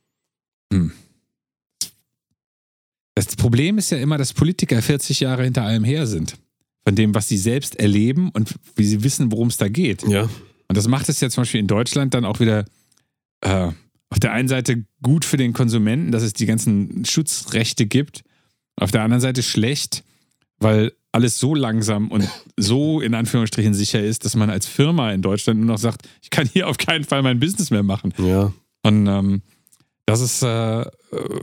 Das Problem ist ja immer, dass Politiker vierzig Jahre hinter allem her sind. Von dem, was sie selbst erleben und wie sie wissen, worum es da geht. ja. Und das macht es ja zum Beispiel in Deutschland dann auch wieder äh, auf der einen Seite gut für den Konsumenten, dass es die ganzen Schutzrechte gibt. Auf der anderen Seite schlecht, weil alles so langsam und so in Anführungsstrichen sicher ist, dass man als Firma in Deutschland nur noch sagt, ich kann hier auf keinen Fall mein Business mehr machen. Ja. Und ähm, das ist, äh, äh,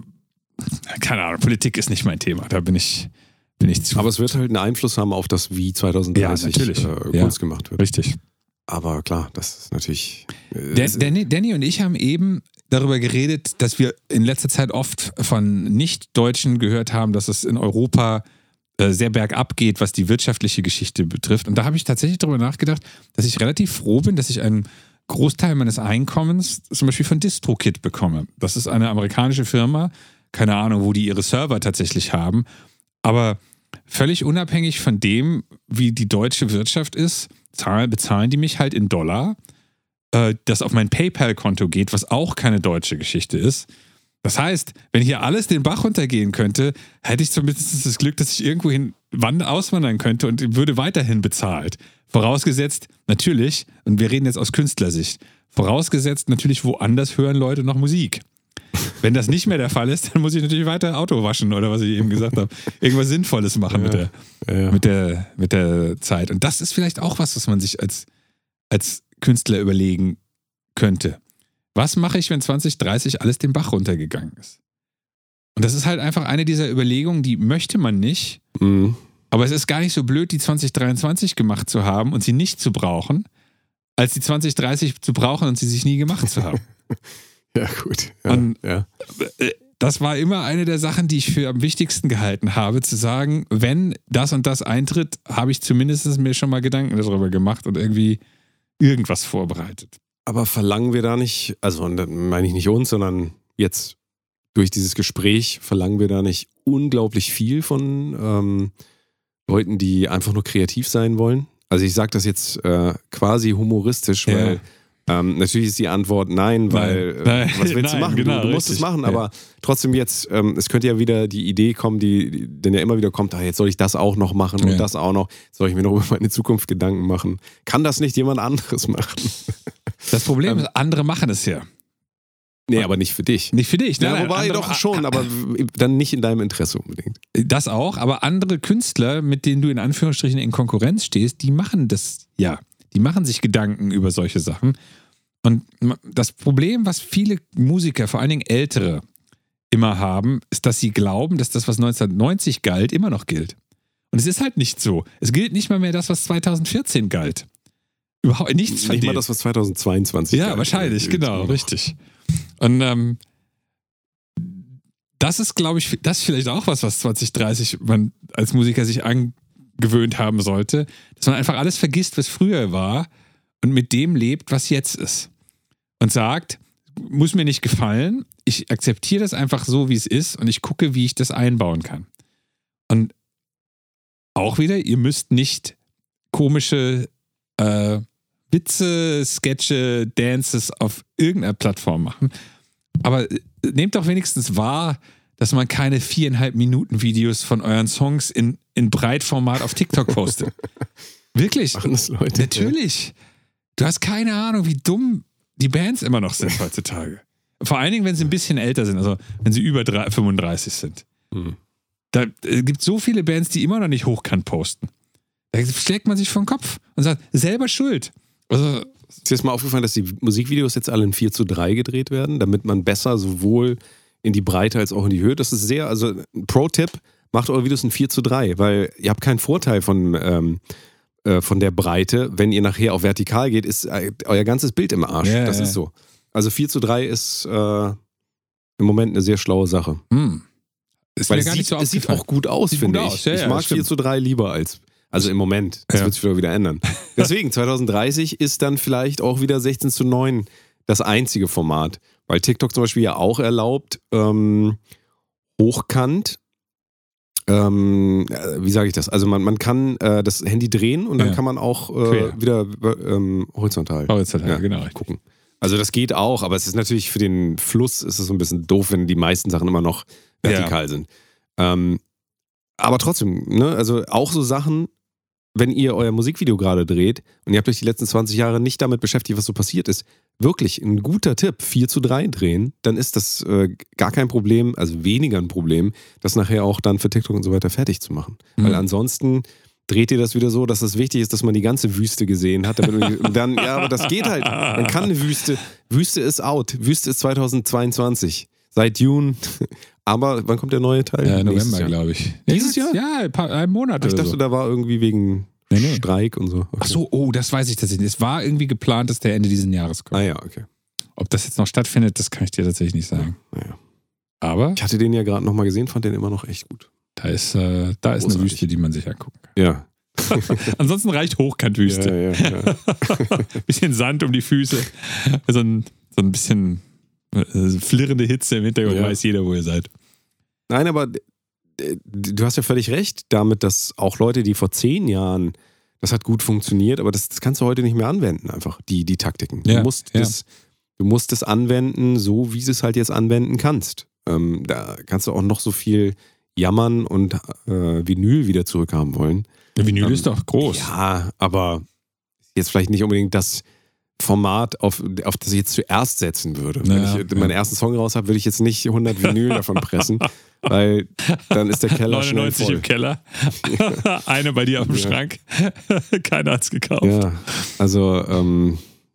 keine Ahnung, Politik ist nicht mein Thema. Da bin ich, bin ich zu. Aber es wird halt einen Einfluss haben auf das, wie zwanzig dreißig Ja, natürlich. äh, Ja. Kunst gemacht wird. Richtig. Aber klar, das ist natürlich. Äh, Dan- es- Danny, Danny und ich haben eben darüber geredet, dass wir in letzter Zeit oft von Nicht-Deutschen gehört haben, dass es in Europa äh, sehr bergab geht, was die wirtschaftliche Geschichte betrifft. Und da habe ich tatsächlich darüber nachgedacht, dass ich relativ froh bin, dass ich einen Großteil meines Einkommens zum Beispiel von DistroKid bekomme. Das ist eine amerikanische Firma, keine Ahnung, wo die ihre Server tatsächlich haben, aber völlig unabhängig von dem, wie die deutsche Wirtschaft ist, zahlen, bezahlen die mich halt in Dollar, äh, das auf mein PayPal-Konto geht, was auch keine deutsche Geschichte ist. Das heißt, wenn hier alles den Bach runtergehen könnte, hätte ich zumindest das Glück, dass ich irgendwohin wand- auswandern könnte und würde weiterhin bezahlt. Vorausgesetzt, natürlich, und wir reden jetzt aus Künstlersicht, vorausgesetzt natürlich, woanders hören Leute noch Musik. Wenn das nicht mehr der Fall ist, dann muss ich natürlich weiter Auto waschen oder was ich eben gesagt habe. Irgendwas Sinnvolles machen mit, der, ja. mit, der, mit der Zeit. Und das ist vielleicht auch was, was man sich als, als Künstler überlegen könnte. Was mache ich, wenn zwanzig dreißig alles den Bach runtergegangen ist? Und das ist halt einfach eine dieser Überlegungen, die möchte man nicht. Mhm. Aber es ist gar nicht so blöd, die zwanzig dreiundzwanzig gemacht zu haben und sie nicht zu brauchen, als die zwanzig dreißig zu brauchen und sie sich nie gemacht zu haben. Ja, gut. Ja, Und- ja. Das war immer eine der Sachen, die ich für am wichtigsten gehalten habe, zu sagen, wenn das und das eintritt, habe ich zumindest mir schon mal Gedanken darüber gemacht und irgendwie irgendwas vorbereitet. Aber verlangen wir da nicht, also und dann meine ich nicht uns, sondern jetzt durch dieses Gespräch verlangen wir da nicht unglaublich viel von ähm, Leuten, die einfach nur kreativ sein wollen? Also ich sage das jetzt äh, quasi humoristisch, Ja. weil ähm, natürlich ist die Antwort nein, weil Nein. Nein. äh, was willst du Nein, machen? genau, du, du musst richtig. es machen, Ja. aber trotzdem jetzt, ähm, es könnte ja wieder die Idee kommen, die, die dann ja immer wieder kommt, ah, jetzt soll ich das auch noch machen Ja. und das auch noch, soll ich mir noch über meine Zukunft Gedanken machen? Kann das nicht jemand anderes machen? Das Problem ist, andere machen es ja. Nee, aber nicht für dich. Nicht für dich. Ja, Nein, nein, wobei andere- doch schon, aber dann nicht in deinem Interesse unbedingt. Das auch, aber andere Künstler, mit denen du in Anführungsstrichen in Konkurrenz stehst, die machen das ja. Die machen sich Gedanken über solche Sachen. Und das Problem, was viele Musiker, vor allen Dingen ältere, immer haben, ist, dass sie glauben, dass das, was neunzehnhundertneunzig galt, immer noch gilt. Und es ist halt nicht so. Es gilt nicht mal mehr das, was zweitausendvierzehn galt. Überhaupt nichts von Nicht mal dem. das, was zweitausendzweiundzwanzig Ja, galt. wahrscheinlich, Äh, genau, noch. richtig. Und ähm, das ist, glaube ich, das ist vielleicht auch was, was zwanzig dreißig man als Musiker sich angewöhnt haben sollte, dass man einfach alles vergisst, was früher war und mit dem lebt, was jetzt ist. Und sagt, muss mir nicht gefallen, ich akzeptiere das einfach so, wie es ist und ich gucke, wie ich das einbauen kann. Und auch wieder, ihr müsst nicht komische äh, Witze, Sketche, Dances auf irgendeiner Plattform machen. Aber nehmt doch wenigstens wahr, dass man keine viereinhalb Minuten Videos von euren Songs in, in Breitformat auf TikTok postet. Wirklich. Machen das Leute? Natürlich. Du hast keine Ahnung, wie dumm die Bands immer noch sind heutzutage. Vor allen Dingen, wenn sie ein bisschen älter sind, also wenn sie über fünfunddreißig sind. Hm. Da äh, gibt es so viele Bands, die immer noch nicht hochkant posten. Da schlägt man sich vor den Kopf und sagt, selber schuld. Also, ist dir jetzt mal aufgefallen, dass die Musikvideos jetzt alle in vier zu drei gedreht werden, damit man besser sowohl in die Breite als auch in die Höhe, das ist sehr, also ein Pro-Tipp, macht eure Videos in vier zu drei, weil ihr habt keinen Vorteil von, ähm, äh, von der Breite. Wenn ihr nachher auf vertikal geht, ist äh, euer ganzes Bild im Arsch. Ja, das ja. ist so. Also vier zu drei ist äh, im Moment eine sehr schlaue Sache. hm. Ist Weil mir es gar sieht, nicht so es sieht aufgefallen. auch gut aus, Sieht finde gut ich. aus, ja, ich ja, mag das stimmt. vier zu drei lieber als, also im Moment. Das Ja. wird sich wieder wieder ändern. Deswegen, zwanzig dreißig ist dann vielleicht auch wieder sechzehn zu neun das einzige Format. Weil TikTok zum Beispiel ja auch erlaubt, ähm, hochkant, ähm, äh, wie sage ich das? Also man, man kann äh, das Handy drehen und dann Ja. kann man auch äh, Quer. wieder ähm, horizontal Horizontal, Ja, genau. gucken. Also das geht auch, aber es ist natürlich für den Fluss ist es so ein bisschen doof, wenn die meisten Sachen immer noch vertikal Ja. sind. Ähm, aber trotzdem, ne, also auch so Sachen, wenn ihr euer Musikvideo gerade dreht und ihr habt euch die letzten zwanzig Jahre nicht damit beschäftigt, was so passiert ist, wirklich ein guter Tipp, vier zu drei drehen, dann ist das äh, gar kein Problem, also weniger ein Problem, das nachher auch dann für TikTok und so weiter fertig zu machen. Mhm. Weil ansonsten dreht ihr das wieder so, dass es wichtig ist, dass man die ganze Wüste gesehen hat. Damit man, und dann, ja, aber das geht halt. Man kann eine Wüste, Wüste ist out. Wüste ist zweitausendzweiundzwanzig. Seit June. Aber wann kommt der neue Teil? Ja, Nächstes November, Jahr. glaube ich. Dieses Jahr? Ja, ein paar, einen Monat Ich oder dachte, so. da war irgendwie wegen Nee, nee. Streik und so. Okay. Ach so, oh, das weiß ich tatsächlich nicht. Es war irgendwie geplant, dass der Ende dieses Jahres kommt. Ah ja, okay. Ob das jetzt noch stattfindet, das kann ich dir tatsächlich nicht sagen. Naja. Aber Ich hatte den ja gerade nochmal gesehen, fand den immer noch echt gut. da ist, äh, da ist eine Großartig. Wüste, die man sich angucken kann. Ja. Ansonsten reicht Hochkantwüste. Ja, ja, ja. Bisschen Sand um die Füße. So ein, so ein bisschen äh, flirrende Hitze im Hintergrund, Ja. weiß jeder, wo ihr seid. Nein, aber äh, du hast ja völlig recht damit, dass auch Leute, die vor zehn Jahren, das hat gut funktioniert, aber das, das kannst du heute nicht mehr anwenden, einfach, die, die Taktiken. Du, Ja, musst ja. das, du musst es anwenden, so wie du es halt jetzt anwenden kannst. Ähm, da kannst du auch noch so viel jammern und äh, Vinyl wieder zurückhaben wollen. Der Vinyl Ähm, ist doch groß. Ja, aber jetzt vielleicht nicht unbedingt das Format, auf, auf das ich jetzt zuerst setzen würde. Wenn Ja, ich meinen ja. ersten Song raus habe, würde ich jetzt nicht hundert Vinyl davon pressen, weil dann ist der Keller schnell neunundneunzig voll. im Keller. Eine bei dir auf dem Ja. Schrank. Keiner hat's gekauft. Ja, also ähm,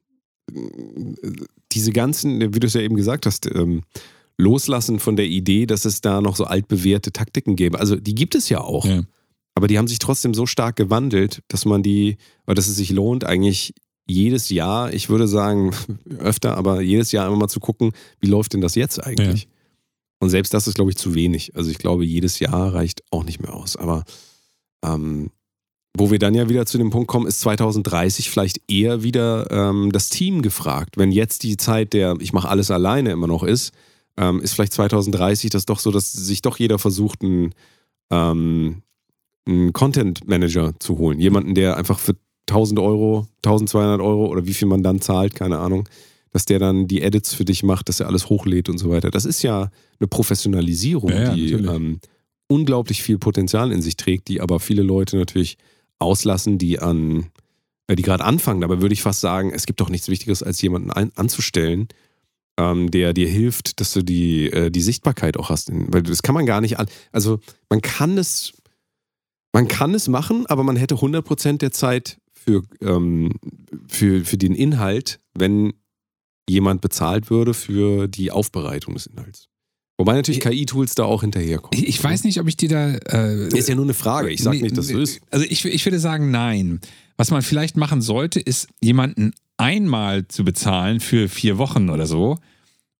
diese ganzen, wie du es ja eben gesagt hast, ähm, loslassen von der Idee, dass es da noch so altbewährte Taktiken gäbe. Also die gibt es ja auch. Ja. Aber die haben sich trotzdem so stark gewandelt, dass man die, oder dass es sich lohnt, eigentlich jedes Jahr, ich würde sagen, öfter, aber jedes Jahr immer mal zu gucken, wie läuft denn das jetzt eigentlich? Ja. Und selbst das ist, glaube ich, zu wenig. Also ich glaube, jedes Jahr reicht auch nicht mehr aus. Aber ähm, wo wir dann ja wieder zu dem Punkt kommen, ist zwanzig dreißig vielleicht eher wieder ähm, das Team gefragt. Wenn jetzt die Zeit der ich mache alles alleine immer noch ist, ähm, ist vielleicht zwanzig dreißig das doch so, dass sich doch jeder versucht, einen, ähm, einen Content Manager zu holen. Jemanden, der einfach für tausend Euro, tausendzweihundert Euro oder wie viel man dann zahlt, keine Ahnung, dass der dann die Edits für dich macht, dass er alles hochlädt und so weiter. Das ist ja eine Professionalisierung, Ja, ja, die natürlich. ähm, unglaublich viel Potenzial in sich trägt, die aber viele Leute natürlich auslassen, die an, äh, die gerade anfangen. Dabei würde ich fast sagen, es gibt doch nichts Wichtigeres, als jemanden ein, anzustellen, ähm, der dir hilft, dass du die, äh, die Sichtbarkeit auch hast. Weil das kann man gar nicht, an, also man kann es, man kann es machen, aber man hätte hundert Prozent der Zeit für, ähm, für, für den Inhalt, wenn jemand bezahlt würde für die Aufbereitung des Inhalts. Wobei natürlich K I-Tools da auch hinterherkommen. Ich, ich weiß nicht, ob ich dir da. Äh, Ist ja nur eine Frage. Ich sage Nee, nicht, dass es so ist. Also ich, ich würde sagen, nein. Was man vielleicht machen sollte, ist, jemanden einmal zu bezahlen für vier Wochen oder so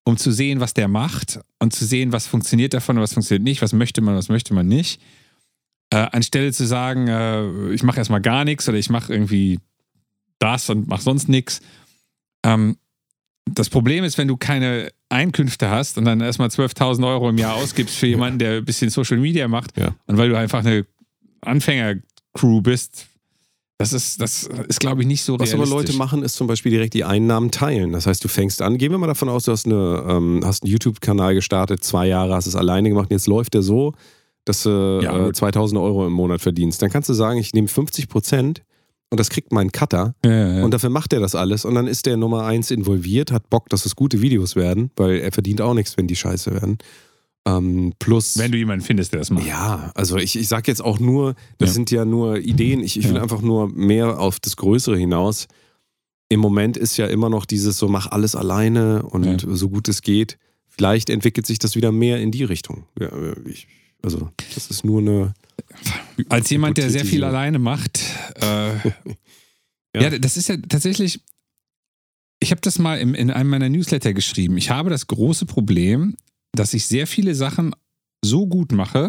um zu sehen, was der macht und zu sehen, was funktioniert davon und was funktioniert nicht, was möchte man, was möchte man nicht. Äh, anstelle zu sagen, äh, ich mache erstmal gar nichts oder ich mache irgendwie das und mache sonst nichts. Ähm, das Problem ist, wenn du keine Einkünfte hast und dann erstmal zwölftausend Euro im Jahr ausgibst für jemanden, der ein bisschen Social Media macht Ja. und weil du einfach eine Anfänger-Crew bist, das ist, das ist glaube ich, nicht so Was realistisch. aber Leute machen, ist zum Beispiel direkt die Einnahmen teilen. Das heißt, du fängst an, gehen wir mal davon aus, du hast, eine, ähm, hast einen YouTube-Kanal gestartet, zwei Jahre, hast es alleine gemacht und jetzt läuft der so, dass du Ja, äh, zweitausend Euro im Monat verdienst. Dann kannst du sagen, ich nehme fünfzig Prozent und das kriegt mein Cutter Ja, ja, ja. und dafür macht er das alles und dann ist der Nummer eins involviert, hat Bock, dass es gute Videos werden, weil er verdient auch nichts, wenn die scheiße werden. Ähm, plus... Wenn du jemanden findest, der das macht. Ja, also ich, ich sag jetzt auch nur, das Ja. sind ja nur Ideen, ich, ich will Ja. einfach nur mehr auf das Größere hinaus. Im Moment ist ja immer noch dieses so, mach alles alleine und Ja. so gut es geht. Vielleicht entwickelt sich das wieder mehr in die Richtung. Ja, ich, also das ist nur eine... Als jemand, der sehr viel Hypothetisierung. alleine macht, äh, ja. Ja. das ist ja tatsächlich, ich habe das mal in, in einem meiner Newsletter geschrieben. Ich habe das große Problem, dass ich sehr viele Sachen so gut mache,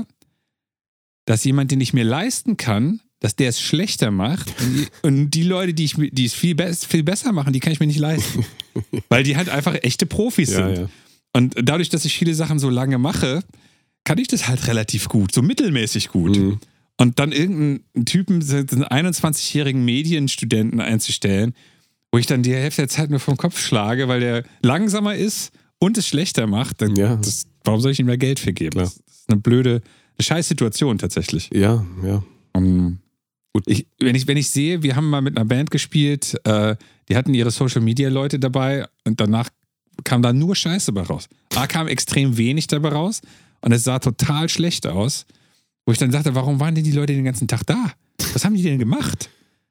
dass jemand, den ich mir leisten kann, dass der es schlechter macht und die, und die Leute, die, ich, die es viel, be- viel besser machen, die kann ich mir nicht leisten. Weil die halt einfach echte Profis Ja, sind. ja. Und dadurch, dass ich viele Sachen so lange mache, kann ich das halt relativ gut, so mittelmäßig gut. Mhm. Und dann irgendeinen Typen, einen einundzwanzigjährigen Medienstudenten einzustellen, wo ich dann die Hälfte der Zeit nur vom Kopf schlage, weil der langsamer ist und es schlechter macht, dann Ja. das, warum soll ich ihm da Geld für geben? Klar. Das ist eine blöde, eine scheiß Situation tatsächlich. Ja, ja. Um, Gut. ich, wenn, ich, wenn ich sehe, wir haben mal mit einer Band gespielt, äh, die hatten ihre Social-Media-Leute dabei und danach kam da nur Scheiße bei raus. Da kam extrem wenig dabei raus und es sah total schlecht aus, wo ich dann dachte, warum waren denn die Leute den ganzen Tag da? Was haben die denn gemacht?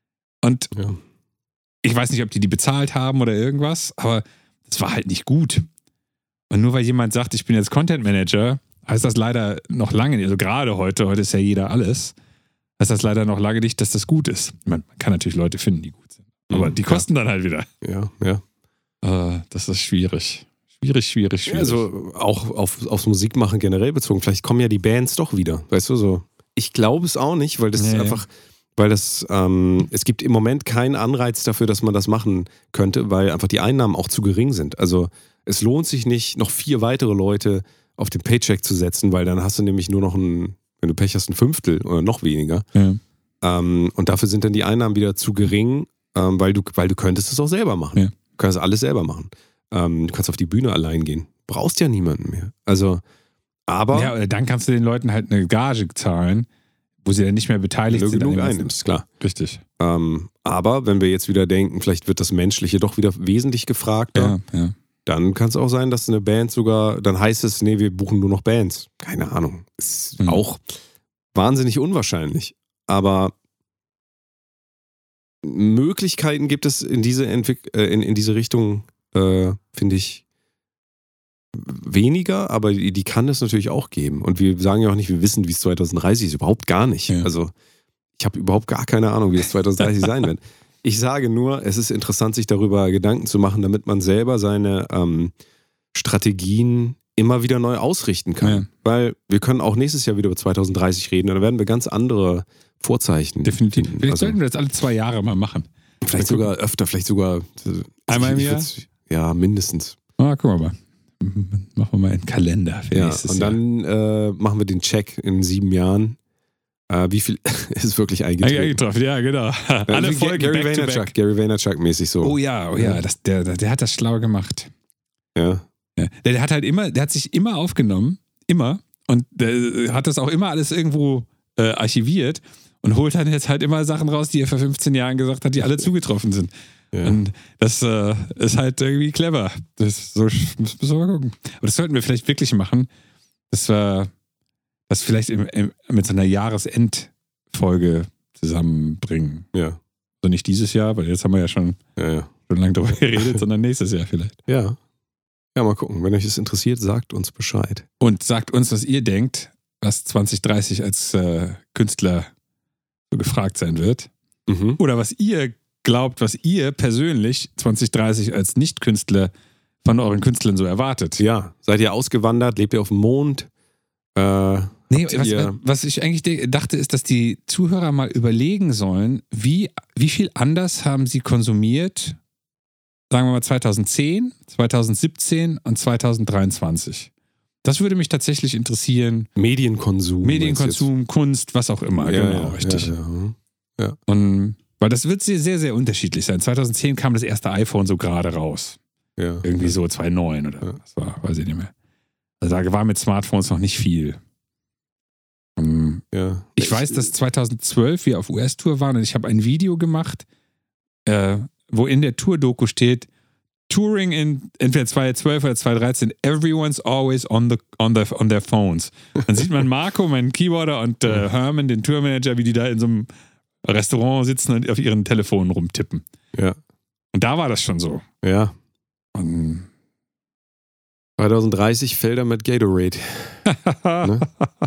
Und Ja. ich weiß nicht, ob die die bezahlt haben oder irgendwas, aber es war halt nicht gut. Und nur weil jemand sagt, ich bin jetzt Content Manager, heißt das leider noch lange nicht, also gerade heute, heute ist ja jeder alles, heißt das leider noch lange nicht, dass das gut ist. Ich meine, man kann natürlich Leute finden, die gut sind. Aber Mhm, die kosten dann halt wieder. Ja, ja. Äh, das ist schwierig. Schwierig, schwierig, schwierig. Also auch auf, aufs Musikmachen generell bezogen. Vielleicht kommen ja die Bands doch wieder. Weißt du so? Ich glaube es auch nicht, weil das Ja, ist ja. einfach, weil das, ähm, es gibt im Moment keinen Anreiz dafür, dass man das machen könnte, weil einfach die Einnahmen auch zu gering sind. Also es lohnt sich nicht, noch vier weitere Leute auf den Paycheck zu setzen, weil dann hast du nämlich nur noch ein, wenn du Pech hast, ein Fünftel oder noch weniger. ja. Ähm, und dafür sind dann die Einnahmen wieder zu gering, ähm, weil, du, weil du könntest es auch selber machen. Ja. Du kannst alles selber machen. Ähm, du kannst auf die Bühne allein gehen. Brauchst ja niemanden mehr. Also, aber ja, oder dann kannst du den Leuten halt eine Gage zahlen, wo sie dann nicht mehr beteiligt wenn du sind. an genug dem ganzen- einnimmst, klar. Richtig. Ähm, aber wenn wir jetzt wieder denken, vielleicht wird das Menschliche doch wieder wesentlich gefragter, Ja, ja. dann kann es auch sein, dass eine Band sogar, dann heißt es, nee, wir buchen nur noch Bands. Keine Ahnung. Ist Mhm. auch wahnsinnig unwahrscheinlich. Aber Möglichkeiten gibt es in diese, Entwick äh, in, in diese Richtung, äh, finde ich, weniger, aber die, die kann es natürlich auch geben. Und wir sagen ja auch nicht, wir wissen, wie es zwanzig dreißig ist. Überhaupt gar nicht. Ja. Also ich habe überhaupt gar keine Ahnung, wie es zwanzig dreißig sein wird. Ich sage nur, es ist interessant, sich darüber Gedanken zu machen, damit man selber seine ähm, Strategien immer wieder neu ausrichten kann. Ja. Weil wir können auch nächstes Jahr wieder über zwanzig dreißig reden und da werden wir ganz andere Vorzeichen Definitiv. finden. Vielleicht Also, sollten wir das alle zwei Jahre mal machen. vielleicht sogar öfter, vielleicht sogar äh, Einmal im ich Jahr? würd's- Ja, mindestens. Ah, gucken wir mal. Machen wir mal einen Kalender für Ja, nächstes und Jahr. dann äh, machen wir den Check in sieben Jahren. Äh, wie viel ist wirklich eingetreten? Eingetroffen, ja, genau. Ja, Alle wie Folgen Gary back to Vaynerchuk, back. Gary Vaynerchuk mäßig so. Oh ja, oh ja, das, der, der hat das schlau gemacht. Ja. Ja. Der, der hat halt immer, der hat sich immer aufgenommen, immer, und der hat das auch immer alles irgendwo äh, archiviert und holt dann jetzt halt immer Sachen raus, die er vor fünfzehn Jahren gesagt hat, die alle zugetroffen sind. Ja. Und das äh, ist halt irgendwie clever. Das, so müssen wir mal gucken. Aber das sollten wir vielleicht wirklich machen, dass wir das vielleicht im, im, mit so einer Jahresendfolge zusammenbringen. Ja. Also nicht dieses Jahr, weil jetzt haben wir ja schon, Ja, ja. schon lange darüber geredet, sondern nächstes Jahr vielleicht. Ja. Ja, mal gucken. Wenn euch das interessiert, sagt uns Bescheid. Und sagt uns, was ihr denkt, was zwanzig dreißig als äh, Künstler so gefragt sein wird. Mhm. Oder was ihr glaubt, was ihr persönlich zwanzig dreißig als Nicht-Künstler von euren Künstlern so erwartet. Ja, seid ihr ausgewandert? Lebt ihr auf dem Mond? Äh, Nee, habt was, ihr- was ich eigentlich de- dachte, ist, dass die Zuhörer mal überlegen sollen, wie, wie viel anders haben sie konsumiert, sagen wir mal zweitausendzehn, zweitausendsiebzehn und zweitausenddreiundzwanzig. Das würde mich tatsächlich interessieren. Medienkonsum. Medienkonsum, Kunst, was auch immer. meinst du jetzt? genau, ja, richtig. Ja, ja. Und, weil das wird sehr, sehr, sehr unterschiedlich sein. zweitausendzehn kam das erste iPhone so gerade raus. ja. Irgendwie so zweitausendneun oder Ja. was war, weiß ich nicht mehr. Also da war mit Smartphones noch nicht viel. Um, Ja. Ich weiß, dass zweitausendzwölf wir auf U S-Tour waren und ich habe ein Video gemacht, äh, wo in der Tour-Doku steht, Touring in entweder zweitausendzwölf oder zweitausenddreizehn, everyone's always on, the, on, the, on their phones. Dann sieht man Marco, meinen Keyboarder, und äh, Herman, den Tourmanager, wie die da in so einem Restaurant sitzen und auf ihren Telefonen rumtippen. Ja. Und da war das schon so. Ja. Und zweitausenddreißig Felder mit Gatorade. Ne?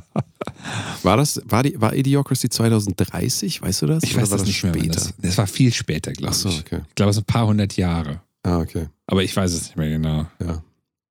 War das, war die, war Idiocracy zweitausenddreißig? Weißt du das? Ich Oder weiß war das nicht mehr. wann später. Das, das war viel später, glaube Achso, ich. okay. Ich glaube, es sind ein paar hundert Jahre. Ah, okay. Aber ich weiß es nicht mehr genau. Ja.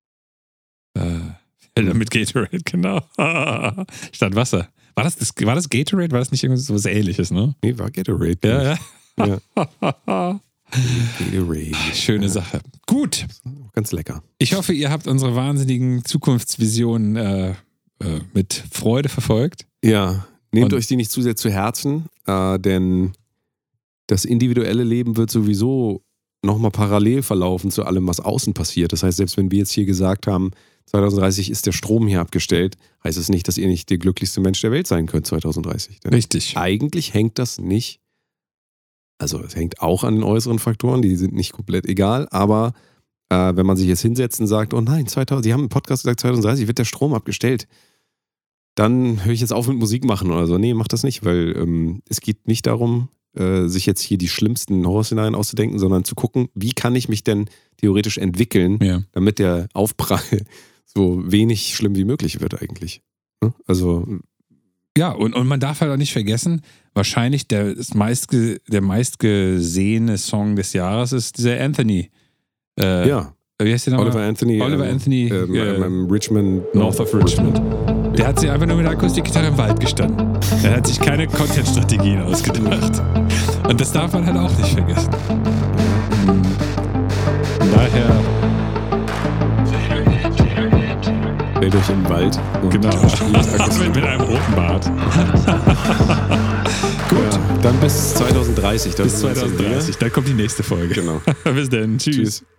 Äh, Felder mit Gatorade, genau. Statt Wasser. War das, das, war das Gatorade? War das nicht irgendwas so was Ähnliches, ne? Nee, war Gatorade. Ja, ja. Ja. Gatorade. Schöne Ja. Sache. Gut. Ganz lecker. Ich hoffe, ihr habt unsere wahnsinnigen Zukunftsvisionen äh, äh, mit Freude verfolgt. Ja, nehmt Und- euch die nicht zu sehr zu Herzen, äh, denn das individuelle Leben wird sowieso nochmal parallel verlaufen zu allem, was außen passiert. Das heißt, selbst wenn wir jetzt hier gesagt haben, zweitausenddreißig ist der Strom hier abgestellt, heißt es nicht, dass ihr nicht der glücklichste Mensch der Welt sein könnt zweitausenddreißig. Denn Richtig. eigentlich hängt das nicht, also es hängt auch an den äußeren Faktoren, die sind nicht komplett egal, aber äh, wenn man sich jetzt hinsetzt und sagt, oh nein, zweitausend, Sie haben im Podcast gesagt, zweitausenddreißig wird der Strom abgestellt, dann höre ich jetzt auf mit Musik machen oder so. Nee, mach das nicht, weil ähm, es geht nicht darum, äh, sich jetzt hier die schlimmsten Horrorszenarien auszudenken, sondern zu gucken, wie kann ich mich denn theoretisch entwickeln, Ja. damit der Aufprall so wenig schlimm wie möglich wird eigentlich. Ne? Also, Ja, und, und man darf halt auch nicht vergessen, wahrscheinlich der, das meistge, der meistgesehene Song des Jahres ist dieser Anthony. Äh, ja, Wie heißt der nochmal? Oliver Anthony. Oliver ähm, Anthony, ähm, äh, ähm, Richmond. North of Richmond. Der hat sich einfach nur mit der Akustikgitarre im Wald gestanden. Er hat sich keine Content-Strategien ausgedacht. Und das darf man halt auch nicht vergessen. Von daher, Stellt euch im Wald. Und genau, spielt Akustik. mit, mit einem roten Bart. Gut, ja, dann bis zweitausenddreißig. Dann Bis sind wir uns dann wieder. zweitausenddreißig, dann kommt die nächste Folge. Genau. Bis dann, tschüss. Tschüss.